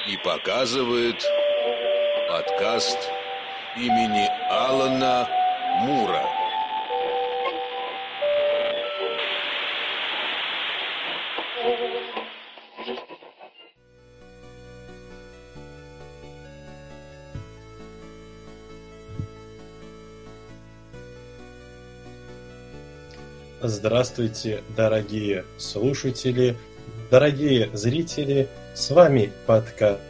и показывает подкаст имени Алана Мура. Здравствуйте, дорогие слушатели, дорогие зрители, с вами подкаст.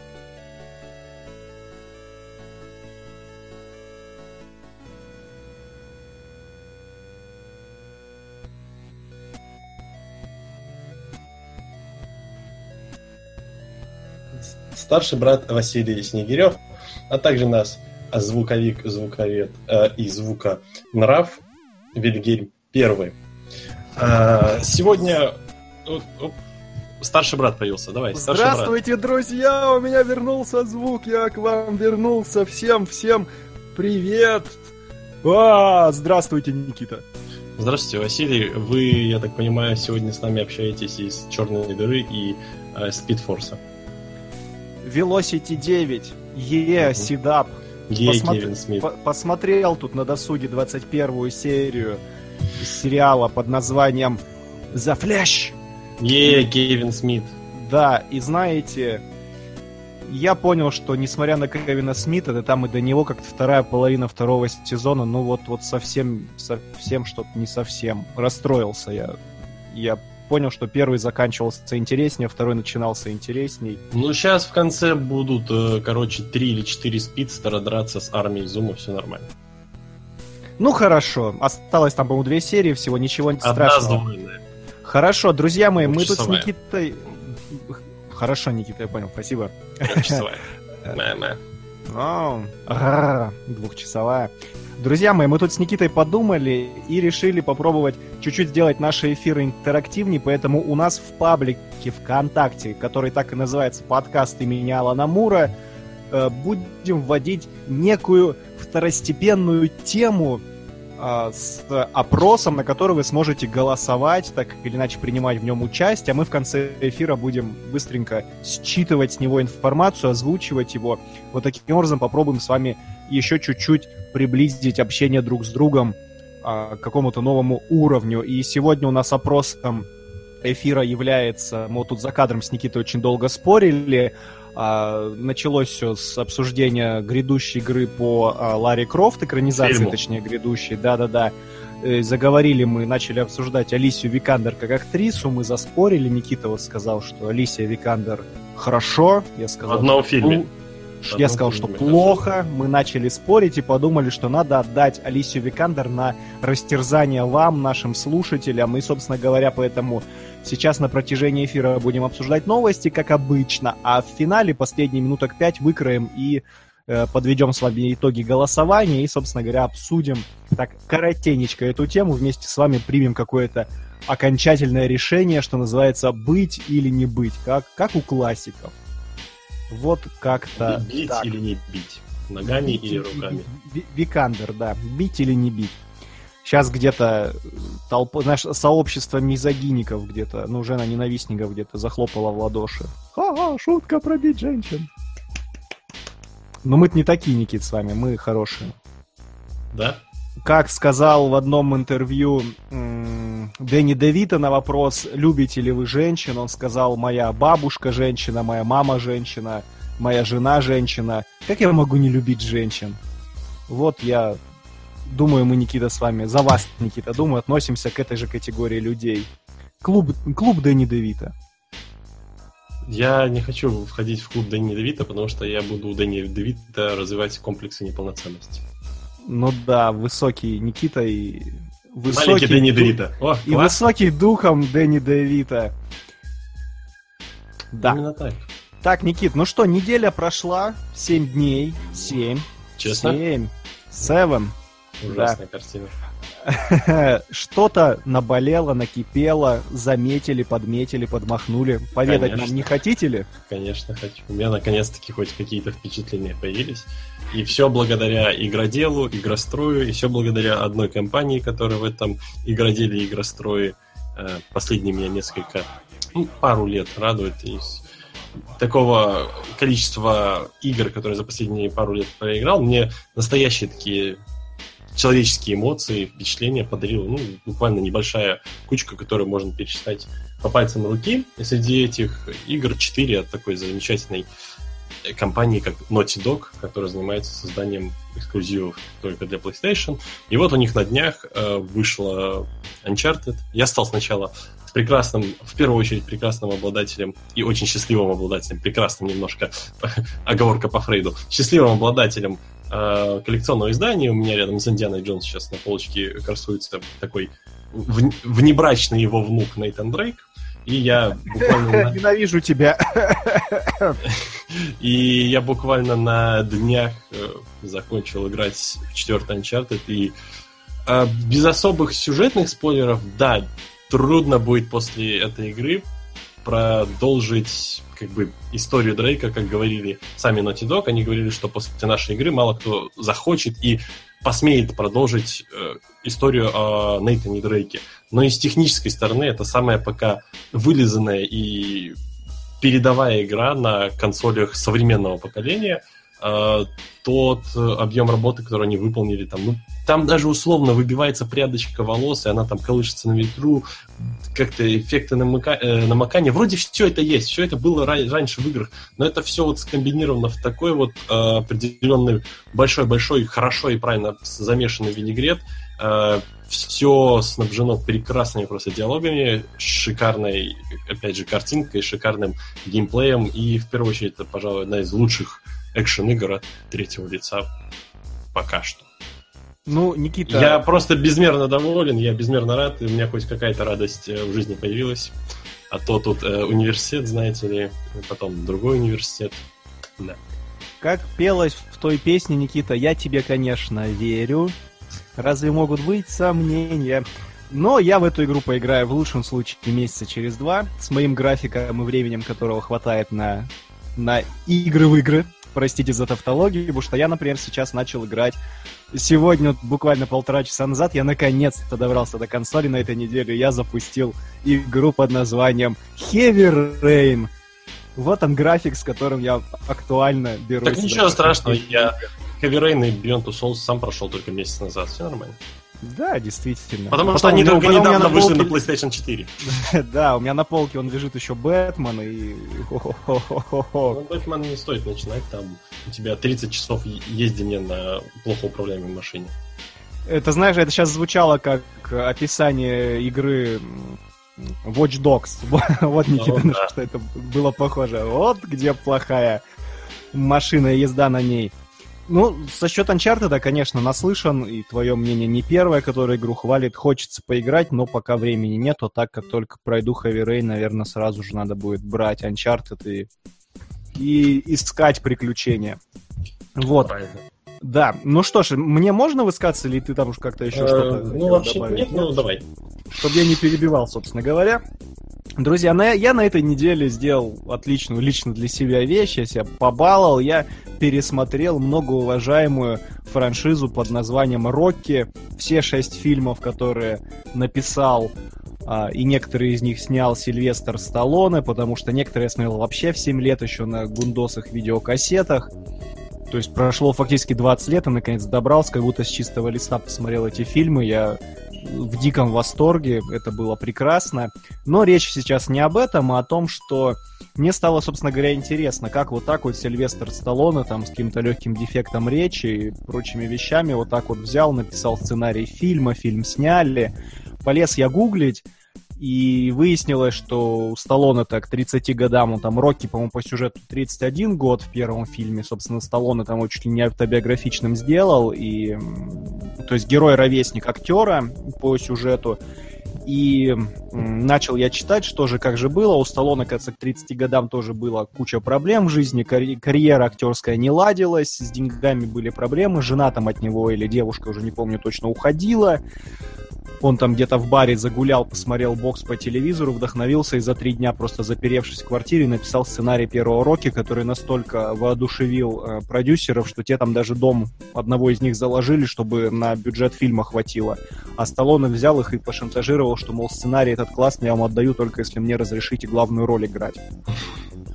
Старший брат Василий Снегирев, а также нас звуковик, звуковед и звуконрав Вильгельм Первый. Сегодня старший брат появился. Давай, здравствуйте, друзья! У меня вернулся звук, я к вам вернулся. Всем привет! Здравствуйте, Никита. Здравствуйте, Василий. Вы, я так понимаю, сегодня с нами общаетесь из Черной дыры и Спидфорса. Velocity 9, Седап. Кевин Смит. Посмотрел тут на досуге 21-ю серию сериала под названием The Flash. Кевин Смит. Да, и знаете, я понял, что несмотря на Кевина Смита, да там и до него как-то вторая половина второго сезона, ну вот совсем что-то не совсем. Расстроился я. Я понял, что первый заканчивался интереснее, второй начинался интересней. Ну, сейчас в конце будут, 3 или 4 спидстера драться с армией Зума, все нормально. Ну, хорошо. Осталось там, по-моему, 2 серии всего, ничего страшного. Двойная. Хорошо, друзья мои, мы тут с Никитой... Хорошо, Никита, я понял, спасибо. Часовая. Двухчасовая. Друзья мои, мы тут с Никитой подумали и решили попробовать чуть-чуть сделать наши эфиры интерактивнее, поэтому у нас в паблике ВКонтакте, который так и называется «Подкаст имени Алана Мура», будем вводить некую второстепенную тему с опросом, на который вы сможете голосовать, так или иначе принимать в нем участие, а мы в конце эфира будем быстренько считывать с него информацию, озвучивать его. Вот таким образом попробуем с вами еще чуть-чуть приблизить общение друг с другом к какому-то новому уровню. И сегодня у нас опросом эфира является... Мы вот тут за кадром с Никитой очень долго спорили. Началось все с обсуждения грядущей игры по Ларри Крофт, экранизации, фильму. Точнее, грядущей, да-да-да. Заговорили мы, начали обсуждать Алисию Викандер как актрису, мы заспорили, Никита вот сказал, что Алисия Викандер хорошо, я сказал... В одном фильме. Я сказал, что плохо, мы начали спорить и подумали, что надо отдать Алисию Викандер на растерзание вам, нашим слушателям, и, собственно говоря, поэтому сейчас на протяжении эфира будем обсуждать новости, как обычно, а в финале последние минуток 5 выкроем и подведем с вами итоги голосования и, собственно говоря, обсудим так коротенечко эту тему, вместе с вами примем какое-то окончательное решение, что называется «быть или не быть», как у классиков. Вот как-то бить так. Или не бить? Ногами бить или руками? Викандер, да. Бить или не бить. Сейчас где-то толпа, знаешь, сообщество мизогиников где-то, ну, жена-ненавистников где-то захлопала в ладоши. Ха-ха, шутка про бить женщин. Но мы-то не такие, Никит, с вами, мы хорошие. Да? Как сказал в одном интервью Дэнни Девито на вопрос, любите ли вы женщин, он сказал, моя бабушка женщина, моя мама женщина, моя жена женщина. Как я могу не любить женщин? Вот я думаю, мы, Никита, с вами, за вас, Никита, думаю, относимся к этой же категории людей. Клуб Дэнни Девито. Я не хочу входить в клуб Дэнни Девито, потому что я буду у Дэнни Девито развивать комплексы неполноценности. Ну да, высокий Никита и... Маленький Дэнни Девито. И высокий духом Дэнни Девито. Да. Именно так. Так, Никит, ну что, неделя прошла, 7 дней, 7. Честно? 7. Ужасная картина. Что-то наболело, накипело, заметили, подметили, подмахнули. Поведать Конечно. нам не хотите ли? Конечно, хочу. У меня наконец-таки хоть какие-то впечатления появились. И все благодаря игроделу, игрострою, и все благодаря одной компании, которая в этом игроделе и игрострое последние меня пару лет радует. И такого количества игр, которые за последние пару лет проиграл, мне настоящие такие человеческие эмоции, впечатления подарила, буквально небольшая кучка, которую можно пересчитать по пальцам руки. И среди этих игр 4 от такой замечательной компании, как Naughty Dog, которая занимается созданием эксклюзивов только для PlayStation. И вот у них на днях вышла Uncharted. Я стал сначала в первую очередь, прекрасным обладателем и очень счастливым обладателем, прекрасным немножко, оговорка по Фрейду, счастливым обладателем коллекционного издания. У меня рядом с Индианой Джонс сейчас на полочке красуется такой внебрачный его внук Нейтан Дрейк. И я буквально... Ненавижу тебя. И я буквально на днях закончил играть в 4-й Uncharted. И без особых сюжетных спойлеров, да, трудно будет после этой игры продолжить историю Дрейка, как говорили сами Naughty Dog. Они говорили, что после нашей игры мало кто захочет и посмеет продолжить историю о Нейтане Дрейке. Но и с технической стороны это самая пока вылизанная и передовая игра на консолях современного поколения. Тот объем работы, который они выполнили, там даже условно выбивается прядочка волос, и она там колышется на ветру, как-то эффекты намокания. Вроде все это есть, все это было раньше в играх, но это все скомбинировано в такой определенный большой-большой, хорошо и правильно замешанный винегрет. Все снабжено прекрасными просто диалогами, шикарной, опять же, картинкой, шикарным геймплеем, и в первую очередь это, пожалуй, одна из лучших экшен-игр от третьего лица пока что. Никита... Я просто безмерно доволен, я безмерно рад, и у меня хоть какая-то радость в жизни появилась. А то тут университет, знаете ли, потом другой университет. Да. Как пелось в той песне, Никита, я тебе, конечно, верю. Разве могут быть сомнения? Но я в эту игру поиграю в лучшем случае месяца через 2, с моим графиком и временем, которого хватает на игры в игры. Простите за тавтологию, потому что я, например, сейчас начал играть. Сегодня, буквально 1,5 часа назад, я наконец-то добрался до консоли на этой неделе. Я запустил игру под названием Heavy Rain. Вот он график, с которым я актуально берусь. Так ничего страшного, я Heavy Rain и Beyond Two Souls сам прошел только месяц назад, все нормально. Да, действительно. Потому что они только недавно вышли на PlayStation 4. Да, у меня на полке он лежит еще Бэтмен и... Бэтмен не стоит начинать, там у тебя 30 часов ездения на плохо управляемой машине. Это, знаешь, это сейчас звучало как описание игры Watch Dogs. Вот, Никита, на что это было похоже. Вот где плохая машина и езда на ней. Со счет Uncharted, конечно, наслышан, и твое мнение не первое, которое игру хвалит. Хочется поиграть, но пока времени нету, так как только пройду Heavy Rain, наверное, сразу же надо будет брать Uncharted и искать приключения. Вот. Правильно. Да, что ж, мне можно высказаться, или ты там уж как-то еще что-то вообще добавить? Нет, давай. Чтобы я не перебивал, собственно говоря. Друзья, я на этой неделе сделал отличную лично для себя вещь, я себя побаловал, я пересмотрел многоуважаемую франшизу под названием «Рокки». Все 6 фильмов, которые написал и некоторые из них снял Сильвестр Сталлоне, потому что некоторые я смотрел вообще в 7 лет еще на гундосах, видеокассетах. То есть прошло фактически 20 лет, и наконец добрался, как будто с чистого листа посмотрел эти фильмы. Я в диком восторге, это было прекрасно. Но речь сейчас не об этом, а о том, что мне стало, собственно говоря, интересно, как вот так вот Сильвестр Сталлоне там с каким-то легким дефектом речи и прочими вещами вот так вот взял, написал сценарий фильма, фильм сняли. Полез я гуглить, и выяснилось, что у Сталлоне-то к 30 годам, он там Рокки, по-моему, по сюжету 31 год в первом фильме, собственно, Сталлоне там его чуть ли не автобиографичным сделал, и, то есть герой-ровесник актера по сюжету, и начал я читать, что же, как же было, у Сталлоне, кажется, к 30 годам тоже было куча проблем в жизни, карьера актерская не ладилась, с деньгами были проблемы, жена там от него или девушка, уже не помню точно, уходила. Он там где-то в баре загулял, посмотрел бокс по телевизору, вдохновился и за 3 дня, просто заперевшись в квартире, написал сценарий первого Рокки, который настолько воодушевил продюсеров, что те там даже дом одного из них заложили, чтобы на бюджет фильма хватило. А Сталлоне взял их и пошантажировал, что, мол, сценарий этот классный, я вам отдаю только если мне разрешите главную роль играть.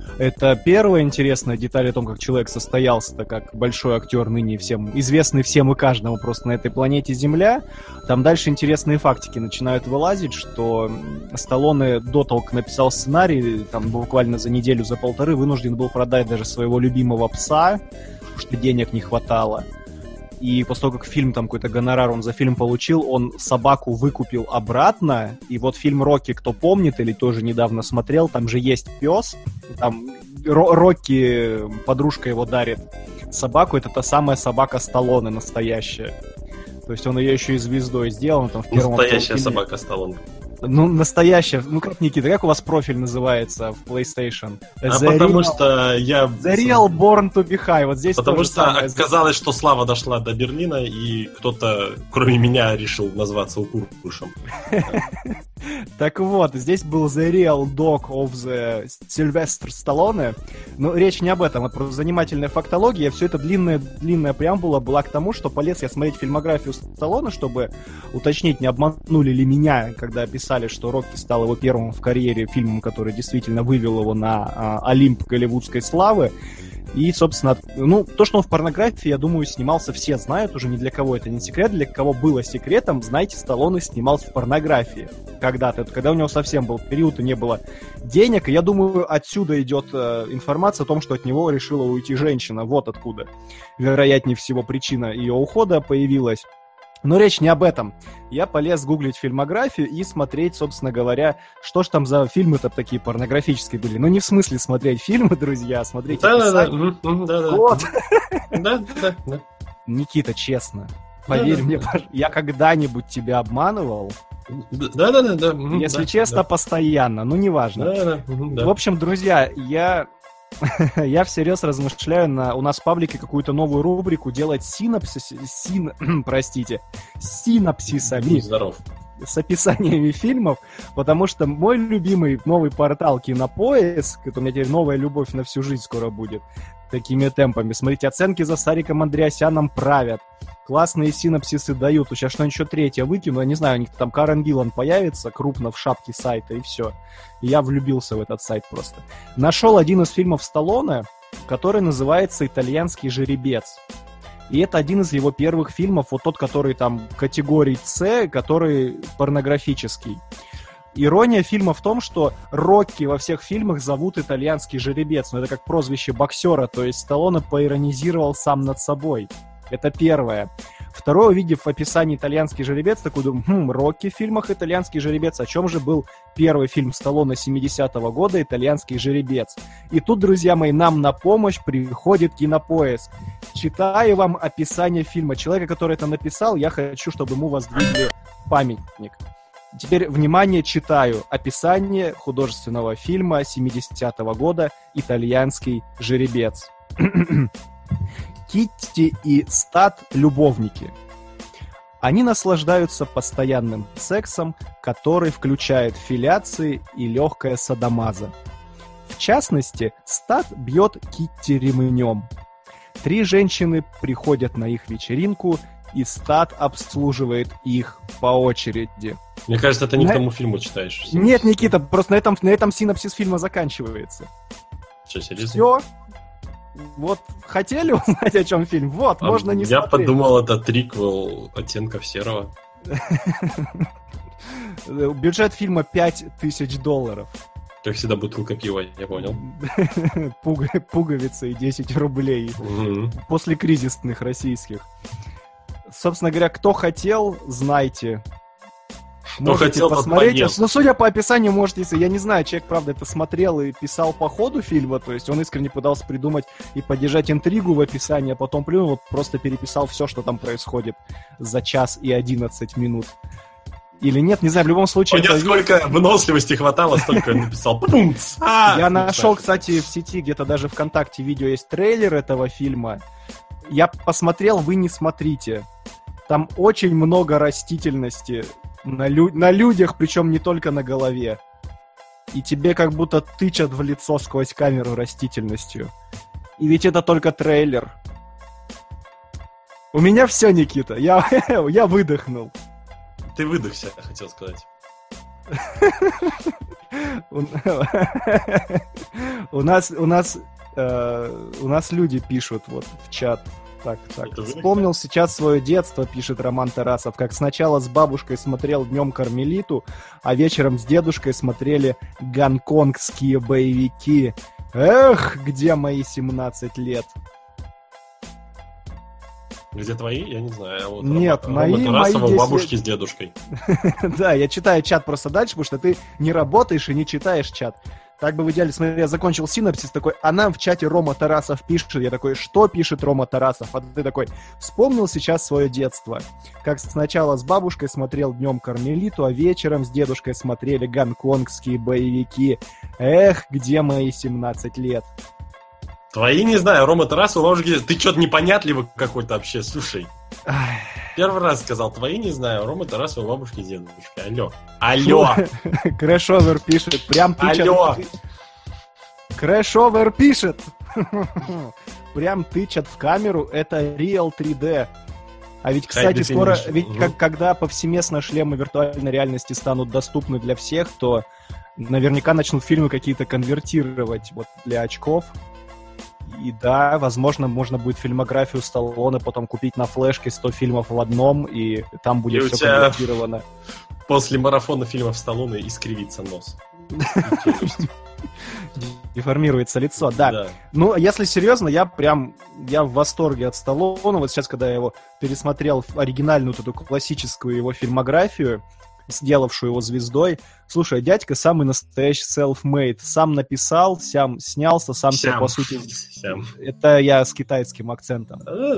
Это первая интересная деталь о том, как человек состоялся-то, как большой актер, ныне всем известный всем и каждому просто на этой планете Земля. Там дальше интересные фактики начинают вылазить, что Сталлоне до того, как написал сценарий, там буквально за неделю, за полторы, вынужден был продать даже своего любимого пса, потому что денег не хватало. И после того, как фильм, там какой-то гонорар он за фильм получил, он собаку выкупил обратно. И вот фильм «Рокки», кто помнит или тоже недавно смотрел, там же есть пес. Там Рокки, подружка его дарит собаку. Это та самая собака Сталлоне, настоящая. То есть он ее еще и звездой сделал. Там в первом настоящая собака Сталлоне. Ну, настоящая. Ну, как, Никита, как у вас профиль называется в PlayStation? Потому что я... The Real Born to be High. Вот здесь потому что оказалось, что слава дошла до Берлина, и кто-то, кроме меня, решил назваться Укуркушем. Так вот, здесь был The Real Dog of the Sylvester Stallone. Но речь не об этом, а про занимательная фактология. Все это длинная преамбула была к тому, что полез я смотреть фильмографию Сталлоне, чтобы уточнить, не обманули ли меня, когда писали, что «Рокки» стал его первым в карьере фильмом, который действительно вывел его на Олимп голливудской славы. И, собственно, ну, то, что он в порнографии, я думаю, снимался, все знают, уже ни для кого это не секрет. Для кого было секретом, знаете, Сталлоне снимался в порнографии когда-то. Это когда у него совсем был период, и не было денег. И я думаю, отсюда идет информация о том, что от него решила уйти женщина. Вот откуда, вероятнее всего, причина ее ухода появилась. Но речь не об этом. Я полез гуглить фильмографию и смотреть, собственно говоря, что ж там за фильмы-то такие порнографические были. Ну, не в смысле смотреть фильмы, друзья, а смотреть описание. Да. Вот. Да. Никита, честно, поверь мне, я когда-нибудь тебя обманывал? Да. Если честно, постоянно, ну, неважно. В общем, друзья, я всерьез размышляю у нас в паблике какую-то новую рубрику делать синапсисами. Здоров. С описаниями фильмов, потому что мой любимый новый портал Кинопоиск, это у меня теперь новая любовь на всю жизнь скоро будет, такими темпами. Смотрите, оценки за Сариком Андреасяном правят. Классные синапсисы дают. Сейчас что-нибудь еще третье выкину. Я не знаю, у них там Карен Гиллан появится крупно в шапке сайта, и все. И я влюбился в этот сайт просто. Нашел один из фильмов Сталлоне, который называется «Итальянский жеребец». И это один из его первых фильмов, вот тот, который там категории С, который порнографический. Ирония фильма в том, что Рокки во всех фильмах зовут «Итальянский жеребец», но это как прозвище боксера, то есть Сталлоне поиронизировал сам над собой. Это первое. Второе, увидев в описании «Итальянский жеребец», такой думаю, Рокки в фильмах «Итальянский жеребец», о чем же был первый фильм Сталлоне 70-го года «Итальянский жеребец». И тут, друзья мои, нам на помощь приходит Кинопоиск. Читаю вам описание фильма. Человека, который это написал, я хочу, чтобы ему воздвигли памятник. Теперь, внимание, читаю. Описание художественного фильма 70-го года «Итальянский жеребец». Китти и Стат – любовники. Они наслаждаются постоянным сексом, который включает филляции и легкое садомазо. В частности, Стат бьет Китти ремнем. 3 женщины приходят на их вечеринку, и Стат обслуживает их по очереди. Мне кажется, это не к тому фильму читаешь. Нет, Никита, просто на этом синопсис фильма заканчивается. Что, серьезно? Все. Вот, хотели узнать, о чем фильм? Вот, можно не я смотреть. Я подумал, это триквел «Оттенков серого». Бюджет фильма $5000. Как всегда, бутылка пива, я понял. Пуговица и 10 рублей. После кризисных российских. Собственно говоря, кто хотел, знайте. Кто хотел посмотреть. Ну, судя по описанию, можете, я не знаю, человек, правда, это смотрел и писал по ходу фильма, то есть он искренне пытался придумать и поддержать интригу в описании, а потом плюнул, вот просто переписал все, что там происходит за 1 и 11 минут. Или нет, не знаю, в любом случае... Сколько выносливости хватало, столько он написал. Я нашел, кстати, в сети, где-то даже ВКонтакте видео есть трейлер этого фильма. Я посмотрел, вы не смотрите. Там очень много растительности на людях, причем не только на голове. И тебе как будто тычат в лицо сквозь камеру растительностью. И ведь это только трейлер. У меня все, Никита. Я выдохнул. Ты выдохся, хотел сказать. У нас люди пишут вот в чат. Так. Вспомнил сейчас свое детство, пишет Роман Тарасов, как сначала с бабушкой смотрел днем Кармелиту, а вечером с дедушкой смотрели гонконгские боевики. Эх, где мои 17 лет? Где твои? Я не знаю. Вот нет, мои 10 бабушки с дедушкой. Да, я читаю чат просто дальше, потому что ты не работаешь и не читаешь чат. Так бы в идеале, смотри, я закончил синапсис такой, а нам в чате Рома Тарасов пишет. Я такой, что пишет Рома Тарасов? А ты такой, вспомнил сейчас свое детство. Как сначала с бабушкой смотрел днем Кармелиту, а вечером с дедушкой смотрели гонконгские боевики. Эх, где мои 17 лет? Твои, не знаю, Рома Тарасов, бабушки, ты что-то непонятливый какой-то вообще, слушай. Первый раз сказал, твои, не знаю, Рома Тарасов, бабушки, дедушка. Алло. Крэшовер пишет, прям тычет. Алло. Крэшовер пишет. Прям тычат в камеру, это Real 3D. А ведь, кстати, скоро, когда повсеместно шлемы виртуальной реальности станут доступны для всех, то наверняка начнут фильмы какие-то конвертировать вот для очков. И да, возможно, можно будет фильмографию Сталлоне потом купить на флешке 100 фильмов в одном, и там будет все конвертировано. После марафона фильмов Сталлоне искривится нос. Деформируется лицо, да. Ну, если серьезно, я в восторге от Сталлоне. Вот сейчас, когда я его пересмотрел, оригинальную вот эту классическую его фильмографию, сделавшую его звездой. Слушай, дядька самый настоящий self-made. Сам написал, сам снялся, сам себя, по сути... Это я с китайским акцентом.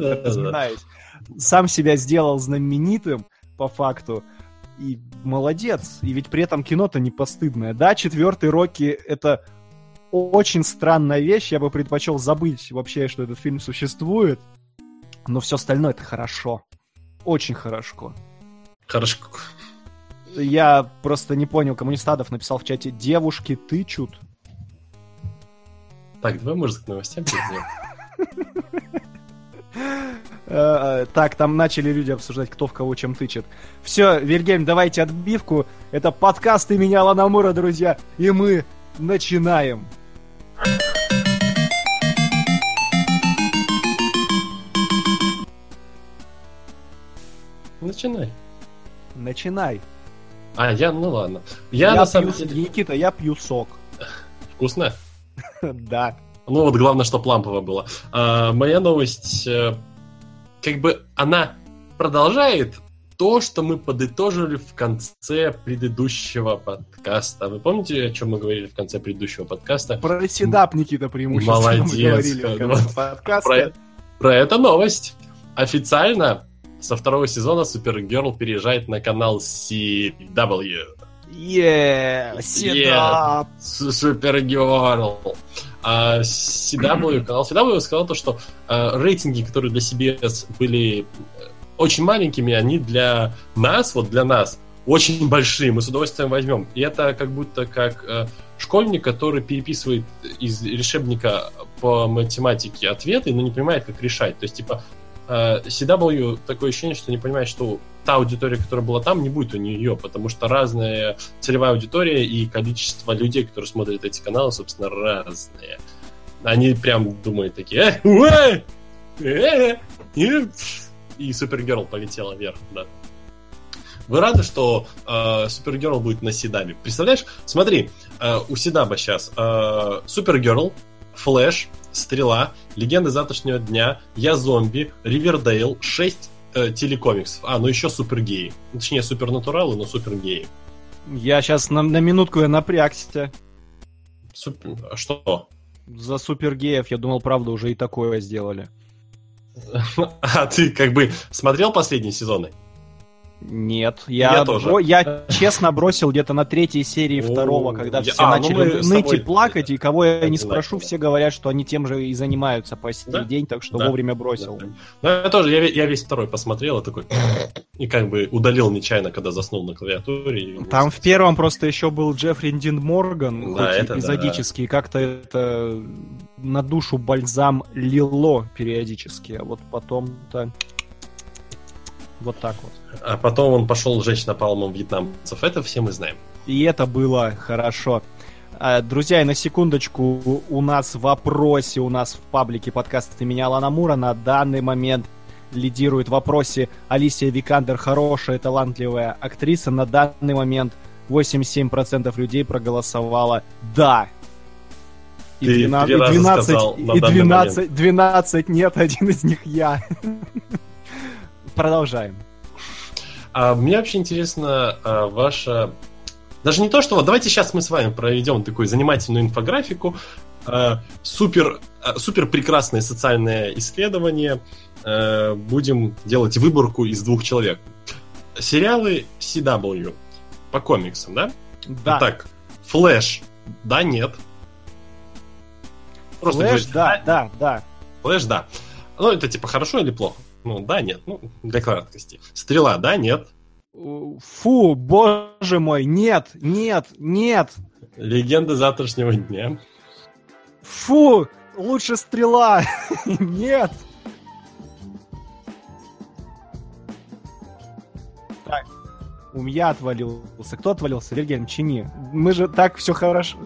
Сам себя сделал знаменитым, по факту. И молодец. И ведь при этом кино-то не постыдное. Да, 4-й Рокки — это очень странная вещь. Я бы предпочел забыть вообще, что этот фильм существует. Но все остальное — это хорошо. Очень хорошо. Хорошо. Я просто не понял, Коммунистадов написал в чате, девушки тычут. Так, давай, может, к новостям перейдем. Так, там начали люди обсуждать, кто в кого чем тычет. Все, Вильгельм, давайте отбивку. Это подкаст имени Алана Мура, друзья. И мы начинаем. Начинай. Ну ладно. Я на самом деле... Никита, я пью сок. Вкусно? Да. Ну вот главное, чтобы лампово было. Моя новость, как бы она продолжает то, что мы подытожили в конце предыдущего подкаста. Вы помните, о чем мы говорили в конце предыдущего подкаста? Про седап, Никита, преимущественно. Молодец. Мы говорили в конце подкаста. Про эту новость. Официально со 2-го сезона Supergirl переезжает на канал CW. Седап! Supergirl. Канал CW сказал то, что рейтинги, которые для CBS были очень маленькими, они для нас, очень большие, мы с удовольствием возьмем. И это как будто как школьник, который переписывает из решебника по математике ответы, но не понимает, как решать. То есть, CW такое ощущение, что не понимает, что та аудитория, которая была там, не будет у нее, потому что разная целевая аудитория и количество людей, которые смотрят эти каналы, собственно, разные. Они прям думают такие, и Supergirl полетела вверх, да. Вы рады, что Supergirl будет на CW? Представляешь? Смотри, у CW сейчас Supergirl, Flash, Стрела, Легенды завтрашнего дня, Я зомби, Ривердейл, 6 телекомиксов. Ну еще Супергеи. Точнее, Супернатуралы, но Супергеи. Я сейчас на минутку я напрягся. Что? За Супергеев, я думал, правда, уже и такое сделали. А ты как бы смотрел последние сезоны? Нет, я честно бросил где-то на 3-й серии 2-го, когда все начали ныть и плакать, и кого я не спрошу, все говорят, что они тем же и занимаются по сей день, так что вовремя бросил. Я тоже, я весь 2-й посмотрел, и такой, и как бы удалил нечаянно, когда заснул на клавиатуре. Там в 1-м просто еще был Джеффри Дин Морган, хоть эпизодически, и как-то это на душу бальзам лило периодически, а вот потом-то... Вот так вот. А потом он пошел жечь напалмом вьетнамцев. Это все мы знаем. И это было хорошо. Друзья, и на секундочку, у нас в вопросе, у нас в паблике подкаста имени Алана Мура на данный момент лидирует в вопросе Алисия Викандер, хорошая, талантливая актриса. На данный момент 87% людей проголосовало «да». И 12 нет, один из них я. Продолжаем. Мне вообще интересно ваша... Даже не то, что... Вот давайте сейчас мы с вами проведем такую занимательную инфографику. Супер прекрасное социальное исследование. Будем делать выборку из 2 человек. Сериалы CW по комиксам, да? Да. Итак, Флэш, да, нет. Просто Флэш, говорить, да. Флэш, да. Ну, это типа хорошо или плохо? Ну, да, нет. Ну, для краткости. Стрела, да, нет. Фу, боже мой, нет. Легенда завтрашнего дня. Фу, лучше Стрела. Нет. Так, у меня отвалился. Кто отвалился? Вильгельм, чини. Мы же так все хорошо.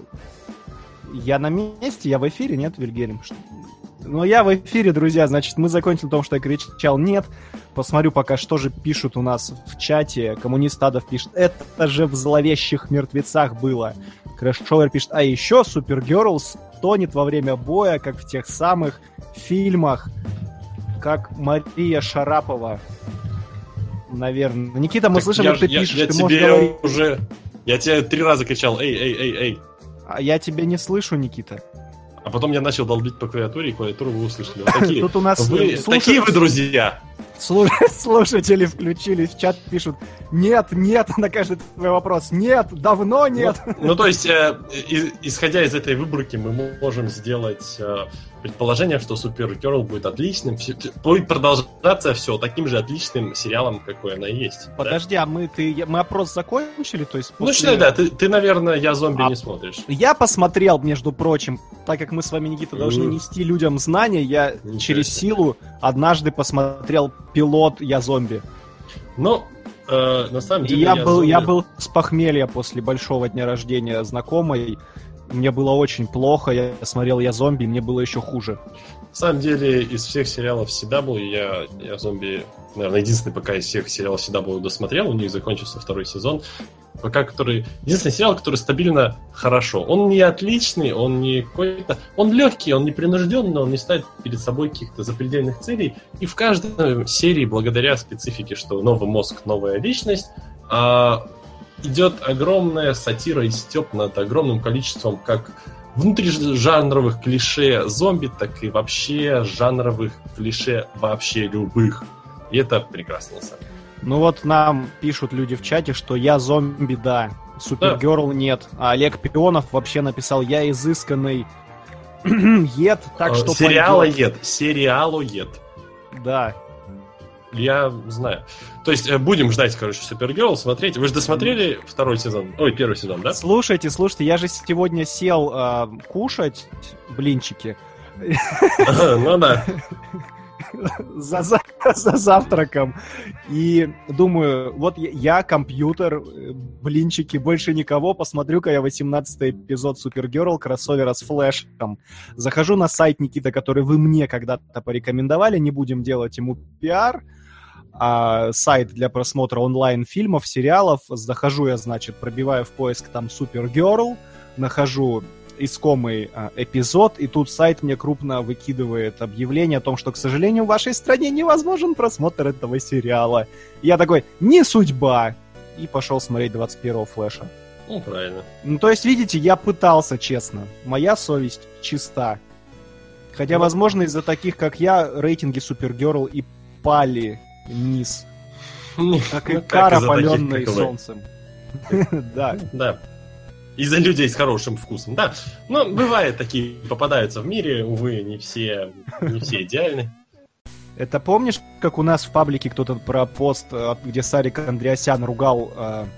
Я на месте, я в эфире, нет, Вильгельм? Но я в эфире, друзья, значит, мы закончили на том, что я кричал «нет». Посмотрю пока, что же пишут у нас в чате. Коммунист Адов пишет: это же в «Зловещих мертвецах» было. Крэш-Шоуэр пишет: а еще Супергерл стонет во время боя, как в тех самых фильмах, как Мария Шарапова. Наверное. Никита, мы так слышим, как ты пишешь. Ты можешь говорить. Я тебе 3 раза кричал «эй». А я тебя не слышу, Никита. А потом я начал долбить по клавиатуре, и клавиатуру вы услышали. Вот такие, тут у нас такие вы друзья. Слушатели включились в чат, пишут: нет, на каждый твой вопрос. Нет, давно нет. Ну то есть, исходя из этой выборки, мы можем сделать предположение, что Супергерл будет отличным, будет продолжаться все таким же отличным сериалом, какой она и есть. Подожди, да? Мы опрос закончили? То есть Ну, считай, да, ты, наверное, «Я зомби» не смотришь. Я посмотрел, между прочим, так как мы с вами, Никита, должны нести людям знания, я через силу однажды посмотрел пилот «Я зомби». Ну, на самом деле... Я был с похмелья после большого дня рождения знакомой. Мне было очень плохо, я смотрел «Я зомби», мне было еще хуже. На самом деле, из всех сериалов CW я зомби, наверное, единственный пока из всех сериалов CW досмотрел, у них закончился 2 сезон. Единственный сериал, который стабильно хорошо. Он не отличный, он не какой-то... Он легкий, он не непринужденный, он не ставит перед собой каких-то запредельных целей. И в каждой серии, благодаря специфике, что новый мозг, новая личность, идет огромная сатира и стёб над огромным количеством как внутрижанровых клише зомби, так и вообще жанровых клише вообще любых. И это прекрасно, на самом деле. Ну вот нам пишут люди в чате, что «Я зомби», да, Супергерл нет. А Олег Пионов вообще написал: я изысканный ед, так что Сериалоед. Да. Я знаю. То есть будем ждать, короче, Супергерл, смотреть. Вы же досмотрели 2 сезон? Ой, 1 сезон, да? Слушайте, я же сегодня сел кушать блинчики. Ну да. За завтраком. И думаю, вот я компьютер, блинчики, больше никого. Посмотрю-ка я 18-й эпизод Супергерл, кроссовера с Флэшем. Захожу на сайт, Никита, который вы мне когда-то порекомендовали. Не будем делать ему пиар. Сайт для просмотра онлайн-фильмов, сериалов. Захожу я, значит, пробиваю в поиск там Супергерл, нахожу искомый эпизод, и тут сайт мне крупно выкидывает объявление о том, что, к сожалению, в вашей стране невозможен просмотр этого сериала. И я такой: не судьба! И пошел смотреть 21-го Флэша. Ну, правильно. Ну, то есть, видите, я пытался, честно. Моя совесть чиста. Хотя, возможно, из-за таких, как я, рейтинги Супергерл и пали вниз. Как и кара, паленной солнцем. Да. Да. Из-за людей с хорошим вкусом, да. Но бывает, такие попадаются в мире, увы, не все идеальны. Это помнишь, как у нас в паблике кто-то про пост, где Сарик Андреасян ругал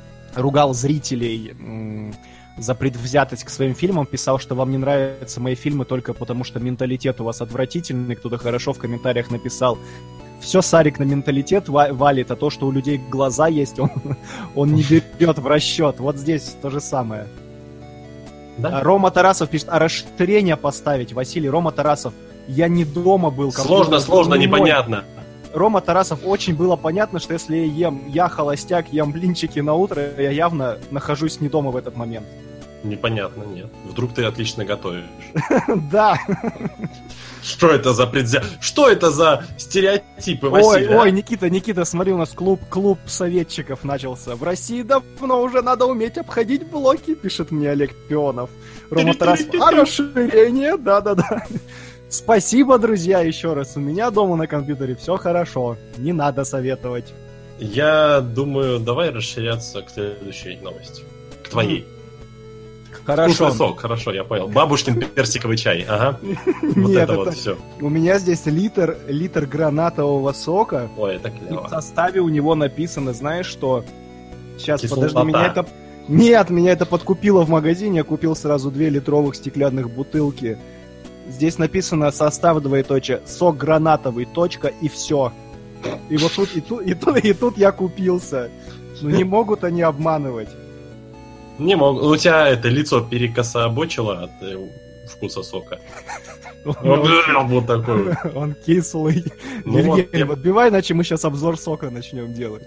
зрителей за предвзятость к своим фильмам, писал, что вам не нравятся мои фильмы только потому, что менталитет у вас отвратительный. Кто-то хорошо в комментариях написал: все Сарик на менталитет валит, а то, что у людей глаза есть, он не берет в расчет. Вот здесь то же самое. Да? Рома Тарасов пишет, а расширение поставить, Василий, Рома Тарасов, я не дома был. Сложно, непонятно. Рома Тарасов, очень было понятно, что если я холостяк, ем блинчики на утро, я явно нахожусь не дома в этот момент. Непонятно, нет. Вдруг ты отлично готовишь. Да. Что это за Что это за стереотипы, Василий? Ой, Никита, смотри, у нас клуб советчиков начался. В России давно уже надо уметь обходить блоки, пишет мне Олег Пионов. Рома Тарасов, а расширение? Да. Спасибо, друзья, еще раз. У меня дома на компьютере все хорошо. Не надо советовать. Я думаю, давай расширяться к следующей новости. К твоей. Хорошо. Вкусный сок, хорошо, я понял. Бабушкин персиковый чай, ага. Вот Нет, это вот все. У меня здесь литр гранатового сока. Ой, это клево. И в составе у него написано, знаешь что? Сейчас, кислота. Подожди, меня это подкупило в магазине. Я купил сразу 2 литровых стеклянных бутылки. Здесь написано состав, двоеточие, сок гранатовый, точка, и все. И вот тут я купился. Ну не могут они обманывать. Не могу. У тебя это лицо перекосообочило от вкуса сока. Вот такой. Он кислый. Евгений, отбивай, иначе мы сейчас обзор сока начнем делать.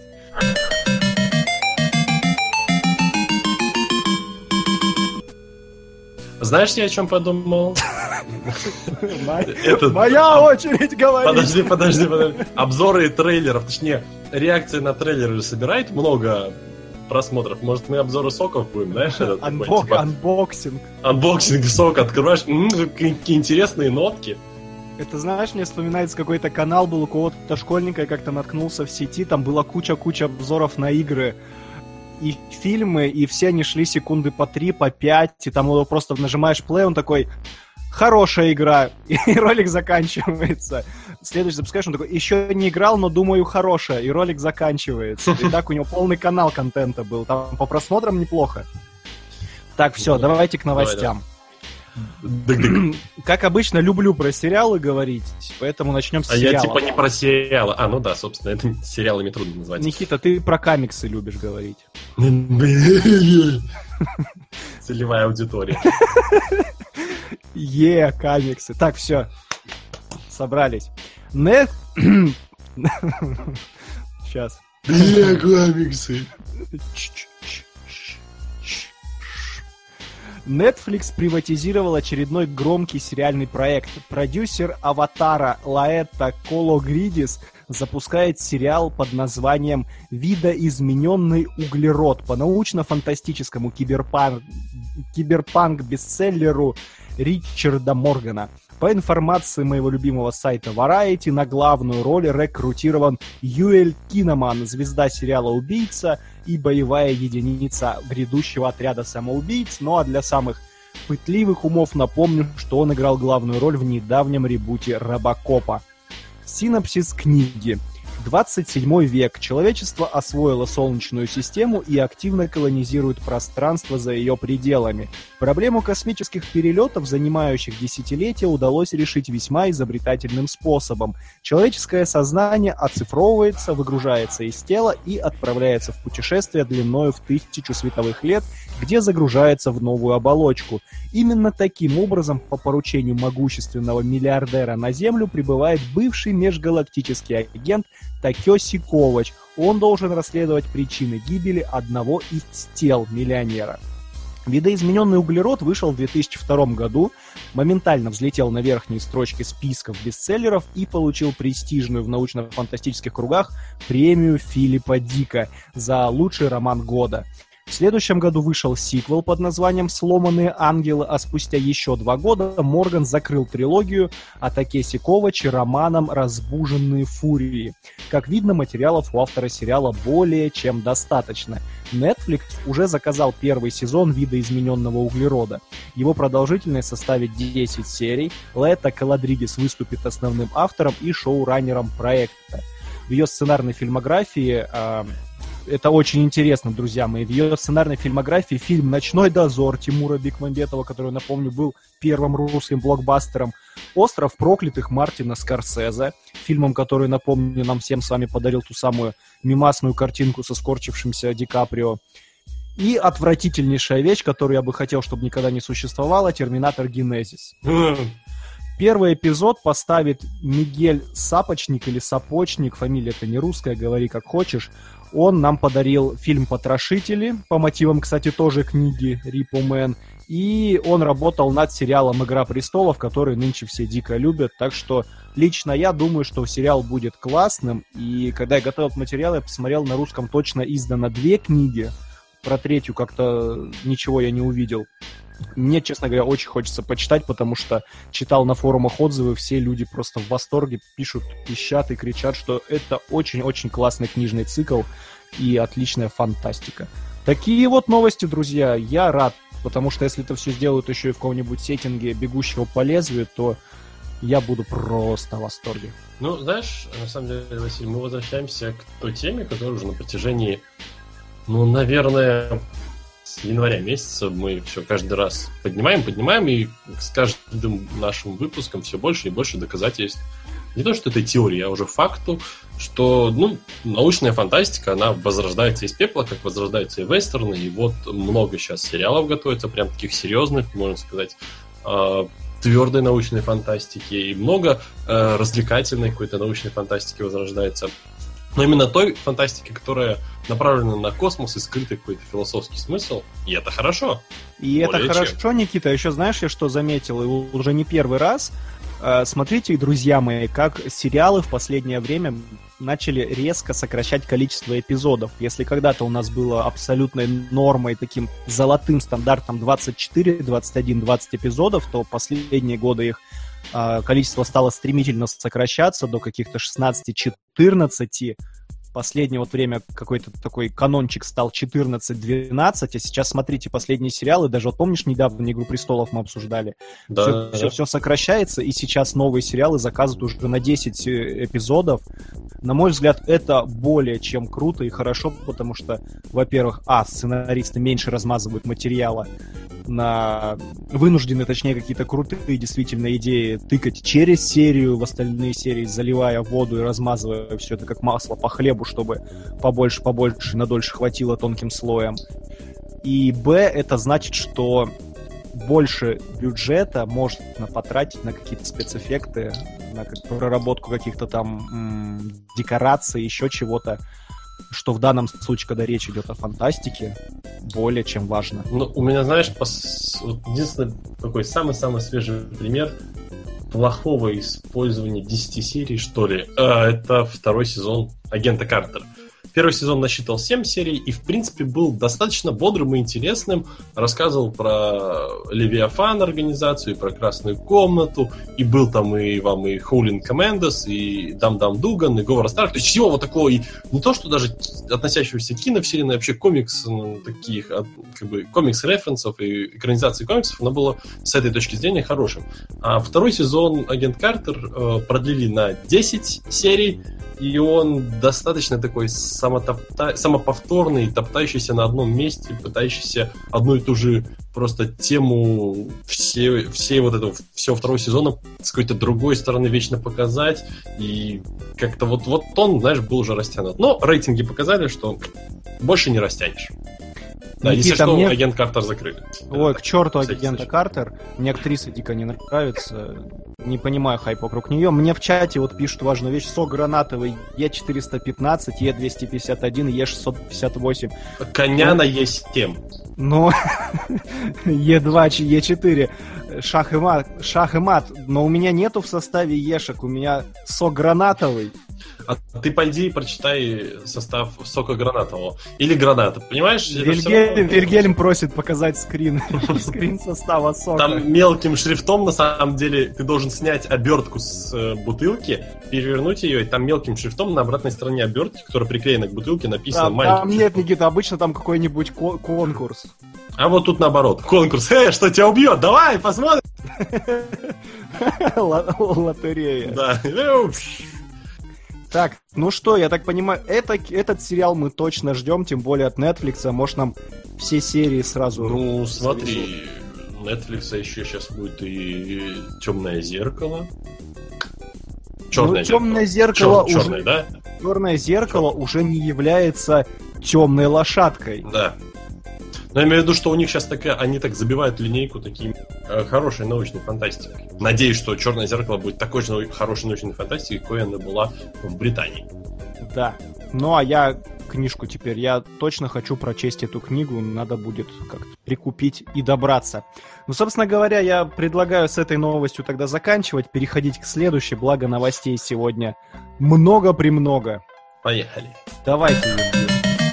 Знаешь, я о чем подумал? Моя очередь говорить. Подожди. Обзоры трейлеров, точнее, реакции на трейлеры собирает много просмотров. Может, мы обзоры соков будем, знаешь? Анбоксинг. Анбоксинг сока. Открываешь, какие интересные нотки. Это, знаешь, мне вспоминается, какой-то канал был у кого-то школьника, я как-то наткнулся в сети, там была куча обзоров на игры и фильмы, и все они шли секунды по 3, по 5, и там его просто нажимаешь play, он такой, хорошая игра, и ролик заканчивается. Следующий запускаешь, он такой, еще не играл, но думаю, хорошая, и ролик заканчивается. И так у него полный канал контента был, там по просмотрам неплохо. Так, все, давайте к новостям. Как обычно, люблю про сериалы говорить, поэтому начнем с сериала. Я типа не про сериалы. Ну да, собственно, это сериалами трудно назвать. Никита, ты про комиксы любишь говорить. Целевая аудитория. Комиксы. Так, все. Собрались. Сейчас. Комиксы. Netflix приватизировал очередной громкий сериальный проект. Продюсер «Аватара» Лаэта Кологридис запускает сериал под названием «Видоизмененный углерод» по научно-фантастическому киберпанк-бестселлеру Ричарда Моргана. По информации моего любимого сайта Variety, на главную роль рекрутирован Юэль Киннаман, звезда сериала «Убийца» и боевая единица грядущего отряда самоубийц. Ну а для самых пытливых умов напомню, что он играл главную роль в недавнем ребуте «Робокопа». Синопсис книги. 27 век. Человечество освоило Солнечную систему и активно колонизирует пространство за ее пределами. Проблему космических перелетов, занимающих десятилетия, удалось решить весьма изобретательным способом. Человеческое сознание оцифровывается, выгружается из тела и отправляется в путешествие длиною в 1000 световых лет, где загружается в новую оболочку. Именно таким образом, по поручению могущественного миллиардера на Землю, прибывает бывший межгалактический агент Такёси Ковач. Он должен расследовать причины гибели одного из тел миллионера. «Видоизмененный углерод» вышел в 2002 году, моментально взлетел на верхние строчки списков бестселлеров и получил престижную в научно-фантастических кругах премию Филиппа Дика за лучший роман года. В следующем году вышел сиквел под названием «Сломанные ангелы», а спустя еще 2 года Морган закрыл трилогию о Такеси Коваче романом «Разбуженные фурии». Как видно, материалов у автора сериала более чем достаточно. Netflix уже заказал первый сезон «Видоизмененного углерода». Его продолжительность составит 10 серий. Лаэта Каладригес выступит основным автором и шоураннером проекта. В ее сценарной фильмографии Это очень интересно, друзья мои. В ее сценарной фильмографии фильм «Ночной дозор» Тимура Бекмамбетова, который, напомню, был первым русским блокбастером, «Остров проклятых» Мартина Скорсезе, фильмом, который, напомню, нам всем с вами подарил ту самую мемасную картинку со скорчившимся Ди Каприо, и отвратительнейшая вещь, которую я бы хотел, чтобы никогда не существовала, «Терминатор Генезис». Первый эпизод поставит Мигель Сапочник или Сапочник, фамилия-то не русская, говори как хочешь. Он нам подарил фильм «Потрошители», по мотивам, кстати, тоже книги Рипо Мэн. И он работал над сериалом «Игра престолов», который нынче все дико любят. Так что лично я думаю, что сериал будет классным. И когда я готовил этот материал, я посмотрел, на русском точно издано 2 книги. Про третью как-то ничего я не увидел. Мне, честно говоря, очень хочется почитать, потому что читал на форумах отзывы, все люди просто в восторге, пишут, пищат и кричат, что это очень-очень классный книжный цикл и отличная фантастика. Такие вот новости, друзья, я рад, потому что если это все сделают еще и в каком-нибудь сеттинге «Бегущего по лезвию», то я буду просто в восторге. Ну, знаешь, на самом деле, Василий, мы возвращаемся к той теме, которая уже на протяжении, наверное, с января месяца мы все каждый раз поднимаем, и с каждым нашим выпуском все больше и больше доказательств. Не то, что это теория, а уже факту, что научная фантастика, она возрождается из пепла, как возрождаются и вестерны, и вот много сейчас сериалов готовится, прям таких серьезных, можно сказать, твердой научной фантастики, и много развлекательной какой-то научной фантастики возрождается. Но именно той фантастики, которая направлена на космос и скрытый какой-то философский смысл, и это хорошо. И это хорошо, Никита. Еще знаешь, я что заметил, и уже не первый раз. Смотрите, друзья мои, как сериалы в последнее время начали резко сокращать количество эпизодов. Если когда-то у нас было абсолютной нормой, таким золотым стандартом 24, 21, 20 эпизодов, то последние годы их количество стало стремительно сокращаться до каких-то 16-14. Последнее вот время какой-то такой канончик стал 14-12, а сейчас смотрите последние сериалы, даже вот помнишь, недавно «Игру престолов» мы обсуждали, да. Все сокращается, и сейчас новые сериалы заказывают уже на 10 эпизодов. На мой взгляд, это более чем круто и хорошо, потому что, во-первых, сценаристы меньше размазывают материала, вынуждены, точнее, какие-то крутые действительно идеи тыкать через серию, в остальные серии заливая воду и размазывая все это как масло по хлебу, чтобы побольше, надольше хватило тонким слоем. И это значит, что больше бюджета можно потратить на какие-то спецэффекты, на проработку каких-то там декораций, еще чего-то, что в данном случае, когда речь идет о фантастике, более чем важно. У меня, знаешь, единственный такой самый-самый свежий пример плохого использования 10 серий, что ли, это 2-й сезон «Агента Картера». Первый сезон насчитал 7 серий и, в принципе, был достаточно бодрым и интересным. Рассказывал про Левиафан организацию, и про Красную комнату. И был там и Хоулин Командос, и Дам-Дам Дуган, и Говард Старк. То есть всего вот такого, и не то, что даже относящегося к киновселенной, вообще комикс, таких, как бы, комикс-референсов и экранизации комиксов, оно было с этой точки зрения хорошим. А 2-й сезон «Агент Картер» продлили на 10 серий, и он достаточно такой самоповторный, топтающийся на одном месте, пытающийся одну и ту же просто тему всего 2-го сезона с какой-то другой стороны вечно показать. И как-то вот он, знаешь, был уже растянут. Но рейтинги показали, что больше не растянешь. Да, Никита, если что, «Агент Картер» закрыли. Ой, к черту агента Картер. Мне актриса дико не нравится. Не понимаю хайп вокруг нее. Мне в чате вот пишут важную вещь. СО гранатовый Е415, Е251, Е658. Коня на Е7. Ну, Е2, Е4. Шах и мат. Но у меня нету в составе Ешек. У меня СО гранатовый. А ты пойди и прочитай состав сока гранатового. Или граната, понимаешь? Вильгельм просит показать скрин состава сока. Там мелким шрифтом, на самом деле, ты должен снять обертку с бутылки, перевернуть ее, и там мелким шрифтом на обратной стороне обертки, которая приклеена к бутылке, написано маленьким. Там нет, Никита, обычно там какой-нибудь конкурс. А вот тут наоборот. Конкурс. Что тебя убьет? Давай, посмотрим. Лотерея. Да. Так, ну что, я так понимаю, этот сериал мы точно ждем, тем более от Netflix. Может, нам все серии сразу... Ну, смотри, Netflix еще сейчас будет и «Темное зеркало». Темное зеркало уже... Черное, да? Черное зеркало уже не является темной лошадкой. Да. Но я имею в виду, что у них сейчас они так забивают линейку таким хорошей научной фантастикой. Надеюсь, что «Черное зеркало» будет такой же хорошей научной фантастикой, какой она была в Британии. Да. Ну, а я книжку теперь, я точно хочу прочесть эту книгу, надо будет как-то прикупить и добраться. Ну, собственно говоря, я предлагаю с этой новостью тогда заканчивать, переходить к следующей, благо новостей сегодня много-премного. Поехали. Давайте, Евгений.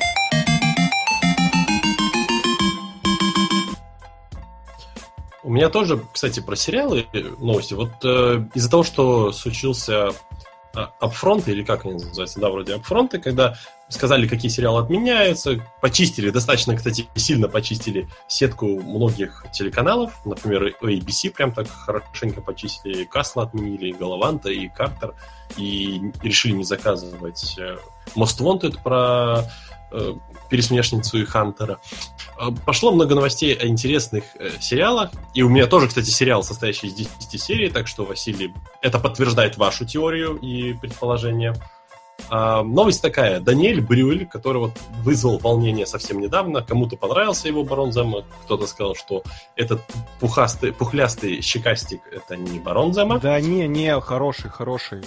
У меня тоже, кстати, про сериалы новости. Вот из-за того, что случился апфронты, или как они называются, да, вроде апфронты, когда сказали, какие сериалы отменяются, почистили, достаточно, кстати, сильно почистили сетку многих телеканалов, например, ABC прям так хорошенько почистили, Касла отменили, Галаванта и Картер, и решили не заказывать Most Wanted про пересмешницу и Хантера. Пошло много новостей о интересных сериалах. И у меня тоже, кстати, сериал, состоящий из 10 серий, так что, Василий, это подтверждает вашу теорию и предположение. Новость такая. Даниэль Брюль, который вот вызвал волнение совсем недавно, кому-то понравился его Барон Зема, кто-то сказал, что этот пухлястый щекастик — это не Барон Зема. Да не, хороший.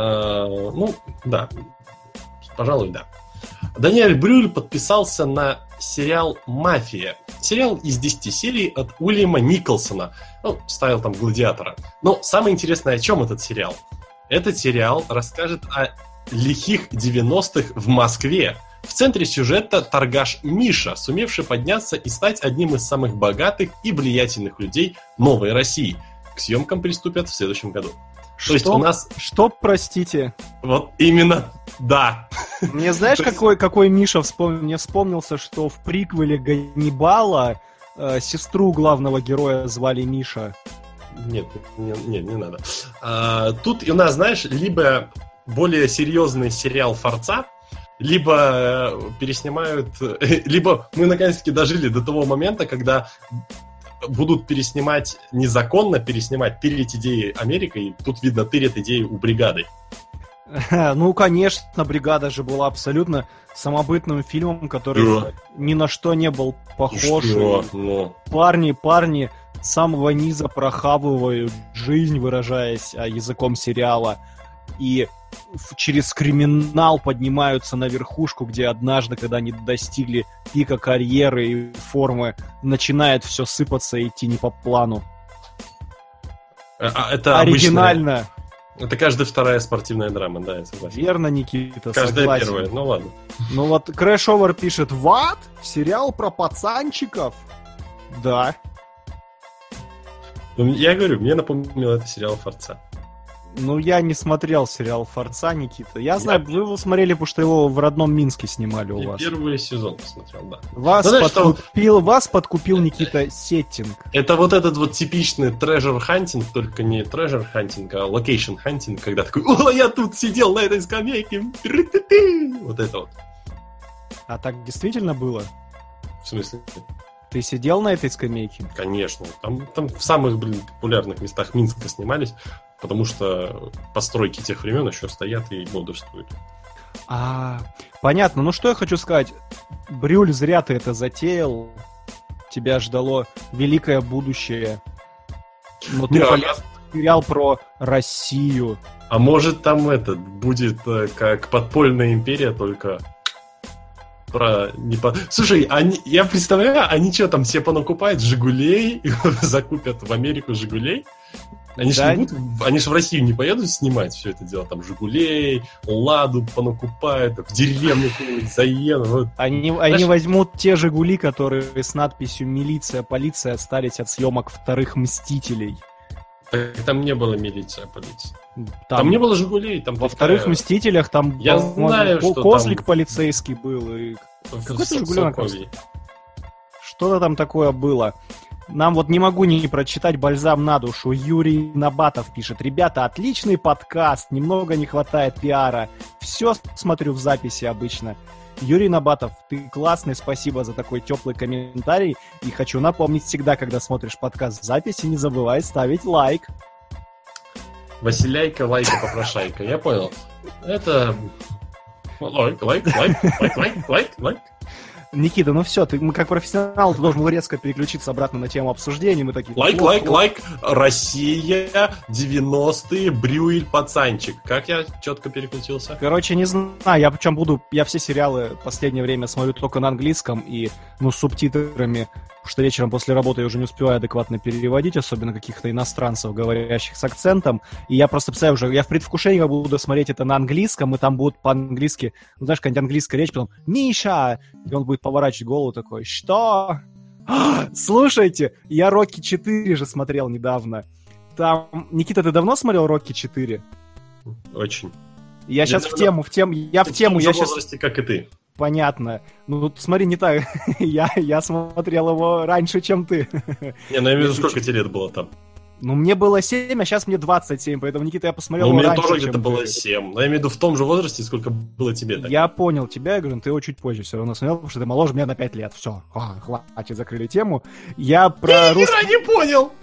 Ну, да. Пожалуй, да. Даниэль Брюль подписался на сериал «Мафия». Сериал из 10 серий от Уильяма Николсона. Ну, ставил там «Гладиатора». Но самое интересное, о чем этот сериал? Этот сериал расскажет о лихих 90-х в Москве. В центре сюжета торгаш Миша, сумевший подняться и стать одним из самых богатых и влиятельных людей новой России. К съемкам приступят в следующем году. То есть у нас... Что, простите? Вот именно, да. Мне знаешь, какой Миша мне вспомнился, что в приквеле Ганнибала сестру главного героя звали Миша. Нет, не надо. Тут у нас, знаешь, либо более серьезный сериал «Форца», либо переснимают... Либо мы наконец-таки дожили до того момента, когда будут переснимать, незаконно переснимать, тырить идеи Америкой. Тут, видно, тырят идеи у бригады. Ну, конечно, «Бригада» же была абсолютно самобытным фильмом, который ни на что не был похож. Парни с самого низа прохавывают жизнь, выражаясь языком сериала, и через криминал поднимаются на верхушку, где однажды, когда они достигли пика карьеры и формы, начинает все сыпаться и идти не по плану. Это оригинально. Обычная... Это каждая вторая спортивная драма, да, я согласен. Верно, Никита, каждая согласен. Первая, ну ладно. Ну вот Крэшовер пишет: «What? Сериал про пацанчиков?» Да. Я говорю, мне напомнил это сериал «Форца». Ну, я не смотрел сериал «Форца», Никита. Я знаю, вы его смотрели, потому что его в родном Минске снимали у вас. Первый сезон посмотрел, да. Вас подкупил, Никита, сеттинг. Это вот этот вот типичный treasure-хантинг, только не treasure-хантинг, а location-хантинг, когда такой: «О, я тут сидел на этой скамейке!» Вот это вот. А так действительно было? В смысле? Ты сидел на этой скамейке? Конечно. Там в самых, популярных местах Минска снимались, потому что постройки тех времен еще стоят и бодрствуют. Понятно. Ну что я хочу сказать. Брюль, зря ты это затеял. Тебя ждало великое будущее. Но ты полез в сериал про Россию. А может там будет как «Подпольная империя», только... Слушай, я представляю, они что там, все понакупают «Жигулей», закупят в Америку «Жигулей». Они же в Россию не поедут снимать все это дело, там «Жигулей», «Ладу» понакупают, в деревню какую-нибудь заедут. Вот. Они возьмут те «Жигули», которые с надписью «Милиция, полиция» остались от съемок вторых «Мстителей». Так, там не было «Милиция, полиция». Там не было «Жигулей». Там во вторых «Мстителях» там я знаю, что Козлик там... полицейский был. И... Какой-то «Жигуленок». Что-то там такое было. Нам вот не могу не прочитать бальзам на душу. Юрий Набатов пишет: ребята, отличный подкаст, немного не хватает пиара. Все смотрю в записи обычно. Юрий Набатов, ты классный, спасибо за такой теплый комментарий. И хочу напомнить всегда, когда смотришь подкаст в записи, не забывай ставить лайк. Василяйка, лайка, попрошайка. Я понял. Это... Лайк. Никита, ну все, мы как профессионал, ты должен был резко переключиться обратно на тему обсуждения. Мы такие... Лайк. Россия, 90-е, Брюэль, пацанчик. Как я четко переключился? Короче, не знаю, я все сериалы в последнее время смотрю только на английском и, с субтитрами, потому что вечером после работы я уже не успеваю адекватно переводить, особенно каких-то иностранцев, говорящих с акцентом, и я просто представляю уже, я в предвкушении буду смотреть это на английском, и там будут по-английски, знаешь, какая-нибудь английская речь, потом «Миша!» и он будет поворачивать голову такой: «Что? Слушайте, я Рокки 4 же смотрел недавно». Там... Никита, ты давно смотрел Рокки 4? Очень. Я сейчас в тему. Я в тему. Я в возрасте, как и ты. Понятно. Ну, смотри, не так. я смотрел его раньше, чем ты. Не, ну я имею в виду, сколько тебе лет было там? Ну, мне было 7, а сейчас мне 27, поэтому, Никита, я посмотрел его раньше, мне тоже где-то чем было ты. 7. Но я имею в виду в том же возрасте, сколько было тебе. Так. Я понял тебя, я говорю, ты его чуть позже все равно смотрел, потому что ты моложе меня на 5 лет. Все, хватит, закрыли тему. Я про русский... не понял!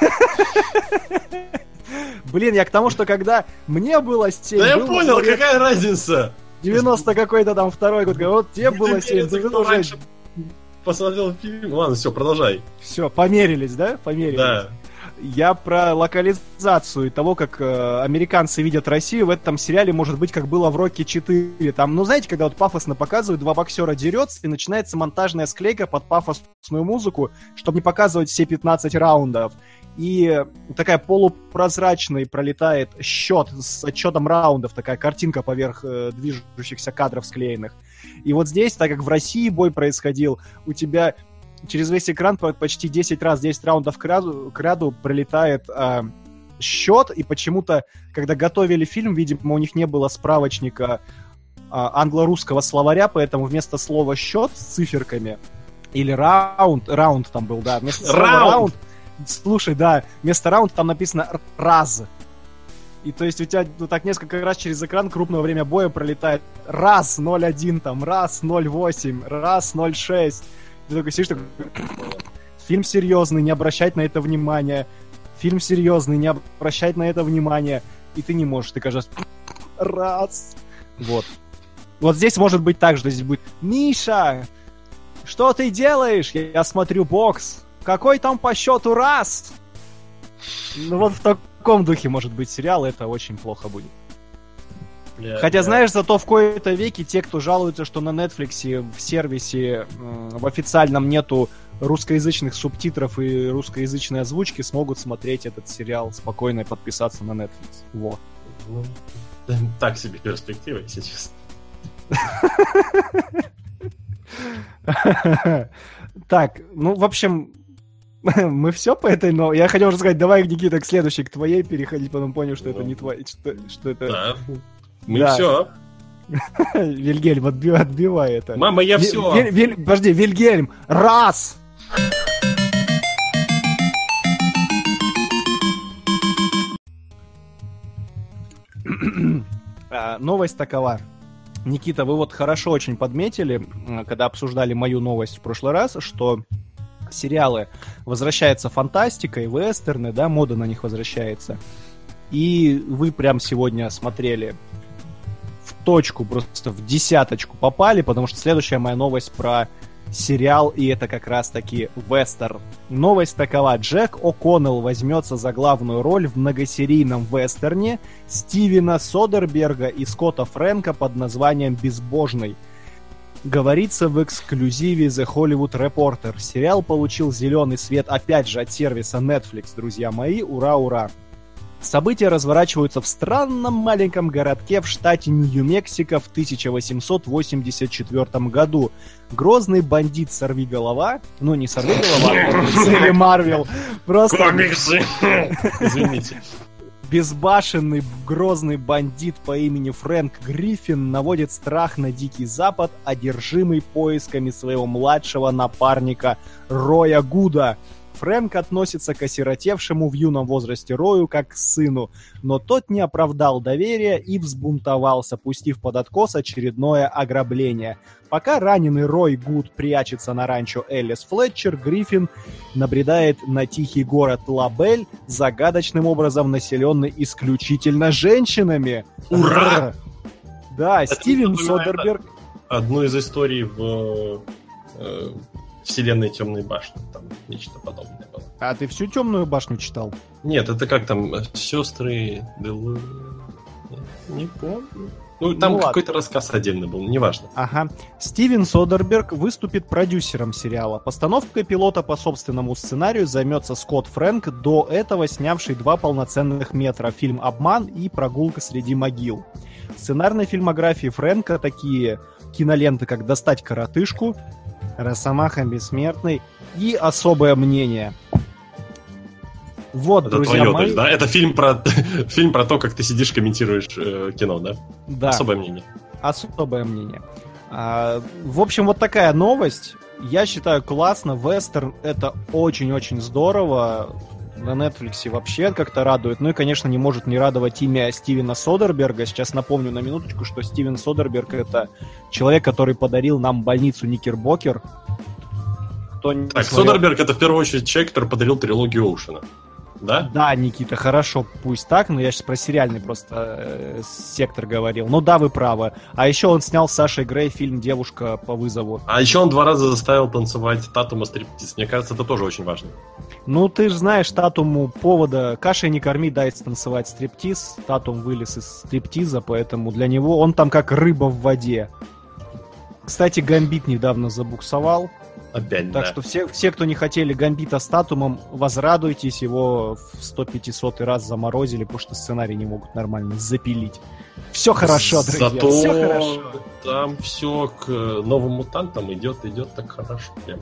Блин, я к тому, что когда мне было 7... Да я понял, какая разница? 90 какой-то там второй год, вот тебе было 7, ты уже... Посмотрел фильм, ладно, все, продолжай. Все, померились, да? Померились. Да. Я про локализацию и того, как американцы видят Россию в этом сериале, может быть, как было в Рокки 4. Там, знаете, когда вот пафосно показывают, два боксера дерется, и начинается монтажная склейка под пафосную музыку, чтобы не показывать все 15 раундов. И такая полупрозрачный пролетает счет с отчетом раундов, такая картинка поверх движущихся кадров склеенных. И вот здесь, так как в России бой происходил, у тебя через весь экран почти 10 раз, 10 раундов к ряду пролетает счет, и почему-то, когда готовили фильм, видимо, у них не было справочника англо-русского словаря, поэтому вместо слова «счет» с циферками или раунд там был, да, вместо слова «раунд», слушай, да, вместо раунд там написано «раз». И то есть у тебя так несколько раз через экран крупное время боя пролетает раз 0.1, там, раз 0.8, раз 0.6. Ты такой сидишь, такой... Фильм серьезный, не обращать на это внимания. Фильм серьезный, не обращать на это внимания. И ты не можешь, ты кажется... Раз. Вот. Вот здесь может быть так же, здесь будет: «Миша, что ты делаешь?» Я смотрю бокс. Какой там по счету раз? Ну вот в таком духе может быть сериал, это очень плохо будет. Хотя, знаешь, зато в кои-то веки те, кто жалуются, что на Netflix в сервисе в официальном нету русскоязычных субтитров и русскоязычной озвучки, смогут смотреть этот сериал спокойно и подписаться на Netflix. Вот. Ну, так себе перспектива, если честно. Так, ну, в общем, мы все по этой, но я хотел уже сказать, давай, Никита, к следующей, к твоей переходить, потом понял, что это не твоя, что это... Да, мы все. Вильгельм, отбивай это. Мама, я все. Подожди, Вильгельм, раз! Новость такова. Никита, вы вот хорошо очень подметили, когда обсуждали мою новость в прошлый раз, что сериалы возвращается фантастика и вестерны, да, мода на них возвращается. И вы прям сегодня смотрели в точку, просто в десяточку попали, потому что следующая моя новость про сериал, и это как раз-таки вестерн. Новость такова: Джек О'Коннелл возьмется за главную роль в многосерийном вестерне Стивена Содерберга и Скотта Фрэнка под названием «Безбожный». Говорится в эксклюзиве The Hollywood Reporter. Сериал получил зеленый свет опять же от сервиса Netflix, друзья мои. Ура, ура! События разворачиваются в странном маленьком городке в штате Нью-Мексико в 1884 году. Грозный бандит Сорвиголова, ну не Сорвиголова, или Марвел, просто... Комиксы! Извините. Безбашенный грозный бандит по имени Фрэнк Гриффин наводит страх на Дикий Запад, одержимый поисками своего младшего напарника Роя Гуда. Фрэнк относится к осиротевшему в юном возрасте Рою как к сыну, но тот не оправдал доверия и взбунтовался, пустив под откос очередное ограбление. Пока раненый Рой Гуд прячется на ранчо Элис Флетчер, Гриффин набредает на тихий город Лабель, загадочным образом населенный исключительно женщинами. Ура! Да, Это Стивен Содерберг. Одну из историй в вселенной Темной башни. Там нечто подобное было. А ты всю Темную башню читал? Нет, это как там, сестры Делу... Не помню. Ну, там какой-то рассказ отдельно был, неважно. Ага. Стивен Содерберг выступит продюсером сериала. Постановкой пилота по собственному сценарию займется Скотт Фрэнк, до этого снявший 2 полноценных метра: фильм «Обман» и «Прогулка среди могил». В сценарной фильмографии Фрэнка такие киноленты, как «Достать коротышку», «Росомаха бессмертный» и «Особое мнение». Вот, это друзья твое, мои... то есть, да? Это фильм про то, как ты сидишь, комментируешь кино, да? Да. Особое мнение. Особое мнение. В общем, вот такая новость. Я считаю, классно. Вестерн — это очень-очень здорово. На Netflix вообще как-то радует. Ну и, конечно, не может не радовать имя Стивена Содерберга. Сейчас напомню на минуточку, что Стивен Содерберг — это человек, который подарил нам больницу Никербокер. Так, Содерберг — это в первую очередь человек, который подарил трилогию Оушена. Да? Да, Никита, хорошо, пусть так, но я сейчас про сериальный просто сектор говорил. Ну да, вы правы. А еще он снял с Сашей Грей фильм «Девушка по вызову». А еще он 2 раза заставил танцевать Татума стриптиз. Мне кажется, это тоже очень важно. Ну, ты же знаешь, Татуму повода «Кашей не корми, дай танцевать стриптиз». Татум вылез из стриптиза, поэтому для него он там как рыба в воде. Кстати, Гамбит недавно забуксовал. Опять, так что все, кто не хотели Гамбита с Татумом, возрадуйтесь, его в 100-500 раз заморозили, потому что сценарий не могут нормально запилить. Все хорошо, друзья, зато все хорошо. Там все к новым мутантам идет так хорошо прям.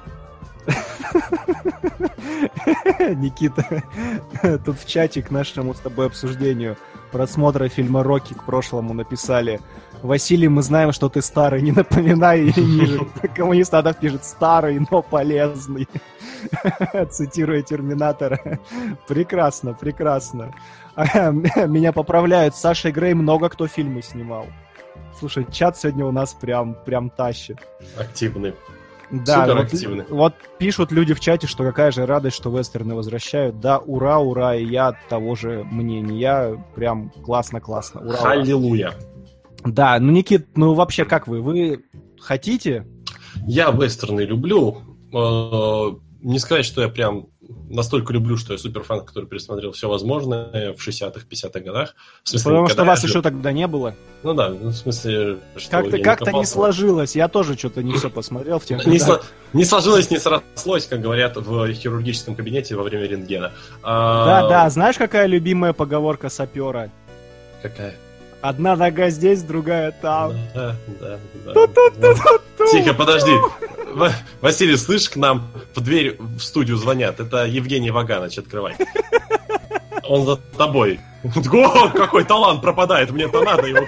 Никита, тут в чате к нашему с тобой обсуждению просмотра фильма «Рокки» к прошлому написали: «Василий, мы знаем, что ты старый, не напоминай». И ниже коммунист Адов пишет: «Старый, но полезный». Цитируя «Терминатора». Прекрасно, прекрасно. Меня поправляют, с Сашей Грей много кто фильмы снимал. Слушай, чат сегодня у нас прям тащит. Активный. Да, супер активный. Вот пишут люди в чате, что какая же радость, что вестерны возвращают. Да, ура, ура, и я того же мнения. Прям классно. Ура, аллилуйя. Да, ну, Никит, ну вообще как вы? Вы хотите? Я вестерны люблю. Не сказать, что я прям настолько люблю, что я суперфан, который пересмотрел все возможное в 60-х, 50-х годах. В смысле, потому что вас еще тогда не было. Ну да, в смысле, что как-то не сложилось. Я тоже что-то не все посмотрел в тех годах. Не сложилось, не срослось, как говорят в хирургическом кабинете во время рентгена. Да, знаешь, какая любимая поговорка сапера? Какая? Одна нога здесь, другая там. Да. Тихо, подожди. Василий, слышь, к нам в дверь в студию звонят. Это Евгений Ваганович, открывай. Он за тобой. О, какой талант пропадает, мне-то надо его.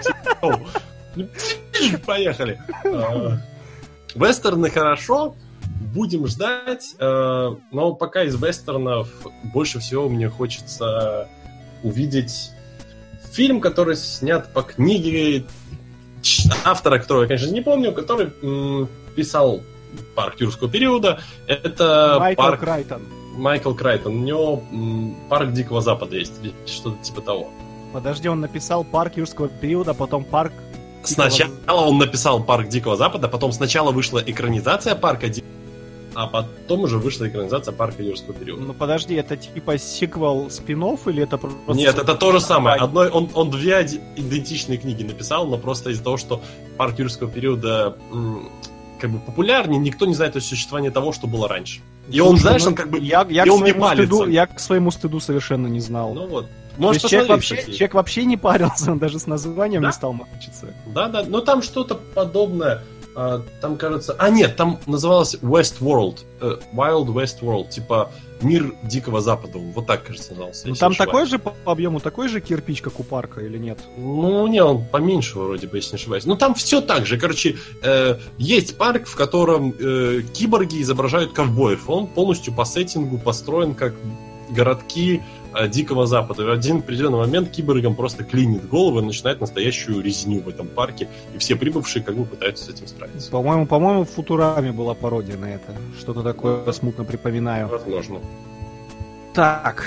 Поехали. Вестерны хорошо, будем ждать. Но пока из вестернов больше всего мне хочется увидеть фильм, который снят по книге автора, которого я, конечно, не помню, который писал «Парк юрского периода». Это Майкл Крайтон. У него «Парк Дикого Запада» есть, что-то типа того. Подожди, он написал «Парк юрского периода», потом «Парк...» Сначала он написал «Парк Дикого Запада», потом сначала вышла экранизация «Парка Дикого Запада», а потом уже вышла экранизация «Парка юрского периода». Ну подожди, это типа сиквел, спин-офф или это просто... Нет, это то же самое. Он 2 идентичные книги написал, но просто из-за того, что «Парк юрского периода» как бы популярнее, никто не знает о существовании того, что было раньше. И он, знаешь, он как бы... Я к своему стыду совершенно не знал. Ну вот. Может, человек вообще не парился, он даже с названием не стал мучиться. Да, ну там что-то подобное. Там, кажется... нет, там называлось Westworld. Wild Westworld. Типа мир Дикого Запада. Вот так, кажется, назывался. Ну, там такой же по объему, такой же кирпич, как у парка, или нет? Ну, не, он поменьше вроде бы, если не ошибаюсь. Ну, там все так же. Короче, есть парк, в котором киборги изображают ковбоев. Он полностью по сеттингу построен как городки Дикого Запада. И в один определенный момент киборгам просто клинит голову и начинает настоящую резню в этом парке. И все прибывшие как бы пытаются с этим справиться. По-моему, в Футураме была пародия на это. Что-то такое смутно припоминаю. Возможно. Так.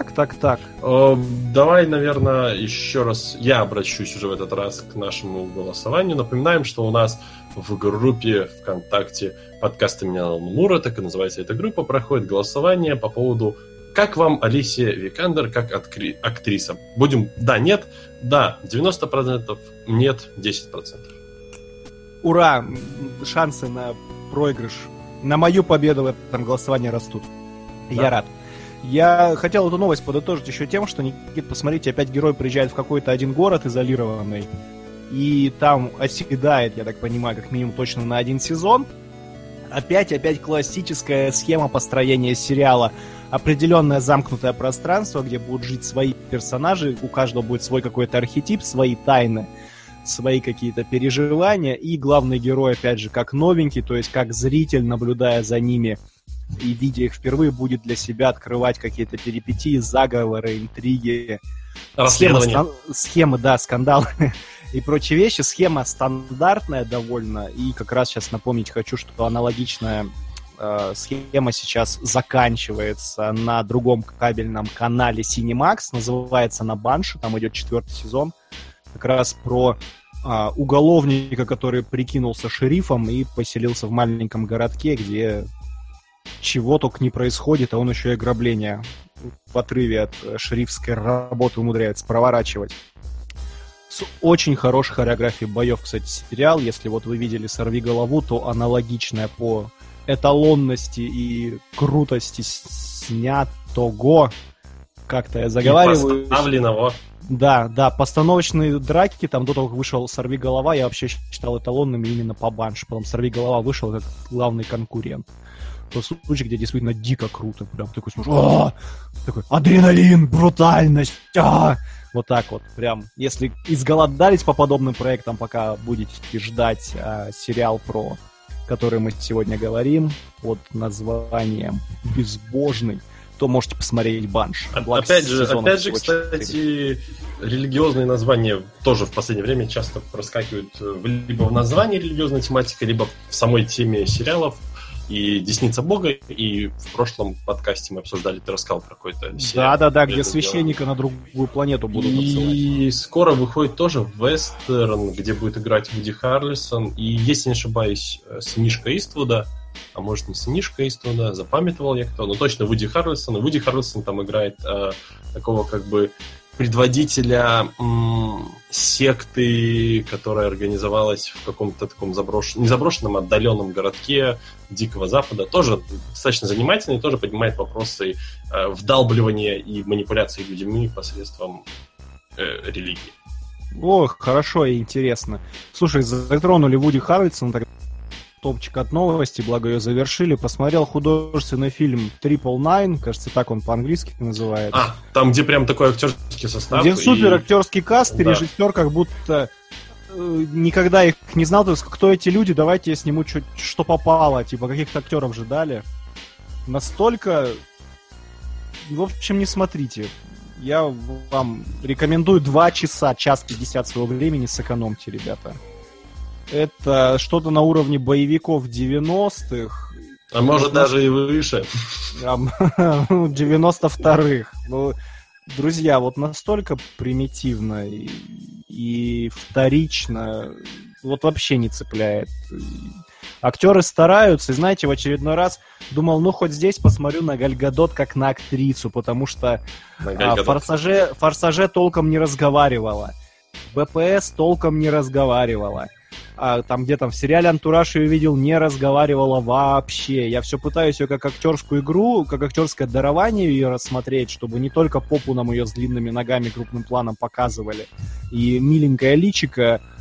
Давай, наверное, еще раз я обращусь уже в этот раз к нашему голосованию. Напоминаем, что у нас в группе ВКонтакте подкаста «Имени Алана Мура», так и называется эта группа, проходит голосование по поводу «Как вам Алисия Викандер как актриса?» Будем «да», «нет», «да» 90%, «нет» 10%. Ура! Шансы на проигрыш, на мою победу в этом голосовании растут. Да. Я рад. Я хотел эту новость подытожить еще тем, что, Никит, посмотрите, опять герой приезжает в какой-то один город изолированный, и там оседает, я так понимаю, как минимум точно на один сезон. Опять классическая схема построения сериала. Определенное замкнутое пространство, где будут жить свои персонажи, у каждого будет свой какой-то архетип, свои тайны, свои какие-то переживания, и главный герой, опять же, как новенький, то есть как зритель, наблюдая за ними и видя их впервые, будет для себя открывать какие-то перипетии, заговоры, интриги, схемы, да, скандалы и прочие вещи. Схема стандартная довольно, и как раз сейчас напомнить хочу, что аналогичная схема сейчас заканчивается на другом кабельном канале Cinemax, называется она «Банши», там идет 4-й сезон, как раз про уголовника, который прикинулся шерифом и поселился в маленьком городке, где чего только не происходит, а он еще и ограбление в отрыве от шерифской работы умудряется проворачивать. С очень хорошей хореографией боев, кстати, сериал. Если вот вы видели «Сорвиголову», то аналогичная по эталонности и крутости снятого, как-то я заговариваю. И поставленного. Да, постановочные драки, там до того, как вышел «Сорвиголова», я вообще считал эталонными именно по «Банши». Потом «Сорвиголова» вышел как главный конкурент. Тот случай, где действительно дико круто. Прям такой, смотришь, такой адреналин, брутальность, вот так вот. Прям, если изголодались по подобным проектам, пока будете ждать сериал про который мы сегодня говорим, под названием «Безбожный», то можете посмотреть «Банши». Опять же, кстати, религиозные названия тоже в последнее время часто проскакивают либо в названии религиозной тематики, либо в самой теме сериалов. И «Десница Бога», и в прошлом подкасте мы обсуждали, ты рассказал про какой-то сериал. Да, где священника на другую планету будут отсылать. И скоро выходит тоже вестерн, где будет играть Вуди Харрельсон. И, если не ошибаюсь, сынишка Иствуда, а может не сынишка Иствуда, запамятовал я кто, но точно Вуди Харрельсон. И Вуди Харрельсон там играет такого как бы предводителя секты, которая организовалась в каком-то таком не заброшенном, а отдаленном городке Дикого Запада. Тоже достаточно занимательный, тоже поднимает вопросы вдалбливания и манипуляции людьми посредством религии. Ох, хорошо и интересно. Слушай, затронули Вуди Харрельсона, так топчик от новости, благо ее завершили. Посмотрел художественный фильм «999», кажется, так он по-английски называется. Там, где прям такой актерский состав. Где супер актерский каст, и режиссер как будто никогда их не знал, то есть кто эти люди, давайте я сниму что попало, типа каких-то актеров же дали. Настолько... В общем, не смотрите. Я вам рекомендую 2 часа, 1:50 своего времени сэкономьте, ребята. Это что-то на уровне боевиков 90-х. А может даже и выше. 92-х. Ну, друзья, вот настолько примитивно и вторично, вот вообще не цепляет. Актеры стараются, и знаете, в очередной раз думал, хоть здесь посмотрю на Галь Гадот как на актрису, потому что в «Форсаже» толком не разговаривала, БПС толком не разговаривала. Там где-то в сериале «Антураж» ее видел, не разговаривала вообще. Я все пытаюсь ее как актерскую игру, как актерское дарование ее рассмотреть, чтобы не только попу нам ее с длинными ногами крупным планом показывали, и миленькое личико,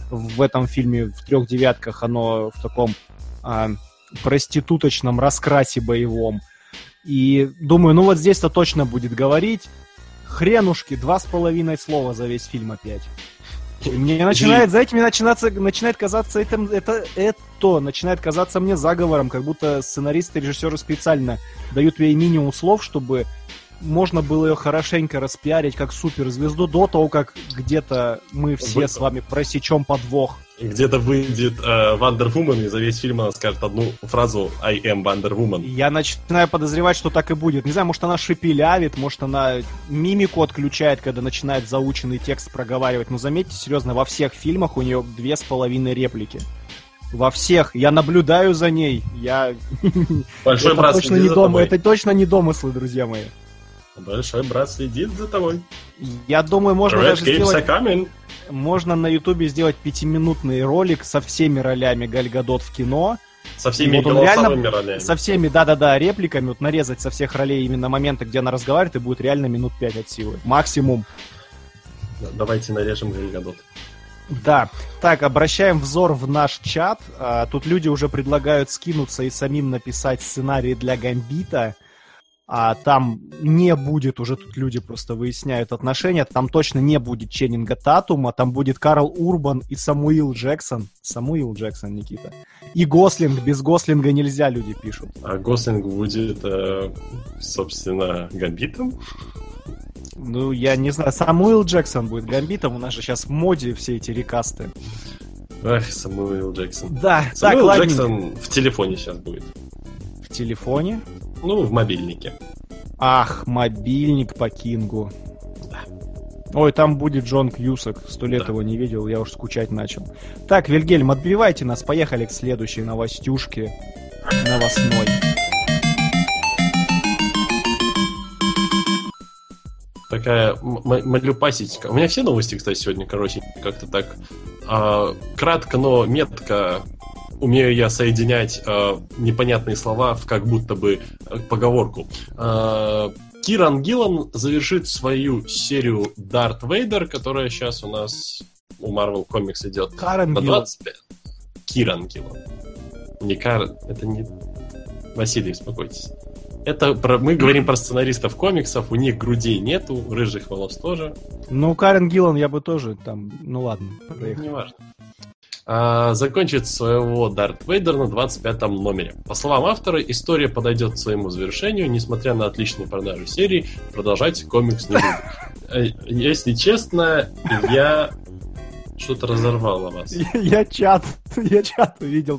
в этом фильме в «Трех девятках» оно в таком проституточном раскрасе боевом. И думаю, ну вот здесь-то точно будет говорить. Хренушки, 2,5 слова за весь фильм опять. И мне начинает, знаете, начинает казаться начинает казаться мне заговором, как будто сценаристы и режиссеры специально дают ей минимум слов, чтобы можно было ее хорошенько распиарить как суперзвезду до того, как где-то мы все с вами просечем подвох. Где-то выйдет Wonder Woman, и за весь фильм она скажет одну фразу «I am Wonder Woman». Я начинаю подозревать, что так и будет. Не знаю, может, она шепелявит, может, она мимику отключает, когда начинает заученный текст проговаривать. Но заметьте, серьезно, во всех фильмах у нее 2,5 реплики. Во всех. Я наблюдаю за ней. Большой брат следит за тобой. Это точно не домыслы, друзья мои. Большой брат следит за тобой. Я думаю, можно даже сделать... Можно на Ютубе сделать 5-минутный ролик со всеми ролями Галь Гадот в кино. Со всеми голосовыми ролями. Со всеми, да-да-да, репликами. Вот нарезать со всех ролей именно моменты, где она разговаривает, и будет реально минут 5 от силы. Максимум. Давайте нарежем Галь Гадот. Да. Так, обращаем взор в наш чат. Тут люди уже предлагают скинуться и самим написать сценарий для Гамбита. Там не будет, уже тут люди просто выясняют отношения, там точно не будет Ченнинга Татума, там будет Карл Урбан и Самуил Джексон. Самуил Джексон, Никита. И Гослинг, без Гослинга нельзя, люди пишут. А Гослинг будет, собственно, Гамбитом? Ну, я не знаю, Самуил Джексон будет Гамбитом, у нас же сейчас в моде все эти рекасты. Ах, Самуил Джексон. Да, Самуил так, Джексон в телефоне сейчас будет. В телефоне? Ну, в мобильнике. Ах, мобильник по Кингу. Да. Ой, там будет Джон Кьюсак. 100 лет его не видел, я уж скучать начал. Так, Вильгельм, отбивайте нас. Поехали к следующей новостюшке. Новостной. Такая малюпасечка. У меня все новости, кстати, сегодня, короче, как-то так кратко, но метко умею я соединять непонятные слова в как будто бы поговорку. Киран Гиллан завершит свою серию Дарт Вейдер, которая сейчас у нас у Marvel Comics идет. Карен на Гиллан. 25. Киран Гиллан. Не Карен, это не... Василий, успокойтесь. Мы говорим про сценаристов комиксов, у них грудей нету, рыжих волос тоже. Ну, Карен Гиллан я бы тоже там... Ну ладно, проехали. Неважно. Закончит своего Дарт Вейдера на 25-м номере. По словам автора, история подойдет к своему завершению, несмотря на отличные продажи серии, продолжать комикс не будет. Если честно, я что-то разорвал вас. Я чат увидел.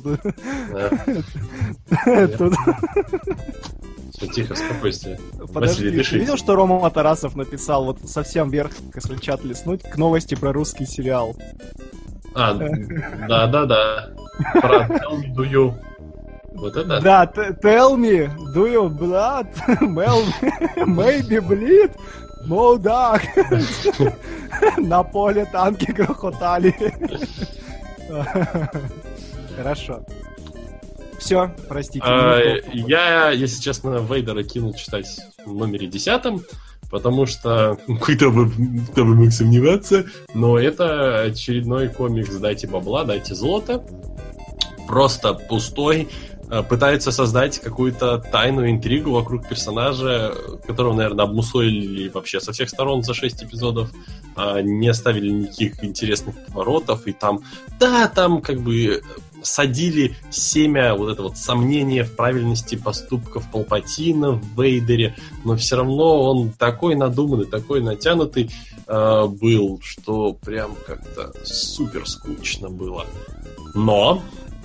Все, тихо, спокойствие. Подожди, ты видел, что Рома Тарасов написал вот совсем вверх, если чат листнуть, к новости про русский сериал? Да. Про Tell Me Do You. Вот это? Да, Tell Me Do You Blood Maybe Bleed Молдак. На поле танки грохотали. Хорошо. Все, простите. Я, если честно, Вейдера кинул читать в номере 10, потому что кто бы мог сомневаться, но это очередной комикс «Дайте бабла, дайте золото». Просто пустой. Пытается создать какую-то тайную интригу вокруг персонажа, которого, наверное, обмусолили вообще со всех сторон за 6 эпизодов. Не оставили никаких интересных поворотов. И там как бы садили семя вот это вот сомнения в правильности поступков Палпатина в Вейдере, но все равно он такой надуманный, такой натянутый был, что прям как-то супер скучно было. Но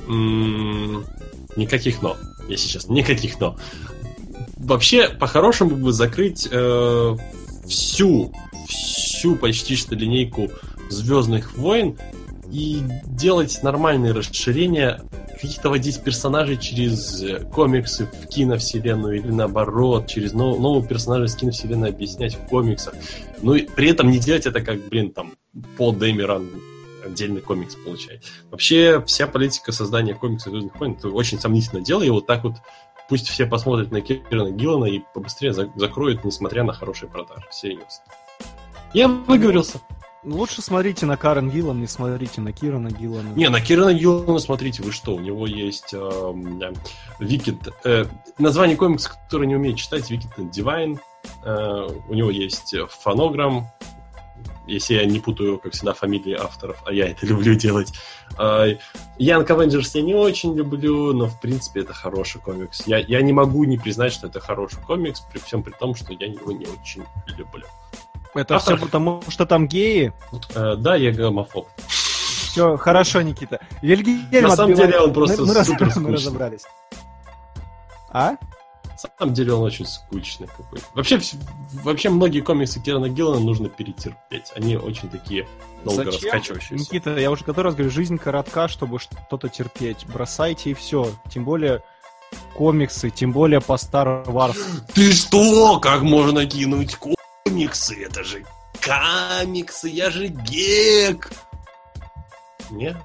никаких но, если честно, никаких но. Вообще, по-хорошему бы закрыть всю почти что линейку «Звездных войн» и делать нормальные расширения, каких-то водить персонажей через комиксы в киновселенную или наоборот, через нового персонажа из киновселенной объяснять в комиксах. Ну и при этом не делать это как, там, Пол Дэмерон отдельный комикс получает. Вообще, вся политика создания комиксов «Звездных войн» — это очень сомнительное дело, и вот так вот пусть все посмотрят на Кирана Гиллана и побыстрее закроют, несмотря на хорошие продажи. Серьезно. Я выговорился. Лучше смотрите на Карен Гиллан, не смотрите на Кирана Гиллана. Не, на Кирана Гиллана смотрите, вы что, у него есть Wicked... название комикса, который не умеет читать, Wicked and Divine. У него есть Фонограмм, если я не путаю, как всегда, фамилии авторов, а я это люблю делать. Young Avengers я не очень люблю, но, в принципе, это хороший комикс. Я не могу не признать, что это хороший комикс, при всем при том, что я его не очень люблю. Это все потому, что там геи? Да, я гомофоб. Все, хорошо, Никита. Вильгельм на самом деле он просто супер скучный. Мы разобрались. А? На самом деле он очень скучный какой-то. Вообще многие комиксы Кирана Гиллана нужно перетерпеть. Они очень такие долго раскачивающиеся. Никита, я уже который раз говорю, жизнь коротка, чтобы что-то терпеть. Бросайте и все. Тем более комиксы, тем более по Star Wars. Ты что? Как можно кинуть комиксы? Это же комиксы, я же гек. Не?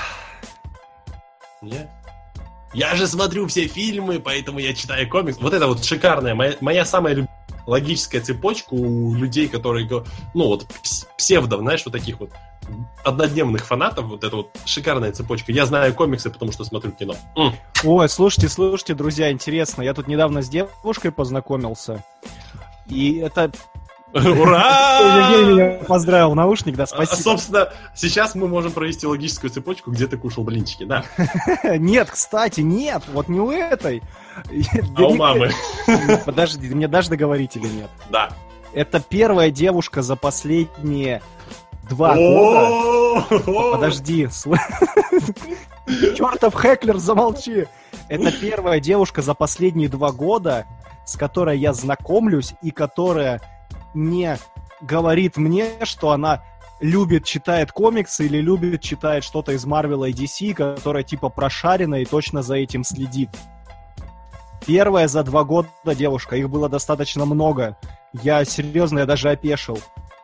Я же смотрю все фильмы, поэтому я читаю комиксы. Вот это вот шикарная, моя самая логическая цепочка у людей, которые, ну вот, псевдо, знаешь, вот таких вот однодневных фанатов, вот это вот шикарная цепочка. Я знаю комиксы, потому что смотрю кино. Ой, слушайте, друзья, интересно, я тут недавно с девушкой познакомился, и это... Ура! Евгений меня поздравил в наушник, да, спасибо. Собственно, сейчас мы можем провести логическую цепочку, где ты кушал блинчики, да? Нет, кстати, нет, вот не у этой. А у мамы. Подожди, мне даже договорить или нет? Да. Это первая девушка за последние 2 года. Подожди. Чертов Хеклер, замолчи. Это первая девушка за последние 2 года, с которой я знакомлюсь и которая не говорит мне, что она любит, читает комиксы или любит, читает что-то из Марвела и DC, которая типа прошарена и точно за этим следит. Первая за 2 года девушка, их было достаточно много. Я серьезно, я даже опешил.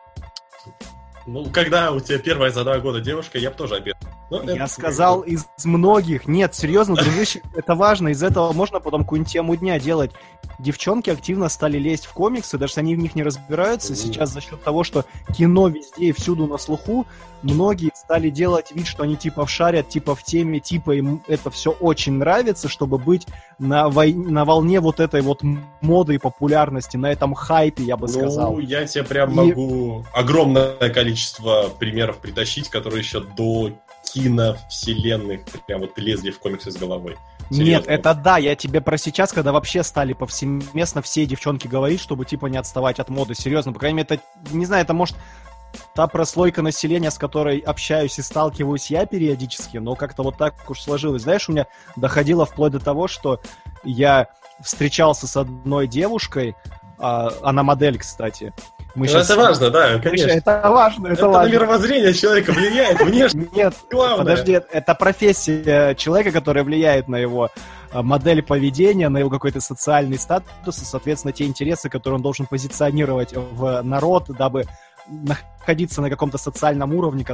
Ну, когда у тебя первая за 2 года девушка, я бы тоже опешил. Я сказал из многих. Нет, серьезно, дружище, это важно. Из этого можно потом какую-нибудь тему дня делать. Девчонки активно стали лезть в комиксы, даже если они в них не разбираются. Сейчас за счет того, что кино везде и всюду на слуху, многие стали делать вид, что они типа вшарят, типа в теме, типа им это все очень нравится, чтобы быть на волне вот этой вот моды и популярности, на этом хайпе, я бы сказал. Ну, я тебе прям могу огромное количество примеров притащить, которые еще до киновселенных прям вот лезли в комиксы с головой. Серьезно. Нет, это да, я тебе про сейчас, когда вообще стали повсеместно все девчонки говорить, чтобы типа не отставать от моды. Серьезно, по крайней мере, это, не знаю, это может та прослойка населения, с которой общаюсь и сталкиваюсь я периодически, но как-то вот так уж сложилось. Знаешь, у меня доходило вплоть до того, что я встречался с одной девушкой, она модель, кстати. Это важно, да, конечно. Это важно, это важно. На мировоззрение человека влияет внешне. Нет, подожди, это профессия человека, которая влияет на его модель поведения, на его какой-то социальный статус, и, соответственно, те интересы, которые он должен позиционировать в народ, дабы находиться на каком-то социальном уровне,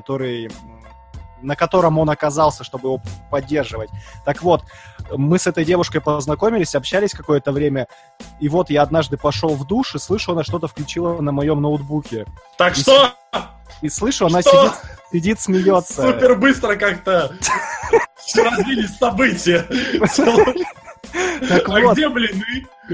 на котором он оказался, чтобы его поддерживать. Так вот, мы с этой девушкой познакомились, общались какое-то время, и вот я однажды пошел в душ, и слышу, она что-то включила на моем ноутбуке. Так что? И слышу, она сидит, смеется. Супер быстро как-то развились события. Так а вот, где блины?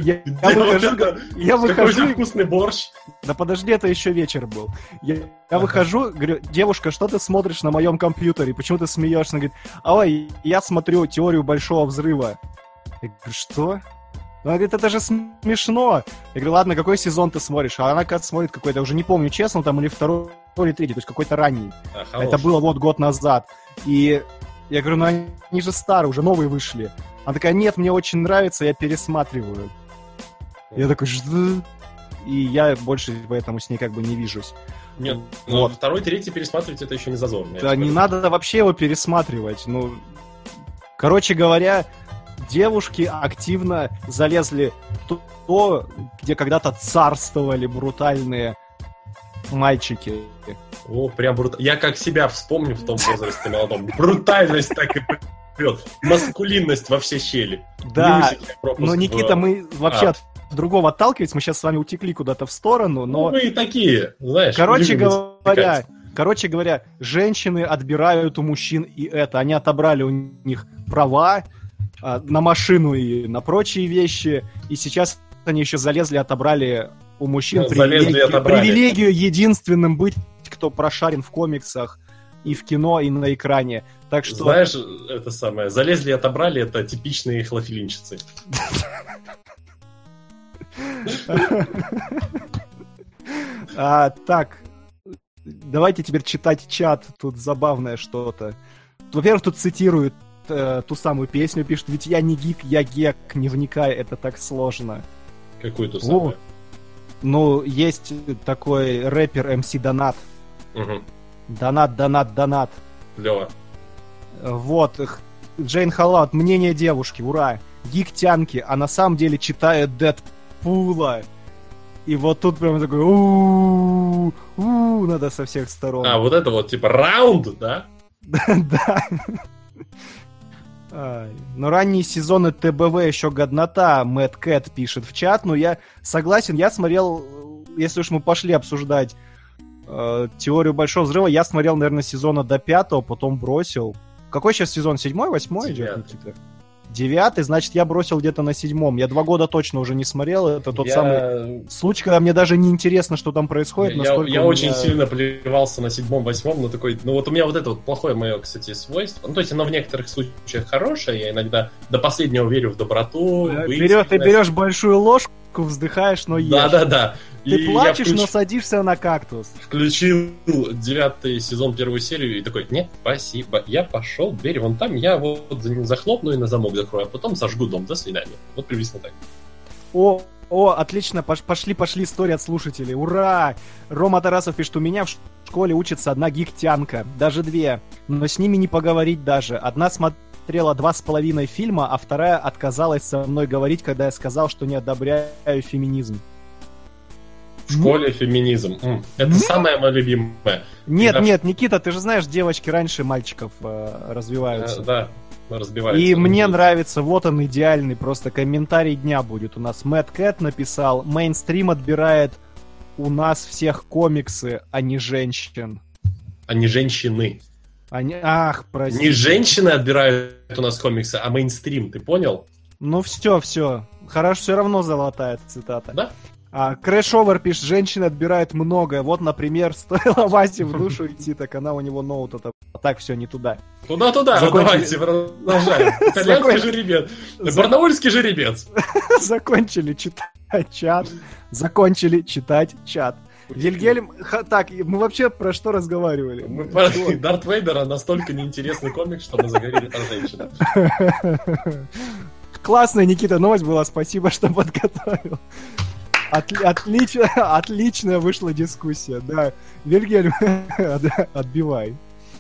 Я выхожу... вкусный борщ. Да подожди, это еще вечер был. Я выхожу, говорю, девушка, что ты смотришь на моем компьютере? Почему ты смеешься? Она говорит, ой, я смотрю теорию большого взрыва. Я говорю, что? Она говорит, это же смешно. Я говорю, ладно, какой сезон ты смотришь? А она, кажется, смотрит какой-то, уже не помню, честно, там или 2-й, или 3-й, то есть какой-то ранний. Это было вот год назад. И я говорю, ну они же старые, уже новые вышли. Она такая, нет, мне очень нравится, я пересматриваю. Я такой, что? И я больше поэтому с ней как бы не вижусь. Нет, вот. 2-й, 3-й пересматривать это еще не зазорно. Да не надо вообще его пересматривать. Ну, короче говоря, девушки активно залезли в то, где когда-то царствовали брутальные мальчики. О, прям брутально. Я как себя вспомню в том возрасте молодом. Брутальность так и прет. Маскулинность во все щели. Да, но, Никита, мы вообще от другого отталкиваемся. Мы сейчас с вами утекли куда-то в сторону, но... Ну, вы и такие, знаешь. Короче говоря, Короче говоря, женщины отбирают у мужчин и это. Они отобрали у них права на машину и на прочие вещи. И сейчас они еще залезли, отобрали у мужчин привилегию единственным быть, кто прошарен в комиксах и в кино, и на экране. Так что... Знаешь, это самое, залезли и отобрали, это типичные хлофилинщицы. Так, давайте теперь читать чат. Тут забавное что-то. Во-первых, тут цитируют ту самую песню, пишут: ведь я не гик, я гек, не вникай, это так сложно. Какую ту самую? Ну, есть такой рэпер MC Донат. Угу. Донат. Лёва. Вот. Джейн Халаут, мнение девушки, ура. Гик тянки, а на самом деле читает Дэдпула. И вот тут прям такой надо со всех сторон. А, вот это вот, типа, раунд, да? Да. Но ранние сезоны ТБВ еще годнота, Мэтт Кэт пишет в чат. Но я согласен, я смотрел, если уж мы пошли обсуждать теорию Большого Взрыва, я смотрел, наверное, сезона до 5-го, потом бросил. Какой сейчас сезон? 7-й, 8-й идет, Никита? 9-й, значит, я бросил где-то на 7-м. Я 2 года точно уже не смотрел. Это тот самый случай, когда мне даже не интересно, что там происходит. Я очень сильно плевался на 7-м, 8-м, но такой... Ну вот у меня вот это вот плохое мое, кстати, свойство. Ну то есть оно в некоторых случаях хорошее. Я иногда до последнего верю в доброту. Ты берешь большую ложку, вздыхаешь, но ешь. Да. Ты плачешь, но садишься на кактус. Включил 9-й сезон, 1-ю серию и такой: нет, спасибо, я пошел, дверь вон там, я вот захлопну и на замок закрою, а потом сожгу дом, до свидания. Вот приблизительно так. О, отлично, пошли истории от слушателей, ура! Рома Тарасов пишет: у меня в школе учится одна гиктянка, даже 2, но с ними не поговорить даже. Одна смотрела 2,5 фильма, а вторая отказалась со мной говорить, когда я сказал, что не одобряю феминизм. В школе феминизм. Это самое мое любимое. Нет, Никита, ты же знаешь, девочки раньше мальчиков развиваются. Да, разбиваются. И мне нравится, вот он идеальный, просто комментарий дня будет. У нас Мэтт Кэт написал: мейнстрим отбирает у нас всех комиксы, а не женщин. А не женщины. Прости. Не женщины отбирают у нас комиксы, а мейнстрим, ты понял? Ну все. Хорошо, все равно золотая цитата. Да? Крэш-овер пишет: женщины отбирают многое. Вот, например, стоило Васе в душу идти, так она у него ноут-то. Так, все, не туда. Куда туда? Давайте продолжаем. Итальянский жеребец. Барнаульский жеребец. Закончили читать чат. Вильгельм... Так, мы вообще про что разговаривали? Мы про Дарт Вейдера, настолько неинтересный комик, что мы заговорили про женщин. Классная, Никита, новость была. Спасибо, что подготовил. Отличная вышла дискуссия, да. Вильгельм, отбивай.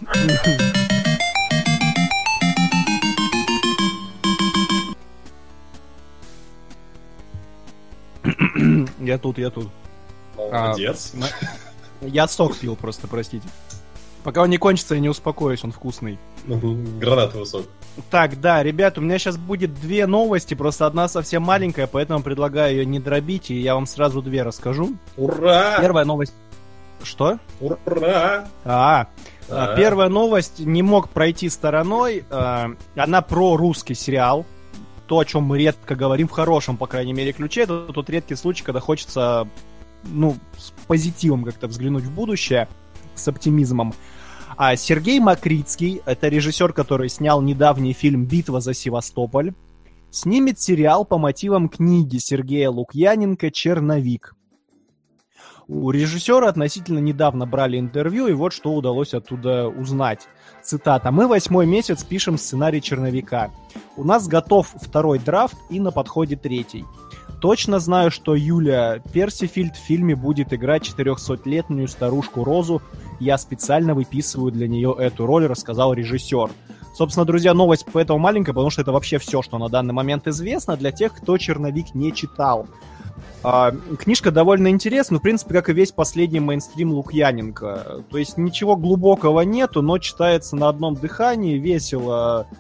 Я тут. Молодец. Я сок пил просто, простите. Пока он не кончится, я не успокоюсь, он вкусный. Гранатовый сок. Так, да, ребят, у меня сейчас будет 2 новости, просто одна совсем маленькая, поэтому предлагаю ее не дробить, и я вам сразу 2 расскажу. Ура! Первая новость... Что? Ура! Первая новость не мог пройти стороной. Она про русский сериал. То, о чем мы редко говорим, в хорошем, по крайней мере, ключе. Это тот редкий случай, когда хочется, с позитивом как-то взглянуть в будущее, с оптимизмом. Сергей Макритский, это режиссер, который снял недавний фильм «Битва за Севастополь», снимет сериал по мотивам книги Сергея Лукьяненко «Черновик». У режиссера относительно недавно брали интервью, и вот что удалось оттуда узнать. Цитата: «Мы 8-й месяц пишем сценарий черновика. У нас готов 2-й драфт и на подходе 3-й. Точно знаю, что Юлия Персифильд в фильме будет играть 400-летнюю старушку Розу. Я специально выписываю для нее эту роль», рассказал режиссер. Собственно, друзья, новость поэтому маленькая, потому что это вообще все, что на данный момент известно для тех, кто черновик не читал. Книжка довольно интересна, в принципе, как и весь последний мейнстрим Лукьяненко. То есть ничего глубокого нету, но читается на одном дыхании, весело,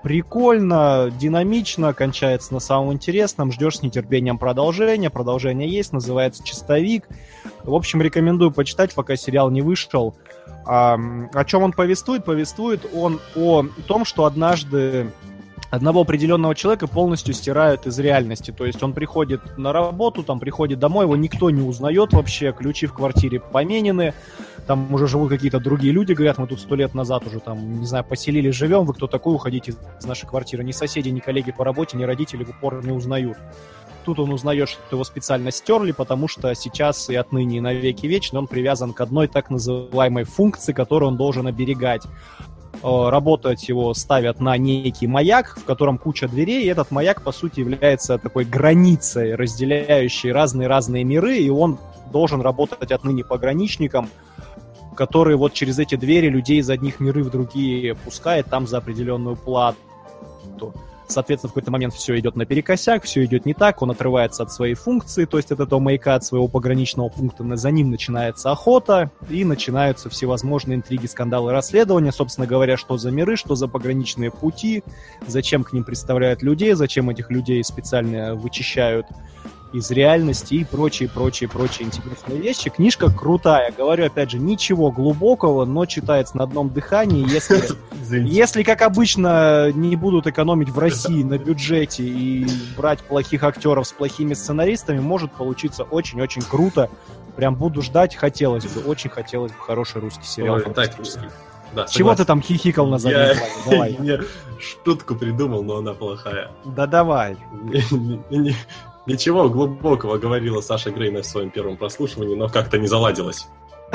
Прикольно, динамично, кончается на самом интересном, ждешь с нетерпением продолжения. Продолжение есть, называется «Чистовик». В общем, рекомендую почитать, пока сериал не вышел. О чем он повествует? Повествует он о том, что однажды одного определенного человека полностью стирают из реальности. То есть он приходит на работу, там приходит домой, его никто не узнает вообще, ключи в квартире поменены, там уже живут какие-то другие люди, говорят, мы тут 100 лет назад уже там, не знаю, поселились, живем, вы кто такой, уходите из нашей квартиры. Ни соседи, ни коллеги по работе, ни родители в упор не узнают. Тут он узнает, что его специально стерли, потому что сейчас и отныне и навеки вечно он привязан к одной так называемой функции, которую он должен оберегать. Работать его ставят на некий маяк, в котором куча дверей, и этот маяк, по сути, является такой границей, разделяющей разные-разные миры, и он должен работать отныне пограничником, который вот через эти двери людей из одних миров в другие пускает там за определенную плату. Соответственно, в какой-то момент все идет наперекосяк, все идет не так, он отрывается от своей функции, то есть от этого маяка, от своего пограничного пункта, за ним начинается охота, и начинаются всевозможные интриги, скандалы, расследования, собственно говоря, что за миры, что за пограничные пути, зачем к ним представляют людей, зачем этих людей специально вычищают из реальности и прочие интересные вещи. Книжка крутая. Говорю, опять же, ничего глубокого, но читается на одном дыхании. Если, как обычно, не будут экономить в России на бюджете и брать плохих актеров с плохими сценаристами, может получиться очень-очень круто. Прям буду ждать. Хотелось бы, очень хотелось бы хороший русский сериал. Да, чего ты там хихикал на заднем плане? Давай. Я шутку придумал, но она плохая. Да давай. Ничего глубокого говорила Саша Грей в своем первом прослушивании, но как-то не заладилось.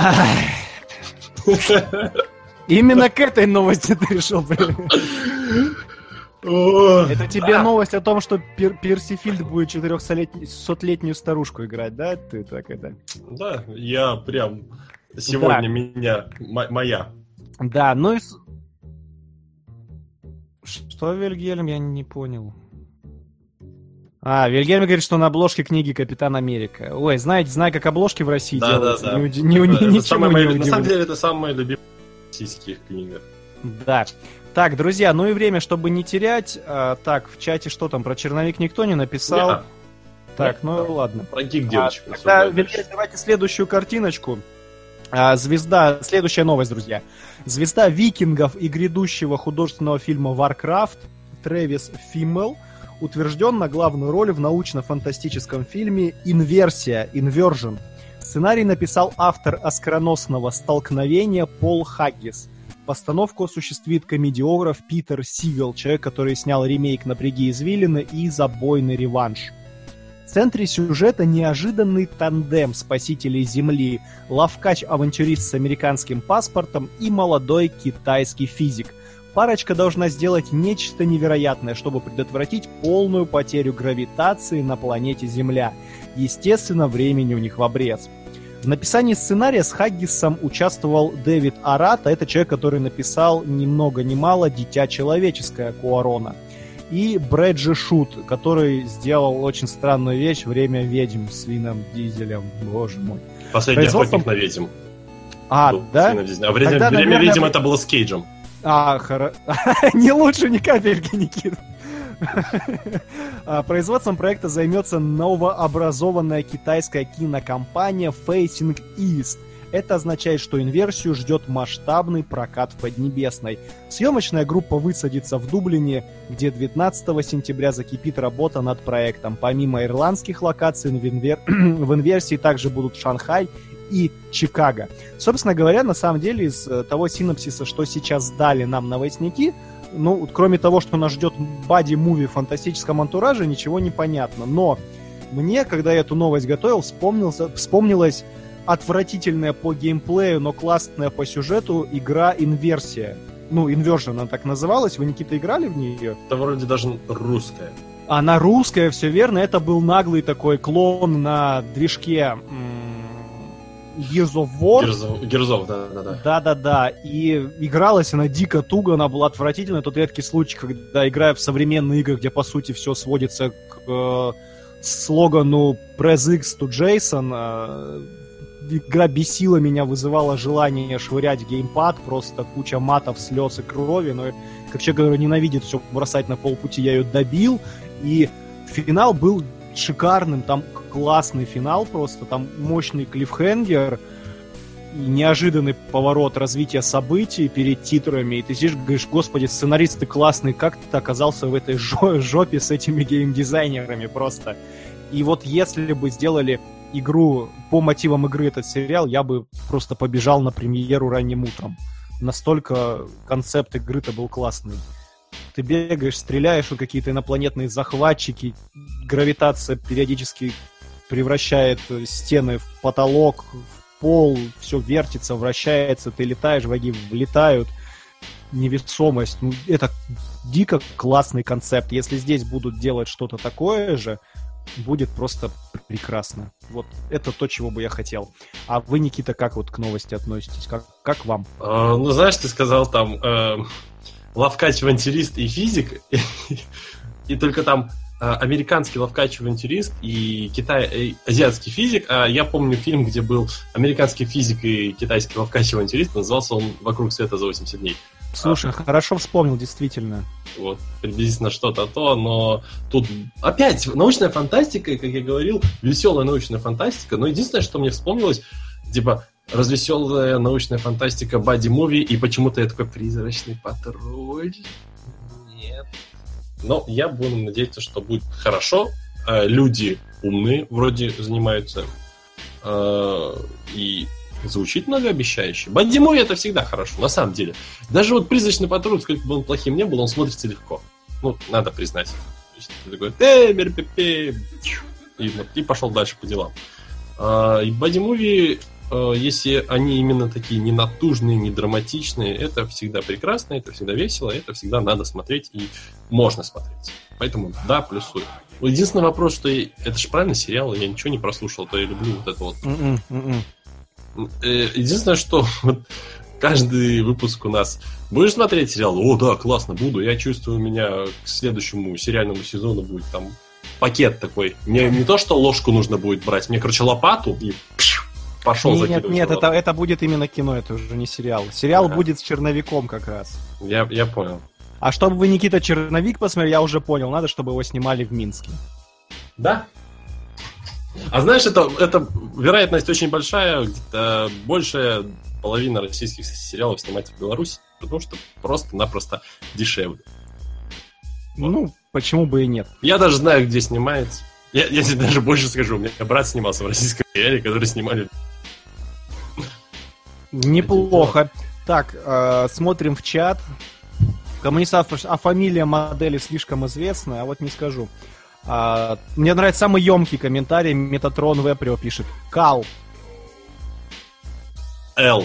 Именно к этой новости ты решил. Это тебе новость о том, что Перси Филд будет 400-летнюю старушку играть, да? Ты так это... Да, я прям... Сегодня моя. Да, ну и... Что, Вильгельм? Я не понял. Вильгельм говорит, что на обложке книги «Капитан Америка». Ой, знаю, как обложки в России делаются. Да. На самом деле, это самая любимая российских книга. Да. Так, друзья, ну и время, чтобы не терять. Так, в чате что там, про черновик никто не написал? Так, ну ладно. Про гик-девочку. Вильгельм, давайте следующую картиночку. Следующая новость, друзья. Звезда викингов и грядущего художественного фильма «Warcraft» Трэвис Фиммел утвержден на главную роль в научно-фантастическом фильме «Inversion». Сценарий написал автор оскароносного «Столкновения» Пол Хаггис. Постановку осуществит комедиограф Питер Сивилл, человек, который снял ремейк «Напряги извилины» и «Забойный реванш». В центре сюжета неожиданный тандем спасителей Земли, ловкач-авантюрист с американским паспортом и молодой китайский физик. Парочка должна сделать нечто невероятное, чтобы предотвратить полную потерю гравитации на планете Земля. Естественно, времени у них в обрез. В написании сценария с Хаггисом участвовал Дэвид Арата, это человек, который написал ни много ни мало «Дитя человеческое» Куарона. И Брэджи Шут, который сделал очень странную вещь «Время ведьм» с Вином Дизелем. Боже мой. «Последний охотник на ведьм». Да? «Время ведьм» это было с Кейджем. Не лучше ни капельки, Никита. Производством проекта займется новообразованная китайская кинокомпания Facing East. Это означает, что «Инверсию» ждет масштабный прокат в Поднебесной. Съемочная группа высадится в Дублине, где 19 сентября закипит работа над проектом. Помимо ирландских локаций в «Инверсии» также будут Шанхай и Чикаго. Собственно говоря, на самом деле, из того синопсиса, что сейчас дали нам новостники, ну, кроме того, что нас ждет бади-муви в фантастическом антураже, ничего не понятно. Но мне, когда я эту новость готовил, вспомнилась отвратительная по геймплею, но классная по сюжету игра «Инверсия». Ну, «Inversion» она так называлась. Вы, Никита, играли в нее? Это вроде даже русская. Она русская, все верно. Это был наглый такой клон на движке Gears of War. Gears, да. Да. И игралась она дико туго, она была отвратительная. Тот редкий случай, когда играя в современные игры, где, по сути, все сводится к слогану «Press X to Jason», игра бесила меня, вызывала желание швырять геймпад, просто куча матов, слез и крови, но как человек, который ненавидит все бросать на полпути, я ее добил, и финал был шикарным, там классный финал просто, там мощный клиффхенгер, и неожиданный поворот развития событий перед титрами, и ты сидишь, говоришь, господи, сценарист, ты классный, как ты оказался в этой жопе с этими геймдизайнерами просто. И вот если бы сделали игру по мотивам игры этот сериал, я бы просто побежал на премьеру ранним утром. Настолько концепт игры-то был классный. Ты бегаешь, стреляешь, вот какие-то инопланетные захватчики, гравитация периодически превращает стены в потолок, в пол, все вертится, вращается, ты летаешь, враги влетают, невесомость. Ну, это дико классный концепт. Если здесь будут делать что-то такое же, будет просто прекрасно. Вот это то, чего бы я хотел. А вы, Никита, как вот к новости относитесь? Как вам? Ну, знаешь, ты сказал там лавкач-авантюрист и физик, и только там американский лавкач-авантюрист и азиатский физик. А я помню фильм, где был американский физик и китайский лавкач-авантюрист, назывался он «Вокруг света за 80 дней». Слушай, хорошо вспомнил, действительно. Вот, приблизительно что-то то, но тут опять научная фантастика, как я говорил, веселая научная фантастика, но единственное, что мне вспомнилось, типа, развеселая научная фантастика бади-муви, и почему-то я такой «Призрачный патруль». Нет. Но я буду надеяться, что будет хорошо. Люди умные вроде занимаются, и звучит многообещающе. Бади-муви это всегда хорошо, на самом деле. Даже вот «Призрачный патруль», сколько бы он плохим не был, он смотрится легко. Ну, надо признать. То есть ты такой и пошел дальше по делам. И бади-муви, если они именно такие не натужные, не драматичные, это всегда прекрасно, это всегда весело, это всегда надо смотреть и можно смотреть. Поэтому да, плюсую. Единственный вопрос, что это же правильно сериал, я ничего не прослушал, то я люблю вот это вот. Единственное, что вот каждый выпуск у нас будешь смотреть сериал? О, да, классно, буду. Я чувствую, у меня к следующему сериальному сезону будет там пакет такой. Мне не то, что ложку нужно будет брать, мне, короче, лопату и пошел закидывать. Нет, это будет именно кино, это уже не сериал. Сериал будет с черновиком как раз. Я понял. А чтобы вы, Никита, черновик посмотрели, я уже понял, надо, чтобы его снимали в Минске. Да. А знаешь, это вероятность очень большая, где-то большая половина российских сериалов снимается в Беларуси, потому что просто-напросто дешевле. Ну, почему бы и нет? Я даже знаю, где снимается. Я тебе даже больше скажу, у меня брат снимался в российском сериале, который снимали. Неплохо. Так, смотрим в чат. Коммунистов, а фамилия модели слишком известная, а вот не скажу. Мне нравится самый емкий комментарий. Метатрон Веприо пишет: Кал. Л.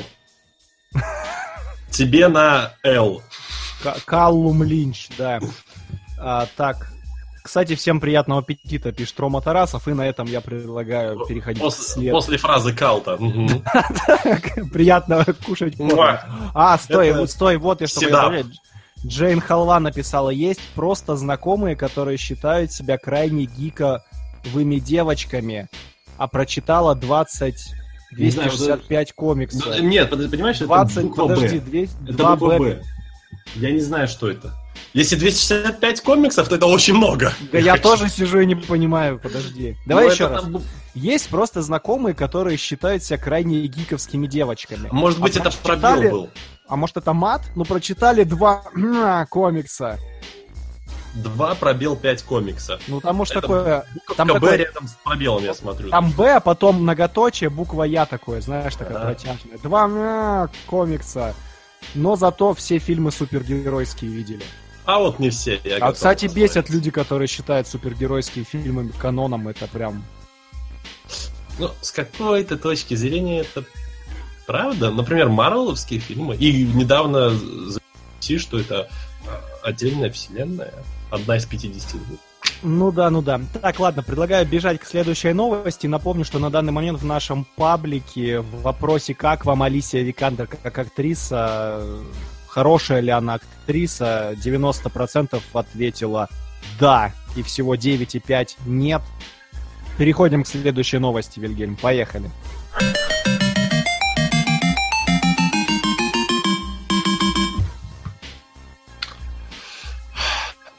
Тебе на Л. Каллум Линч, да. Так, кстати, всем приятного аппетита, пишет Рома Тарасов, и на этом я предлагаю переходить к следующему. После фразы Калта. Приятно кушать. Стой, вот я что хотел сказать. Джейн Халва написала: есть просто знакомые, которые считают себя крайне гиковыми девочками, а прочитала 265 комиксов. Нет, понимаешь, 20, это буква подожди, Б. Это буква Б. Я не знаю, что это. Если 265 комиксов, то это очень много. Да я тоже сижу и не понимаю, подожди. Давай еще раз. Есть просто знакомые, которые считают себя крайне гиковскими девочками. Может быть, это пробел был. А может, это мат? Ну, прочитали 2 комикса. 2 пробел 5 комикса. Ну, там может такое... Там Б рядом с пробелом, я смотрю. Там Б, а потом многоточие, буква Я такое, знаешь, такая протяжная. 2 комикса. Но зато все фильмы супергеройские видели. А вот не все. Кстати, бесят люди, которые считают супергеройские фильмы каноном. Это прям... Ну, с какой-то точки зрения это правда. Например, марвеловские фильмы. И недавно заявили, что это отдельная вселенная. Одна из 50. Ну да. Так, ладно, предлагаю бежать к следующей новости. Напомню, что на данный момент в нашем паблике в вопросе «Как вам Алисия Викандер как актриса?» Хорошая ли она актриса? 90% ответила «да», и всего 9,5% «нет». Переходим к следующей новости, Вильгельм. Поехали.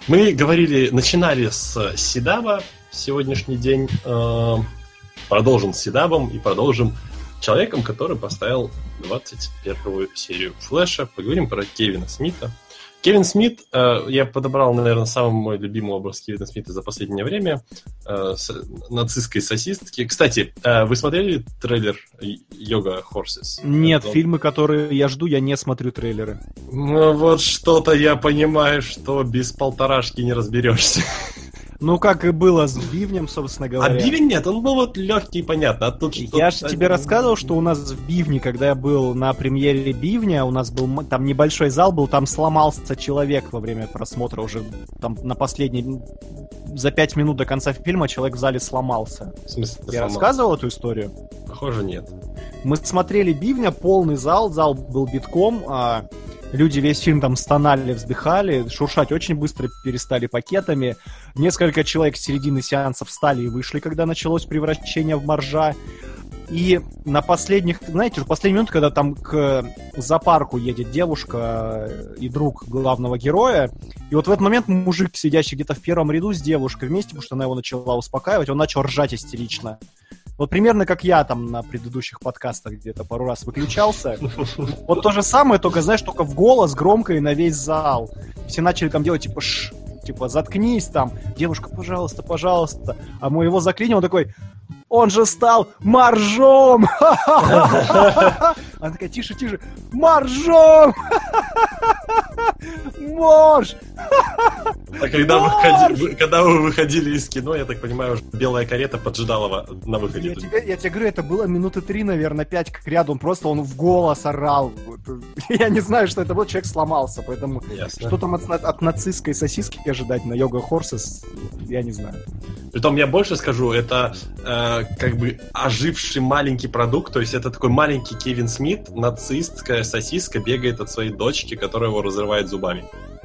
Мы начинали с Сидаба сегодняшний день, продолжим с Сидабом и продолжим человеком, который поставил 21-ю серию Флэша. Поговорим про Кевина Смита. Кевин Смит, я подобрал, наверное, самый мой любимый образ Кевина Смита за последнее время, нацистской сосиски. Кстати, вы смотрели трейлер Yoga Horses? Нет, фильмы, которые я жду, я не смотрю трейлеры. Ну вот что-то я понимаю, что без полторашки не разберешься. Ну, как и было с Бивнем, собственно говоря. А Бивень нет, он был вот легкий и понятно. А тут я же тебе рассказывал, что у нас в Бивне, когда я был на премьере Бивня, у нас был там небольшой зал был, там сломался человек во время просмотра уже там на последней... За 5 минут до конца фильма человек в зале сломался. В смысле, я рассказывал эту историю? Похоже, нет. Мы смотрели Бивня, полный зал был битком, люди весь фильм там стонали, вздыхали, шуршать очень быстро перестали пакетами. Несколько человек с середины сеанса встали и вышли, когда началось превращение в моржа. И на последних, знаете, в последние минуты, когда там к зоопарку едет девушка и друг главного героя, и вот в этот момент мужик, сидящий где-то в первом ряду с девушкой вместе, потому что она его начала успокаивать, он начал ржать истерично. Вот примерно как я там на предыдущих подкастах где-то пару раз выключался. Вот то же самое, только, знаешь, только в голос, громко и на весь зал. Все начали там делать типа «ш», типа «заткнись» там. Девушка, пожалуйста, пожалуйста. А мой его заклинил, он такой: «Он же стал моржом!» Она такая: «Тише, тише, моржом! Морж!» А когда вы выходили из кино, я так понимаю, уже белая карета поджидала на выходе. Я тебе говорю, это было минуты 3, наверное, 5 к ряду. Он в голос орал. Я не знаю, что это был, человек сломался. Поэтому ясно. Что там от нацистской сосиски ожидать на Yoga Horses, я не знаю. Притом я больше скажу, это как бы оживший маленький продукт. То есть это такой маленький Кевин Смит, нацистская сосиска, бегает от своей дочки, которая его разрывает зубами.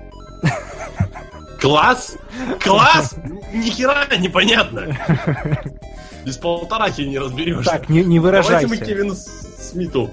Класс! Класс! Ни хера непонятно. Без полторахи не разберешься. Так, не выражайся. Давайте мы Кевину Смиту.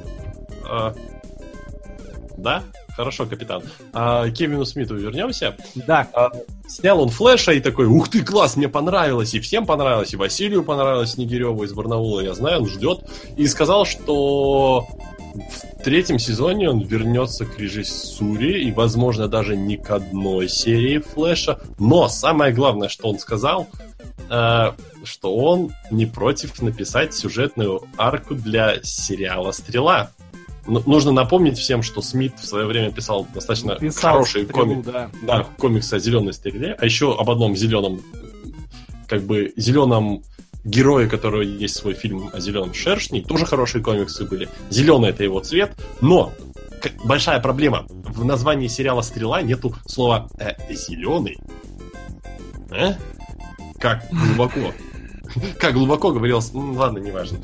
Да? Хорошо, капитан. К Кевину Смиту вернемся. Да. Снял он Флэша и такой: ух ты, класс, мне понравилось. И всем понравилось, и Василию понравилось, Снегиреву из Барнаула, я знаю, он ждет. И сказал, что в 3-м сезоне он вернется к режиссуре и, возможно, даже не к одной серии Флэша. Но самое главное, что он сказал, что он не против написать сюжетную арку для сериала «Стрела». Нужно напомнить всем, что Смит в свое время писал достаточно хороший комикс. Да, комикс о зеленой стреле. А еще об одном зеленом, как бы зеленом герое, у которого есть свой фильм о зеленом шершне. Тоже хорошие комиксы были. Зеленый — это его цвет. Но большая проблема. В названии сериала «Стрела» нету слова «зеленый». Как глубоко. Как глубоко говорилось. Ладно, неважно.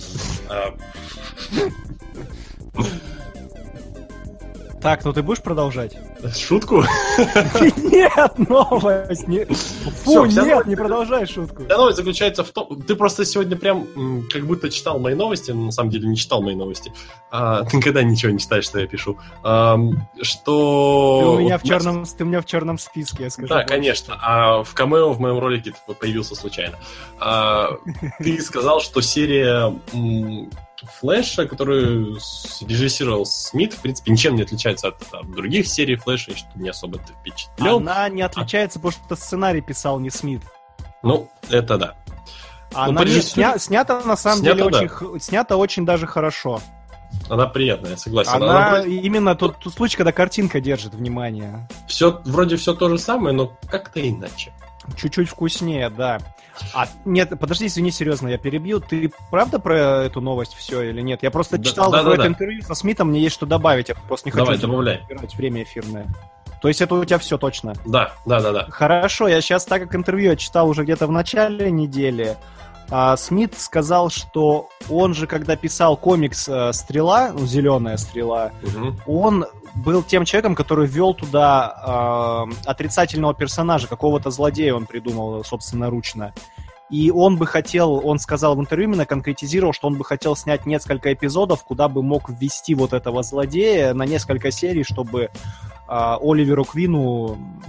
Так, ну ты будешь продолжать? Шутку? Нет, новость! Фу, нет, не продолжай шутку. Да, новость заключается в том... Ты просто сегодня прям как будто читал мои новости, но на самом деле не читал мои новости. Ты никогда ничего не читаешь, что я пишу. Что... Ты у меня в черном списке, я скажу. Да, конечно. А в камео в моем ролике появился случайно. Ты сказал, что серия Флэша, которую режиссировал Смит, в принципе, ничем не отличается от других серий Флэша, и что не особо впечатлен. Она не отличается, потому что сценарий писал не Смит. Ну, это да. Она снята, на самом деле, снята очень даже хорошо. Она приятная, я согласен. Она именно тот случай, когда картинка держит внимание. Вроде все то же самое, но как-то иначе. Чуть-чуть вкуснее, да. Нет, подожди, извини, серьезно, я перебью. Ты правда про эту новость все или нет? Я просто читал какое-то интервью со Смитом, мне есть что добавить, я просто не хочу добавлять время эфирное. То есть это у тебя все точно? Да. Хорошо, я сейчас, так как интервью я читал уже где-то в начале недели, Смит сказал, что он же, когда писал комикс «Стрела», «Зеленая стрела», он был тем человеком, который ввел туда отрицательного персонажа, какого-то злодея он придумал собственноручно. И он сказал в интервью, именно конкретизировал, что он бы хотел снять несколько эпизодов, куда бы мог ввести вот этого злодея на несколько серий, чтобы Оливеру Квину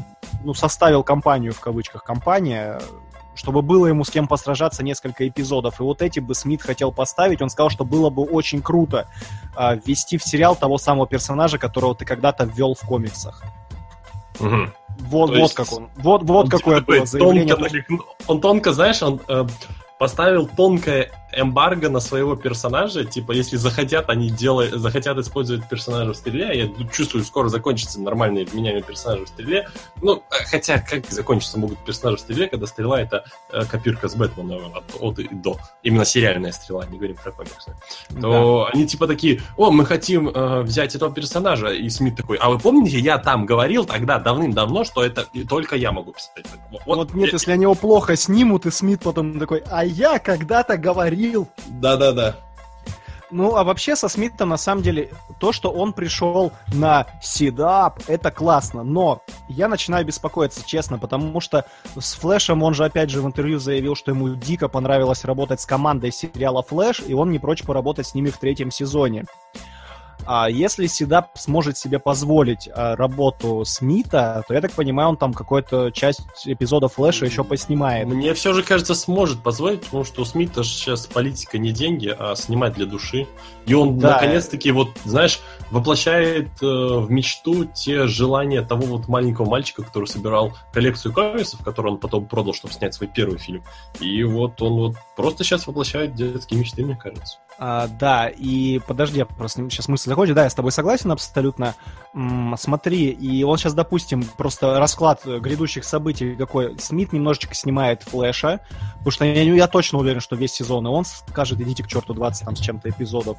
составил компанию, в кавычках, компания, чтобы было ему с кем посражаться несколько эпизодов. И вот эти бы Смит хотел поставить. Он сказал, что было бы очень круто ввести в сериал того самого персонажа, которого ты когда-то ввел в комиксах. Угу. Вот как он. Вот какое было заявление. Он тонко, знаешь, он поставил тонкое эмбарго на своего персонажа, типа, если захотят использовать персонажа в стреле, я чувствую, скоро закончится нормальные вменяемые персонажи в стреле, хотя, как закончиться могут персонажи в стреле, когда стрела — это копирка с Бэтмена от и до, именно сериальная стрела, не говорим про комиксы, то они типа такие: о, мы хотим взять этого персонажа, и Смит такой: а вы помните, я там говорил тогда давным-давно, что это только я могу писать. Вот нет, если они его плохо снимут, и Смит потом такой: а я когда-то говорил. Да. А вообще со Смитом, на самом деле, то, что он пришел на седап, это классно, но я начинаю беспокоиться, честно, потому что с Флэшем он же, опять же, в интервью заявил, что ему дико понравилось работать с командой сериала «Флэш», и он не прочь поработать с ними в 3-м сезоне. А если седап сможет себе позволить работу Смита, то, я так понимаю, он там какую-то часть эпизода Флэша еще поснимает. Мне все же кажется, сможет позволить, потому что у Смита сейчас политика не деньги, а снимать для души. И он, наконец-таки, знаешь, воплощает в мечту те желания того вот маленького мальчика, который собирал коллекцию комиксов, которую он потом продал, чтобы снять свой первый фильм. И вот он просто сейчас воплощает детские мечты, мне кажется. Да, и подожди, просто сейчас мысль заходит. Да, я с тобой согласен абсолютно. Смотри, и он сейчас, допустим, просто расклад грядущих событий какой. Смит немножечко снимает Флэша, потому что я точно уверен, что весь сезон, и он скажет: идите к черту, 20 там с чем-то эпизодов.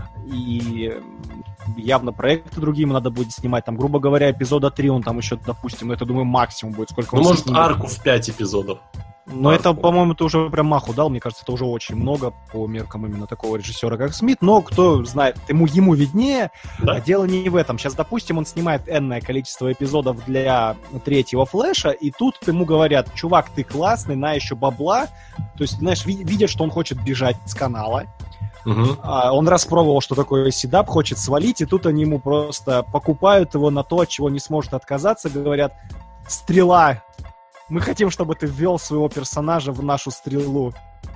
И явно проекты другие ему надо будет снимать. Там, грубо говоря, эпизода 3 он там еще, допустим, это, думаю, максимум будет. Сколько он может, арку в 5 эпизодов. Но это, по-моему, ты уже прям маху дал. Мне кажется, это уже очень много по меркам именно такого режиссера, как Смит. Но кто знает, ему виднее. Да? А дело не в этом. Сейчас, допустим, он снимает энное количество эпизодов для 3-го Флэша, и тут ему говорят: чувак, ты классный, на еще бабла. То есть, знаешь, видят, что он хочет бежать с канала. Угу. Он распробовал, что такое седап, хочет свалить, и тут они ему просто покупают его на то, от чего не сможет отказаться. Говорят: стрела, мы хотим, чтобы ты ввел своего персонажа в нашу стрелу.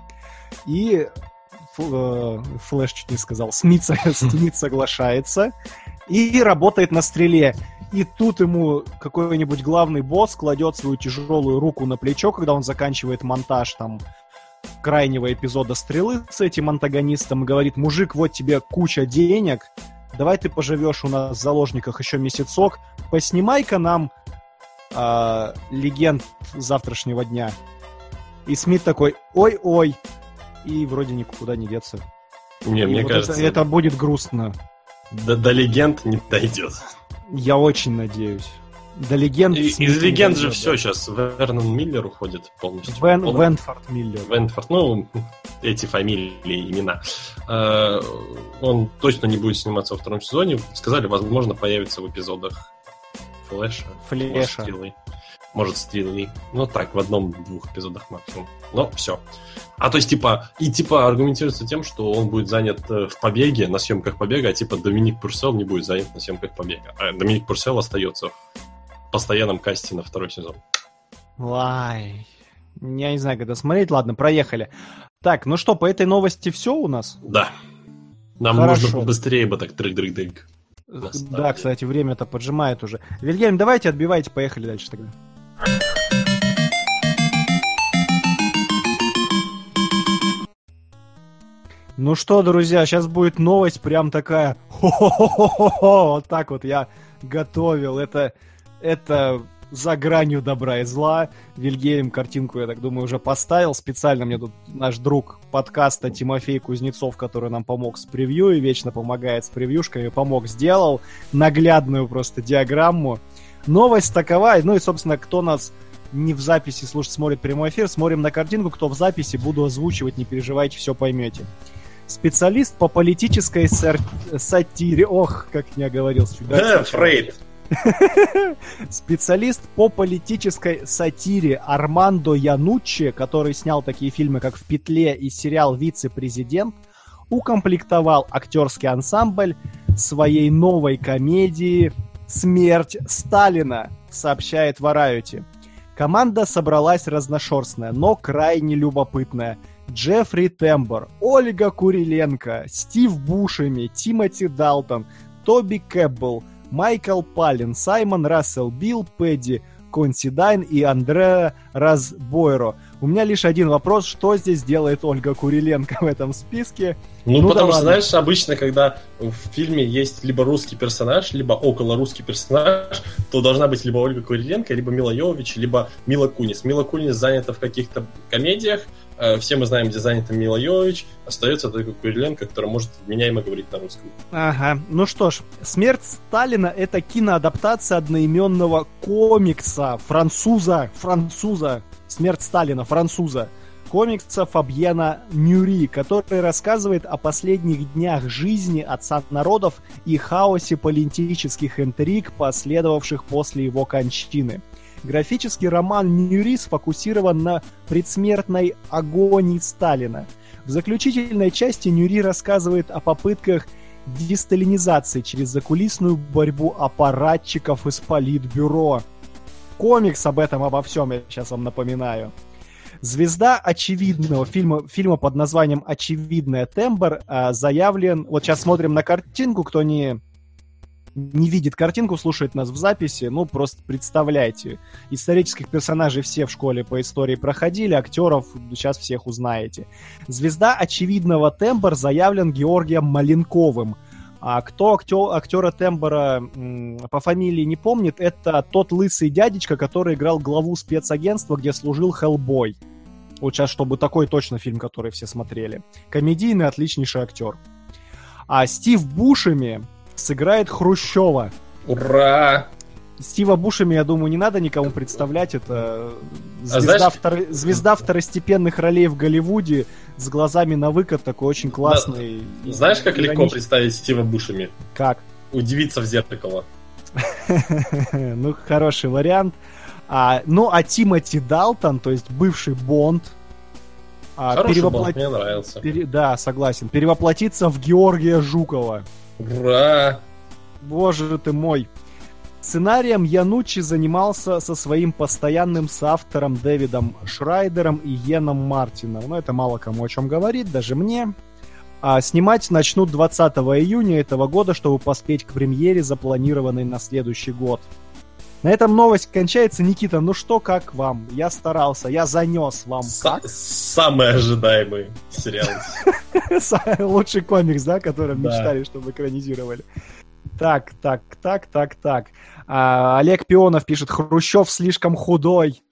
И Флэш чуть не сказал, Смит соглашается и работает на стреле. И тут ему какой-нибудь главный босс кладет свою тяжелую руку на плечо, когда он заканчивает монтаж там крайнего эпизода «Стрелы» с этим антагонистом, и говорит: мужик, вот тебе куча денег, давай ты поживешь у нас в заложниках еще месяцок, поснимай-ка нам легенд завтрашнего дня. И Смит такой: ой-ой, и вроде никуда не деться. Мне кажется... Это будет грустно. До легенд не дойдет. Я очень надеюсь. До легенд... Из легенд же все сейчас. Вернон Миллер уходит полностью. Вентфорд Миллер. Вентфорд, эти фамилии, имена. Он точно не будет сниматься во 2-м сезоне. Сказали, возможно, появится в эпизодах Флэша. Может, Стрелы. Так, в 1-2 эпизодах максимум. Но все. То есть, аргументируется тем, что он будет занят в «Побеге», на съемках «Побега», а Доминик Пурселл не будет занят на съемках «Побега». А Доминик Пурселл остается в постоянном касте на 2-й сезон. Ой, я не знаю, когда смотреть. Ладно, проехали. Так, что, по этой новости все у нас? Да. Нам нужно побыстрее бы так дрыг-дрыг-дрыг. Да, кстати, время-то поджимает уже. Вильгельм, давайте отбивайте, поехали дальше тогда. Ну что, друзья, сейчас будет новость прям такая. Хо-хо-хо-хо-хо. Вот так вот я готовил. Это за гранью добра и зла. Вильгельм картинку, я так думаю, уже поставил. Специально мне тут наш друг подкаста Тимофей Кузнецов, который нам помог с превью и вечно помогает с превьюшками, сделал наглядную просто диаграмму. Новость такова. И, собственно, кто нас не в записи слушает, смотрит прямой эфир, смотрим на картинку. Кто в записи, буду озвучивать, не переживайте, все поймете. Специалист по политической сатире. Ох, как не оговорился. Фрейд. Специалист по политической сатире Армандо Януччи, который снял такие фильмы, как «В петле» и сериал «Вице-президент», укомплектовал актерский ансамбль своей новой комедии «Смерть Сталина». сообщает Variety. Команда собралась разношерстная, но крайне любопытная. Джеффри Тембор, Ольга Куриленко, Стив Бушеми, Тимоти Далтон, Тоби Кэпбелл, Майкл Палин, Саймон Рассел, Билл Пэдди, Консидайн и Андреа Разбойро. У меня лишь один вопрос, что здесь делает Ольга Куриленко в этом списке? Ну потому да что, знаешь, обычно, когда в фильме есть либо русский персонаж, либо около русский персонаж, то должна быть либо Ольга Куриленко, либо Мила Йовович, либо Мила Кунис. Мила Кунис занята в каких-то комедиях, все мы знаем, где занята Мила Йовович, остается только Куриленко, которая может вменяемо говорить на русском. Ага, ну что ж, «Смерть Сталина» — это киноадаптация одноименного комикса француза, «Смерть Сталина», француза, комикса Фабьена Мюри, который рассказывает о последних днях жизни отца народов и хаосе политических интриг, последовавших после его кончины. Графический роман Мюри сфокусирован на предсмертной агонии Сталина. В заключительной части Мюри рассказывает о попытках десталинизации через закулисную борьбу аппаратчиков из Политбюро. Комикс об этом, обо всем, я сейчас вам напоминаю. Звезда очевидного фильма под названием «Очевидная Тембор» заявлен... Вот сейчас смотрим на картинку, кто не видит картинку, слушает нас в записи, ну, просто представляйте. Исторических персонажей все в школе по истории проходили, актеров сейчас всех узнаете. Звезда очевидного Тембор заявлен Георгием Маленковым. А кто актера Тембора по фамилии не помнит, это тот лысый дядечка, который играл главу спецагентства, где служил Хеллбой. Вот сейчас, чтобы такой точно фильм, который все смотрели. Комедийный, отличнейший актер. А Стив Бушеми сыграет Хрущева. Ура! Стива Бушеми, я думаю, не надо никому представлять. Это звезда второстепенных ролей в Голливуде с глазами на выкат, такой очень классный. Да. Знаешь, как легко представить Стива Бушеми? Как? Удивиться в зеркало. Ну, хороший вариант. Ну, а Тимоти Далтон, то есть бывший Бонд... Хороший Бонд, мне нравился. Да, согласен. Перевоплотиться в Георгия Жукова. Ура! Боже ты мой. Сценарием Януччи занимался со своим постоянным соавтором Дэвидом Шрайдером и Йеном Мартином. Но это мало кому о чем говорит, даже мне. Снимать начнут 20 июня этого года, чтобы поспеть к премьере, запланированной на следующий год. На этом новость кончается. Никита, ну что, как вам? Я старался, я занес вам. Самый ожидаемый сериал. Лучший комикс, да, который мечтали, чтобы экранизировали. Так. Олег Пионов пишет: Хрущев слишком худой.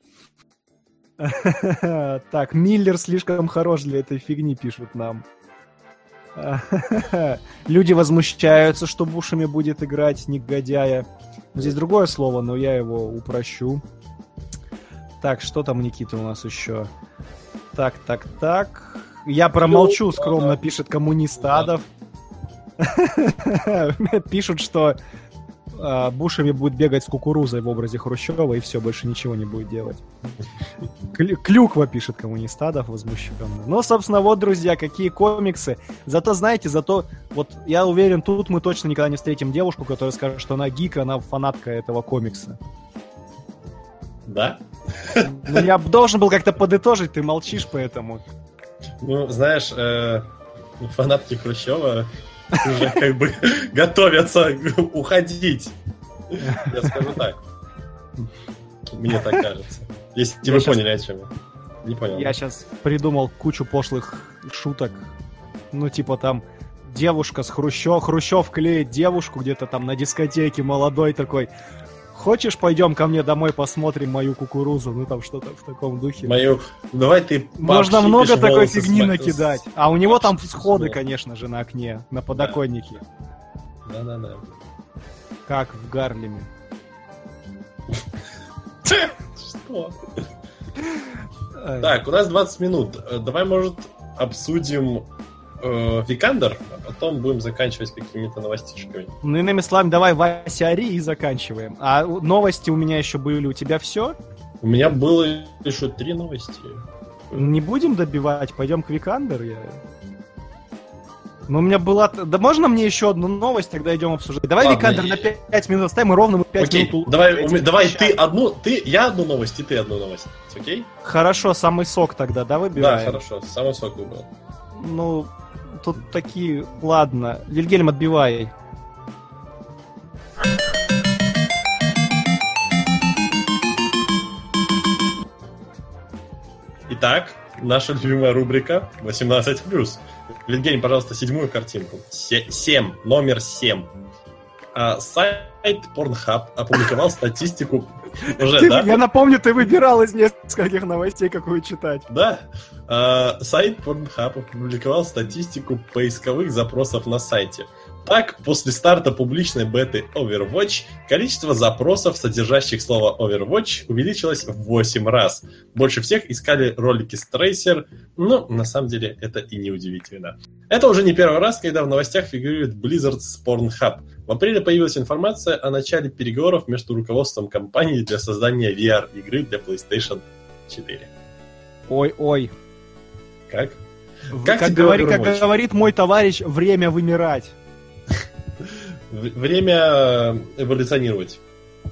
Так, Миллер слишком хорош для этой фигни, пишут нам. Люди возмущаются, что Бушеми будет играть негодяя. Здесь другое слово, но я его упрощу. Так, что там, Никита, у нас еще? Так. Я промолчу, скромно пишет коммунист Адов. Пишут, что Бушеми будет бегать с кукурузой в образе Хрущева, и все, больше ничего не будет делать. Клюква, пишет коммунист Адов, возмущенно. Ну, собственно, вот, друзья, какие комиксы. Зато, знаете, вот я уверен, тут мы точно никогда не встретим девушку, которая скажет, что она гик, она фанатка этого комикса. Да? Ну, я должен был как-то подытожить, ты молчишь поэтому. Ну, знаешь, фанатки Хрущева уже как бы готовятся уходить. Я скажу так. Мне так кажется. Если вы поняли, о чем я. Не понял. Я сейчас придумал кучу пошлых шуток. Ну, типа там девушка с Хрущев клеит девушку где-то там на дискотеке, молодой такой. Хочешь, пойдем ко мне домой, посмотрим мою кукурузу? Ну, там что-то в таком духе. Давай ты можно много такой фигни накидать. А у него там всходы, конечно же, на окне, на подоконнике. Да. Как в Гарлеме. Что? Так, у нас 20 минут. Давай, может, обсудим Викандер, а потом будем заканчивать какими-то новостишками. Ну, иными словами, давай Вася Ари и заканчиваем. А новости у меня еще были. У тебя все? У меня было еще 3 новости. Не будем добивать, пойдем к Викандер. Ну, у меня была... Да можно мне еще одну новость, тогда идем обсуждать? Давай, ладно, Викандер, на 5 минут оставим, и ровно мы 5 минут... Давай я одну новость, и ты одну новость, окей? Хорошо, самый сок тогда, да, выбираем? Да, хорошо, самый сок выбрал. Ну, тут такие... Ладно, Вильгельм, отбивай. Итак, наша любимая рубрика 18+. Вильгельм, пожалуйста, 7-ю картинку. 7, номер 7. Сайт Pornhub опубликовал статистику... Я напомню, ты выбирал из нескольких новостей, какую читать. Да. Сайт Pornhub опубликовал статистику поисковых запросов на сайте. Так, после старта публичной беты Overwatch, количество запросов, содержащих слово Overwatch, увеличилось в 8 раз. Больше всех искали ролики с Tracer, но на самом деле это и не удивительно. Это уже не первый раз, когда в новостях фигурирует Blizzard с Pornhub. В апреле появилась информация о начале переговоров между руководством компании для создания VR-игры для PlayStation 4. Ой-ой. Как? Как говорит мой товарищ, время вымирать. Время эволюционировать.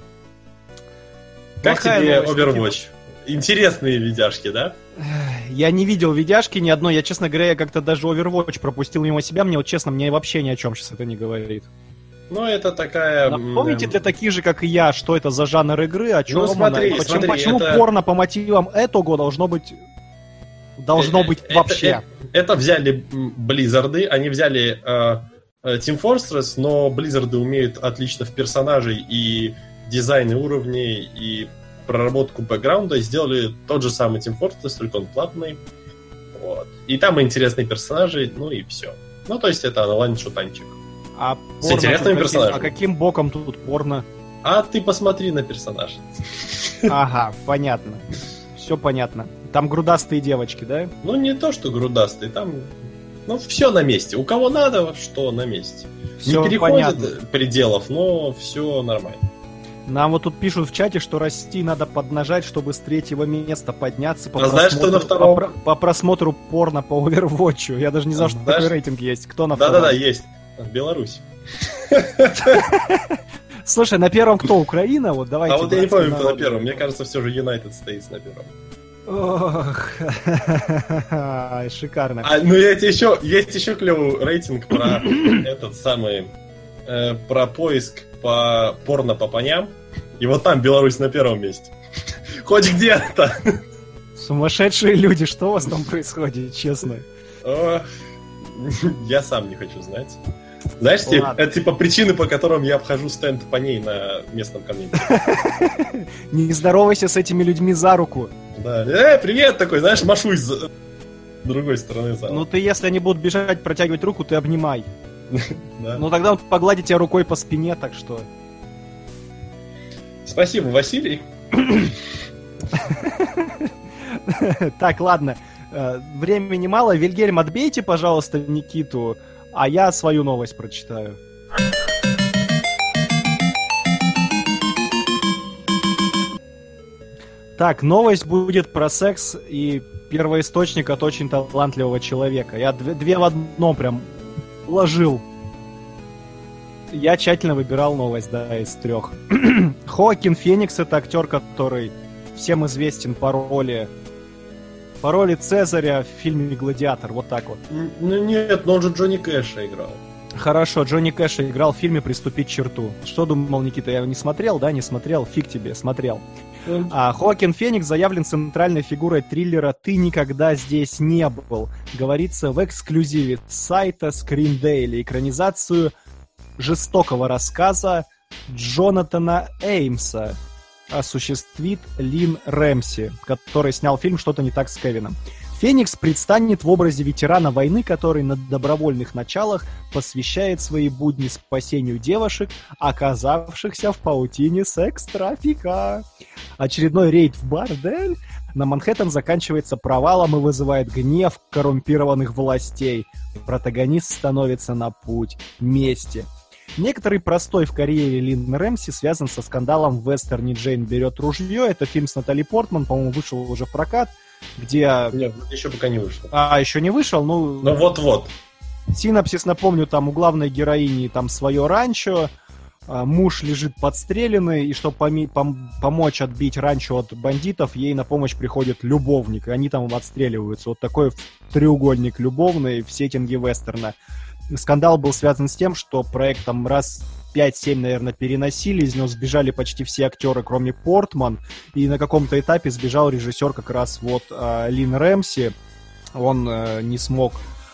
Как тебе Overwatch? Интересные видяшки, да? Я не видел видяшки ни одной. Я, честно говоря, как-то даже Overwatch пропустил мимо себя. Мне вот честно, мне вообще ни о чем сейчас это не говорит. Ну, это такая... Напомните для таких же, как и я, что это за жанр игры, о чем почему это... порно по мотивам этого должно быть вообще. Это взяли Blizzard, они взяли Team Fortress, но Blizzard умеют отлично в персонажей и дизайны уровней, и проработку бэкграунда, и сделали тот же самый Team Fortress, только он платный. Вот. И там интересные персонажи, ну и все. Ну, то есть это онлайн-шутанчик. С интересными персонажами. А каким боком тут порно? А ты посмотри на персонажа. Ага, понятно. Все понятно. Там грудастые девочки, да? Ну, не то, что грудастые, там... Ну, все на месте. У кого надо, что на месте. Все не переходит пределов, но все нормально. Нам вот тут пишут в чате, что расти надо поднажать, чтобы с 3-го места подняться знаешь, что на втором? По просмотру порно по Overwatch. Я даже не знал, что такой рейтинг есть. Кто на втором? Да-да-да, есть. Беларусь. Слушай, на первом кто? Украина? Вот давайте. А вот я не помню, кто на первом. Мне кажется, все же United States на первом. Ох, шикарно. Ну, есть еще клевый рейтинг про этот самый, про поиск по порно по поням. И вот там Беларусь на первом месте. Хоть где-то. Сумасшедшие люди, что у вас там происходит, честно? Я сам не хочу знать. Знаешь, это типа причины, по которым я обхожу стенд по ней на местном комьюнити. Не здоровайся с этими людьми за руку. Да. Привет такой, знаешь, машу из другой стороны зала. Ну ты, если они будут бежать, протягивать руку, ты обнимай. Ну тогда он погладит тебя рукой по спине, так что... Спасибо, Василий. Так, ладно. Времени мало. Вильгельм, отбейте, пожалуйста, Никиту, а я свою новость прочитаю. Так, новость будет про секс и первоисточник от очень талантливого человека. Я две в одном прям уложил. Я тщательно выбирал новость, да, из 3. Хоакин Феникс — это актер, который всем известен по роли Цезаря в фильме «Гладиатор». Вот так вот. Ну нет, но он же Джонни Кэша играл. Хорошо, Джонни Кэша играл в фильме «Приступить к черту». Что думал, Никита, я его не смотрел, да? Не смотрел? Фиг тебе, смотрел. Хоакин Феникс заявлен центральной фигурой триллера «Ты никогда здесь не был». Говорится в эксклюзиве сайта Screen Daily. Экранизацию жестокого рассказа Джонатана Эймса осуществит Лин Рэмси, который снял фильм «Что-то не так с Кевином». Феникс предстанет в образе ветерана войны, который на добровольных началах посвящает свои будни спасению девушек, оказавшихся в паутине секс-трафика. Очередной рейд в бордель на Манхэттен заканчивается провалом и вызывает гнев коррумпированных властей. Протагонист становится на путь мести. Некоторый простой в карьере Лин Рэмси связан со скандалом в вестерне «Джейн берет ружье». Это фильм с Натали Портман, по-моему, вышел уже в прокат, где... Нет, еще пока не вышел. Еще не вышел? Ну вот-вот. Синопсис, напомню, там у главной героини там свое ранчо, муж лежит подстреленный, и чтобы помочь отбить ранчо от бандитов, ей на помощь приходит любовник, и они там отстреливаются. Вот такой треугольник любовный в сеттинге вестерна. Скандал был связан с тем, что проект там раз 5-7, наверное, переносили, из него сбежали почти все актеры, кроме Портман, и на каком-то этапе сбежал режиссер как раз вот Лин Рэмси. Он не смог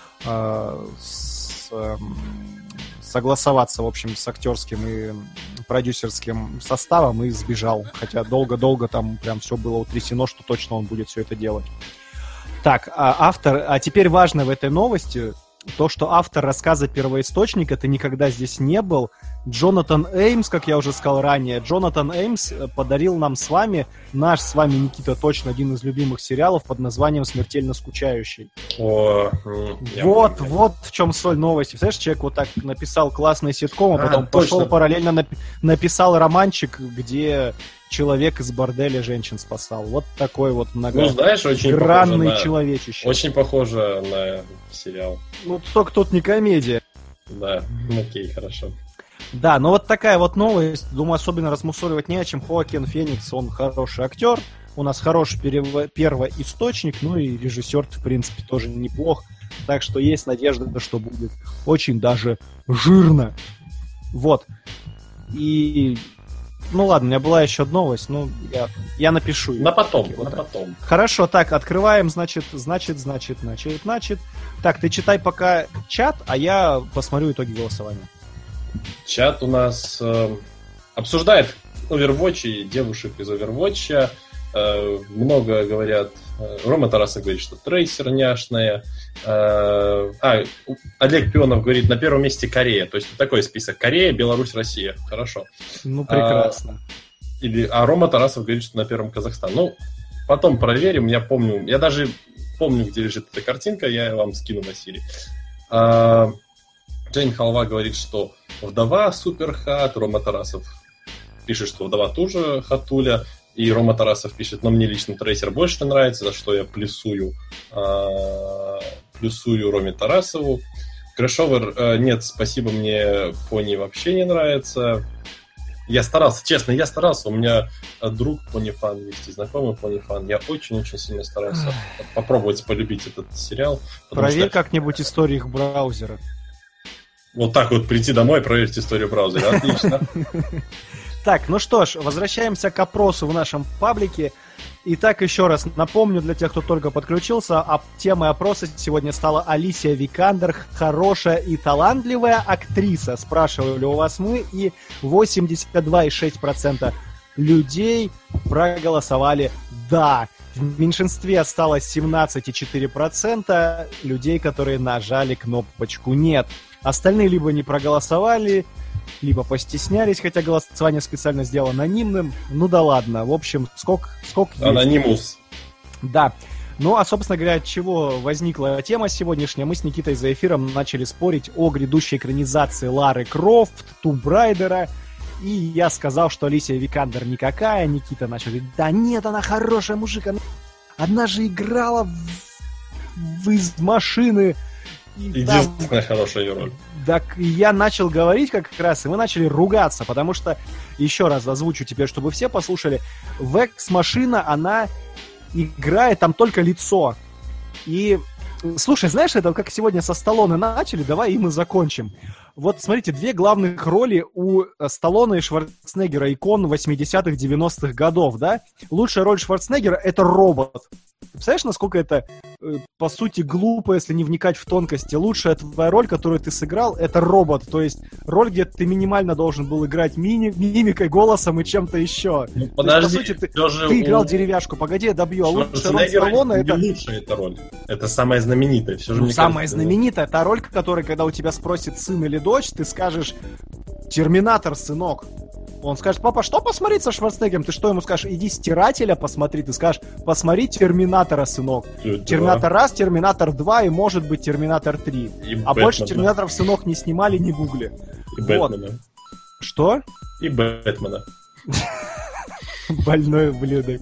согласоваться, в общем, с актерским и продюсерским составом и сбежал. Хотя долго-долго там прям все было утрясено, что точно он будет все это делать. Так, а теперь важно в этой новости то, что автор рассказа «Первоисточник» это никогда здесь не был. Джонатан Эймс, как я уже сказал ранее, Джонатан Эймс подарил нам с вами, наш с вами, Никита, точно один из любимых сериалов под названием «Смертельно скучающий». Вот в чем соль новости. Представляешь, человек вот так написал классный ситком, а потом пошел параллельно написал романчик, где человек из борделя женщин спасал. Вот такой вот многогранный человечище. Очень похоже на сериал. Ну, только тут не комедия. Да, окей, хорошо. Да, но вот такая вот новость. Думаю, особенно размусоливать не о чем. Хоакин Феникс, он хороший актер. У нас хороший первоисточник. Ну и режиссер, в принципе, тоже неплох. Так что есть надежда, что будет очень даже жирно. Вот. И... Ну ладно, у меня была еще новость, ну я напишу. На потом. Хорошо, так, открываем, значит. Так, ты читай пока чат, а я посмотрю итоги голосования. Чат у нас обсуждает Overwatch и девушек из Overwatch. Много говорят. Рома Тарасов говорит, что трейсер няшная. Олег Пионов говорит, на первом месте Корея. То есть такой список: Корея, Беларусь, Россия. Хорошо. Ну, прекрасно. А Рома Тарасов говорит, что на первом Казахстан. Ну, потом проверим. Я даже помню, где лежит эта картинка. Я вам скину, Василий. Джейн Халва говорит, что вдова суперхат. Рома Тарасов пишет, что вдова тоже хатуля. И Рома Тарасов пишет, но мне лично трейсер больше нравится, за что я плюсую Роме Тарасову. Крэшовер, нет, спасибо, мне пони вообще не нравится. Я старался, честно, у меня друг пони-фан есть и знакомый пони-фан. Я очень-очень сильно старался попробовать полюбить этот сериал. Проверь как-нибудь историю их браузера. Вот так вот прийти домой и проверить историю браузера, отлично. Так, ну что ж, возвращаемся к опросу в нашем паблике. Итак, еще раз напомню для тех, кто только подключился, темой опроса сегодня стала Алисия Викандер, хорошая и талантливая актриса. Спрашивали у вас мы, и 82,6% людей проголосовали «да». В меньшинстве осталось 17,4% людей, которые нажали кнопочку «нет». Остальные либо не проголосовали, либо постеснялись, хотя голосование специально сделано анонимным. Ну да ладно, в общем, сколько есть. Анонимус. Да. Ну, а, собственно говоря, от чего возникла тема сегодняшняя, мы с Никитой за эфиром начали спорить о грядущей экранизации Лары Крофт, Тумб Райдера, и я сказал, что Алисия Викандер никакая. Никита начал говорить, да нет, она хорошая мужик, она же играла из машины. Единственная хорошая ее роль. Так я начал говорить как раз, и мы начали ругаться, потому что, еще раз озвучу теперь, чтобы все послушали, в «Экс-машина» она играет там только лицо. И, слушай, знаешь, это как сегодня со Сталлоне начали, давай и мы закончим. Вот, смотрите, две главных роли у Сталлоне и Шварценеггера, икон 80-х, 90-х годов, да? Лучшая роль Шварценеггера — это робот. Представляешь, насколько это, по сути, глупо, если не вникать в тонкости? Лучшая твоя роль, которую ты сыграл, это робот. То есть роль, где ты минимально должен был играть мимикой, голосом и чем-то еще. Ну, подожди, есть, по сути, ты играл деревяшку. Погоди, я добью. А лучшая роль Сталлоне — это... лучшая эта роль. Это самая знаменитая. Все же, самая знаменитая. Та роль, которая, когда у тебя спросит сын или дочь, ты скажешь «Терминатор, сынок». Он скажет: папа, что посмотреть со Шварценеггером? Ты что ему скажешь? Иди «Стирателя» посмотри. Ты скажешь: посмотри «Терминатора», сынок. «Терминатор 1», «Терминатор 2» и, может быть, «Терминатор 3». А Бэтмена. Больше «Терминаторов», сынок, не снимали, не гугли. И вот. Бэтмена. Что? И Бэтмена. Больной ублюдок.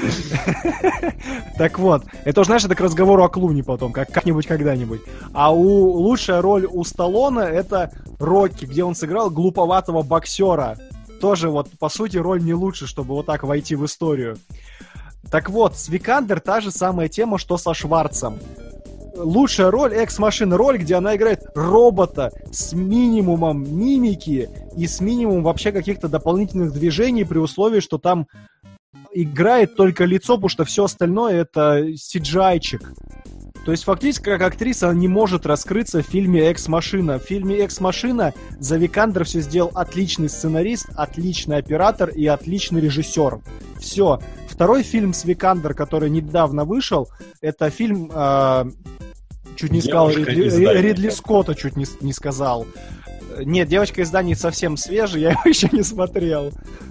Так вот, это уже, знаешь, это к разговору о Клуни потом, как-нибудь когда-нибудь. А лучшая роль у Сталлоне — это Рокки, где он сыграл глуповатого боксера. Тоже вот, по сути, роль не лучше, чтобы вот так войти в историю. Так вот, с Викандер та же самая тема, что со Шварцем. Лучшая роль — Экс-машина, роль, где она играет робота с минимумом мимики и с минимумом вообще каких-то дополнительных движений, при условии, что там играет только лицо, потому что все остальное — это CGI-чик. То есть фактически как актриса она не может раскрыться в фильме «Экс-машина». В фильме «Экс-машина» за Викандер все сделал отличный сценарист, отличный оператор и отличный режиссер. Все. Второй фильм с Викандер, который недавно вышел, это фильм... чуть не сказал Ридли Скотта, чуть не сказал. Нет, «Девочка из Дании» совсем свежий, я его еще не смотрел.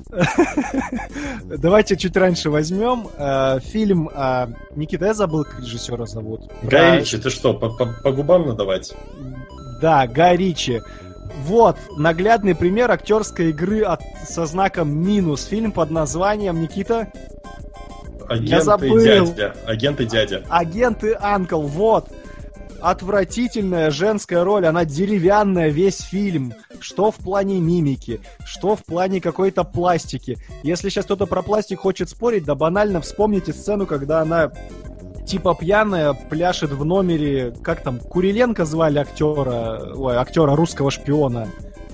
Давайте чуть раньше возьмем. Фильм Никита, я забыл, как режиссера зовут. Гай Ричи, ты что, по губам надавать? Да, Гай Ричи. Вот, наглядный пример актерской игры со знаком минус. Фильм под названием, Никита? Агент и дядя. Агент и Анкл, вот. Отвратительная женская роль, она деревянная весь фильм. Что в плане мимики, что в плане какой-то пластики. Если сейчас кто-то про пластик хочет спорить, да банально вспомните сцену, когда она типа пьяная пляшет в номере, как там, Куриленко звали актера русского шпиона.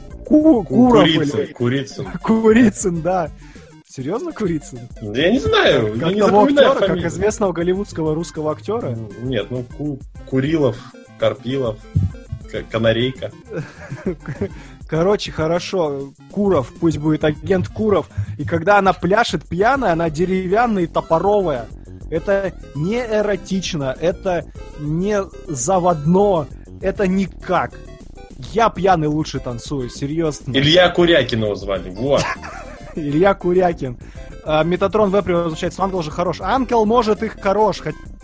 Курицын, да. Серьезно, Курицын? Я не знаю, как не того запоминаю актера, фамилию. как известного голливудского русского актера? Нет, Курилов, Карпилов, Канарейка. Короче, хорошо, Куров, пусть будет агент Куров. И когда она пляшет пьяная, она деревянная и топоровая. Это не эротично, это не заводно, это никак. Я пьяный лучше танцую, серьезно. Илья Курякин его звали, вот. Илья Курякин. Метатрон В превращается в Анкл же хорош. Анкл может их хорош.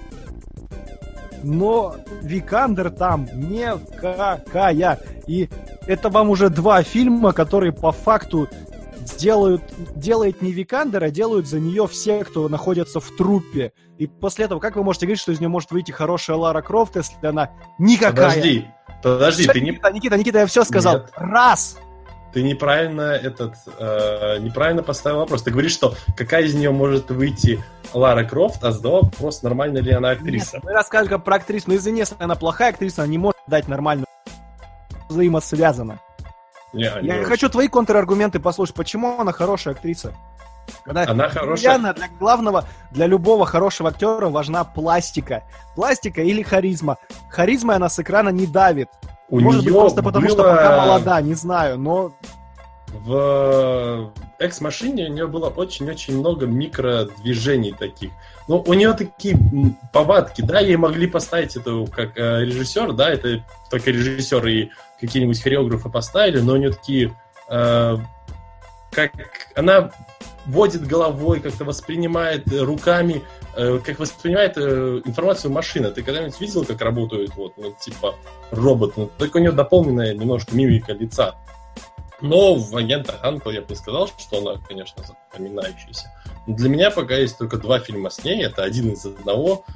Но Викандер там никакая. И это вам уже 2 фильма, которые по факту делает не Викандер, а делают за нее все, кто находится в труппе. И после этого, как вы можете говорить, что из нее может выйти хорошая Лара Крофт, если она никакая? Подожди, ты не... Никита, я все сказал. Нет. Раз! Ты неправильно поставил вопрос. Ты говоришь, что какая из нее может выйти Лара Крофт, а задал вопрос, нормальная ли она актриса. Нет, мы рассказывали про актрису, но извини, если она плохая актриса, она не может дать нормальную. Взаимосвязано. Я хочу твои контраргументы послушать. Почему она хорошая актриса? Она хорошая. Для главного, для любого хорошего актера важна пластика. Пластика или харизма. Харизмой она с экрана не давит. Может быть, просто потому, что пока молода, не знаю, но... В Экс-машине у нее было очень-очень много микродвижений таких. Ну, у нее такие повадки, да, ей могли поставить это как режиссер, да, это только режиссер и какие-нибудь хореографы поставили, но у нее такие... как она водит головой, как-то воспринимает руками, как воспринимает информацию машина. Ты когда-нибудь видел, как работают типа роботы? Только у нее дополненная немножко мимика лица. Но в «Агентах Анкл» я бы не сказал, что она, конечно, запоминающаяся. Но для меня пока есть только 2 фильма с ней. Это один из одного.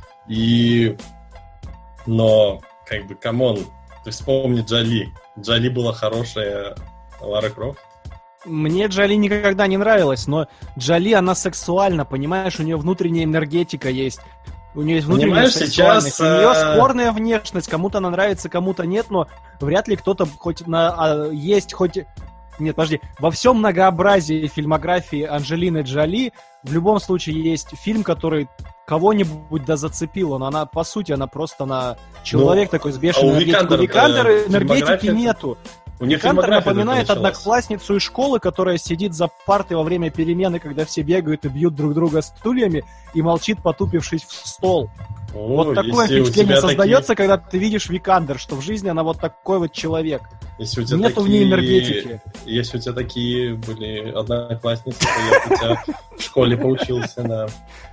Но, камон, ты вспомни Джоли. Джоли была хорошая Лара Крофт. Мне Джоли никогда не нравилась, но Джоли, она сексуальна, понимаешь, у нее внутренняя энергетика есть. У нее есть внутренняя сексуальность. Сейчас... У нее спорная внешность, кому-то она нравится, кому-то нет, но вряд ли кто-то есть хоть... Нет, подожди. Во всем многообразии фильмографии Анджелины Джоли в любом случае есть фильм, который кого-нибудь зацепил. Но она, по сути, она просто человек такой с бешеной энергетикой. У Викандера энергетики нету. Викандер напоминает одноклассницу из школы, которая сидит за партой во время перемены, когда все бегают и бьют друг друга стульями, и молчит, потупившись в стол. Вот такое впечатление создается, когда ты видишь Викандер, что в жизни она вот такой вот человек. Нету в ней энергетики. Если у тебя такие были одноклассницы, то я у тебя в школе поучился, да.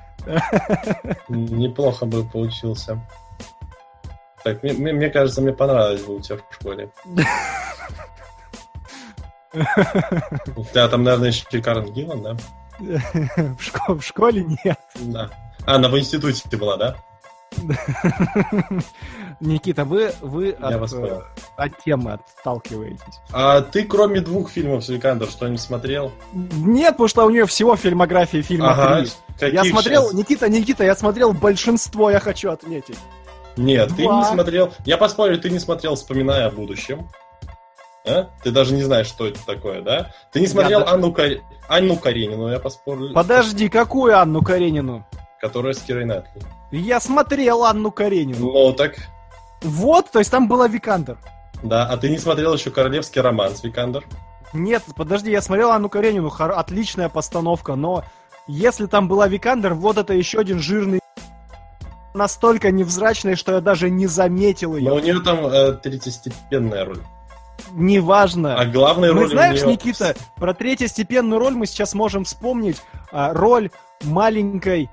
Неплохо бы поучился. Так, мне кажется, мне понравилось бы у тебя в школе. У тебя там, наверное, еще Карен Гиллан, да? В школе нет. Да. А, в институте ты была, да? Никита, вы вас понял. от темы отталкиваетесь. А ты, кроме 2 фильмов с Викандер, что-нибудь смотрел? Нет, потому что у нее всего в фильмографии фильма 3. Я смотрел, сейчас? Никита, я смотрел большинство, я хочу отметить. Нет, 2. Ты не смотрел. Я поспорю, ты не смотрел «Вспоминая о будущем». А? Ты даже не знаешь, что это такое, да? Ты не смотрел Анну Каренину, я поспорю. Подожди, какую Анну Каренину? Которая с Кирой Найтли. Я смотрел Анну Каренину. Ну, так... Вот, то есть там была Викандер. Да, а ты не смотрел еще «Королевский роман» с Викандер? Нет, подожди, я смотрел Анну Каренину, отличная постановка, но если там была Викандер, вот это еще один жирный... Настолько невзрачный, что я даже не заметил ее. Но у нее там третьестепенная роль. Неважно. А главная роль знаешь, у нее... Никита, про третьестепенную роль мы сейчас можем вспомнить. Роль маленькой...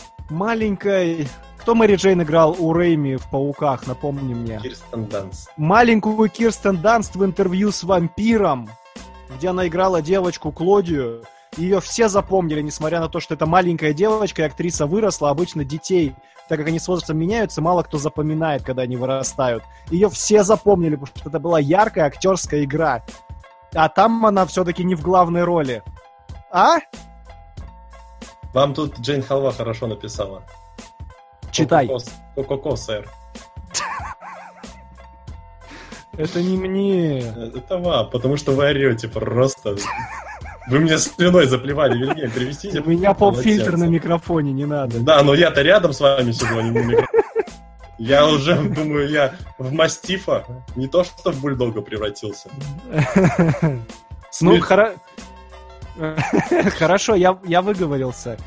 Кто Мэри Джейн играл у Рэйми в «Пауках», напомни мне. Кирстен Данст. Маленькую Кирстен Данст в интервью с вампиром, где она играла девочку Клодию. Ее все запомнили, несмотря на то, что это маленькая девочка, и актриса выросла. Обычно детей, так как они с возрастом меняются, мало кто запоминает, когда они вырастают. Ее все запомнили, потому что это была яркая актерская игра. А там она все-таки не в главной роли. А? Вам тут Джейн Халва хорошо написала. Читай. Ко-ко-ко, сэр. Это не мне. Это вам, потому что вы орете просто. Вы мне слюной заплевали, Вильгельм, привезите. У меня поп-фильтр на микрофоне, не надо. Да, но я-то рядом с вами сижу, а не на микрофоне. Я уже думаю, я в мастифа, не то что в бульдога превратился. Ну, хорошо, я выговорился.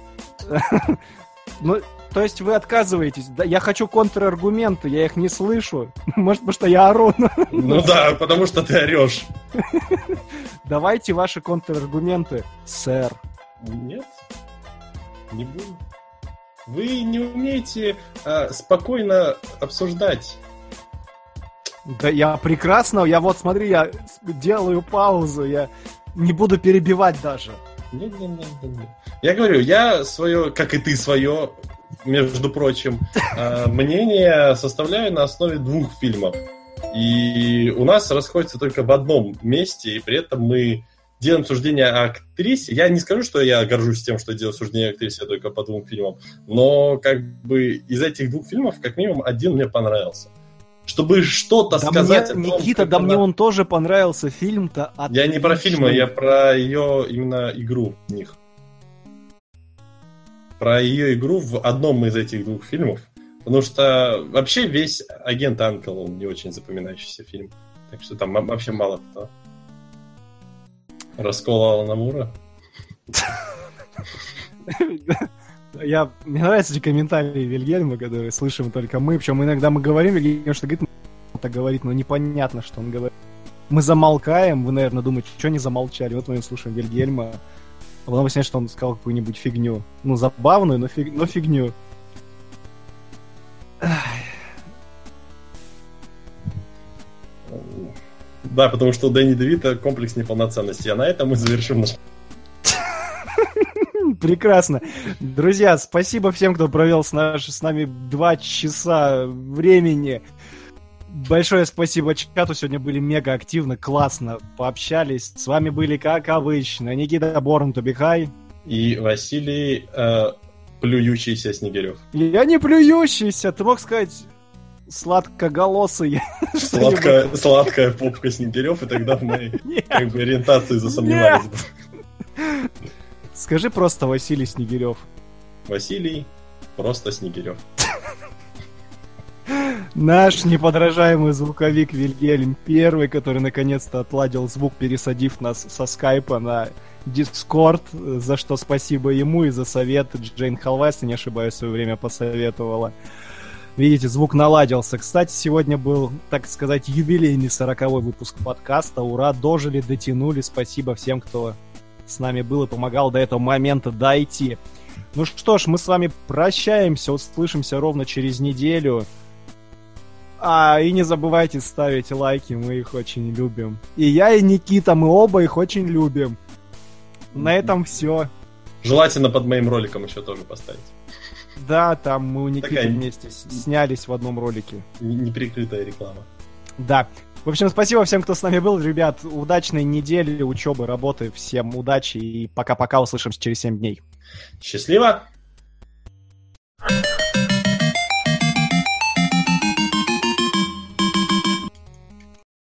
Ну, то есть вы отказываетесь? Я хочу контраргументы, я их не слышу. Может, потому что я ору. Ну да, потому что ты орешь. Давайте ваши контраргументы, сэр. Нет, не буду. Вы не умеете спокойно обсуждать. Да я прекрасно, я вот смотри, я делаю паузу, я не буду перебивать даже. Нет. Я говорю, я свое, как и ты свое, между прочим, мнение составляю на основе 2 фильмов. И у нас расходится только в одном месте, и при этом мы делаем суждение о актрисе. Я не скажу, что я горжусь тем, что делаю суждение о актрисе только по 2 фильмам, но как бы из этих 2 фильмов, как минимум, один мне понравился. Чтобы что-то сказать... Никита, мне он тоже понравился, фильм-то отличный. Я не про фильмы, я про ее именно игру в них. Про ее игру в одном из этих 2 фильмов. Потому что вообще весь «Агент Анкл», он не очень запоминающийся фильм. Так что там вообще мало кто. Раскол Алана Мура. Мне нравятся эти комментарии Вильгельма, которые слышим только мы. Причем иногда мы говорим, Вильгельм что говорит, так говорит, но непонятно, что он говорит. Мы замолкаем, вы, наверное, думаете, что не замолчали. Вот мы слушаем Вильгельма. А потом выясняется, что он сказал какую-нибудь фигню. Ну, забавную, но фигню. Да, потому что у Дэнни Девита комплекс неполноценности. А на этом мы завершим наш... Прекрасно. Друзья, спасибо всем, кто провел с нами 2 часа времени. Большое спасибо чату. Сегодня были мега активно, классно пообщались. С вами были, как обычно, Никита Борн Тубихай и Василий плюющийся Снегирев. Я не плюющийся, ты мог сказать сладкоголосый. Сладкая попка Снегирев, и тогда в моей как бы ориентации засомневались бы. Скажи просто Василий Снегирев. Василий просто Снегирев. Наш неподражаемый звуковик Вильгельм первый, который наконец-то отладил звук, пересадив нас со скайпа на Discord, за что спасибо ему и за совет Джейн Халва, если не ошибаюсь, в свое время посоветовала. Видите, звук наладился. Кстати, сегодня был, так сказать, юбилейный 40-й выпуск подкаста. Ура, дожили, дотянули. Спасибо всем, кто с нами был и помогал до этого момента дойти. Ну что ж, мы с вами прощаемся, услышимся ровно через неделю. И не забывайте ставить лайки, мы их очень любим. И я, и Никита, мы оба их очень любим. На этом все. Желательно под моим роликом еще тоже поставить. Да, там мы у Никиты Такая вместе снялись в одном ролике. Неприкрытая реклама. Да. В общем, спасибо всем, кто с нами был. Ребят, удачной недели, учебы, работы. Всем удачи и пока-пока. Услышимся через 7 дней. Счастливо!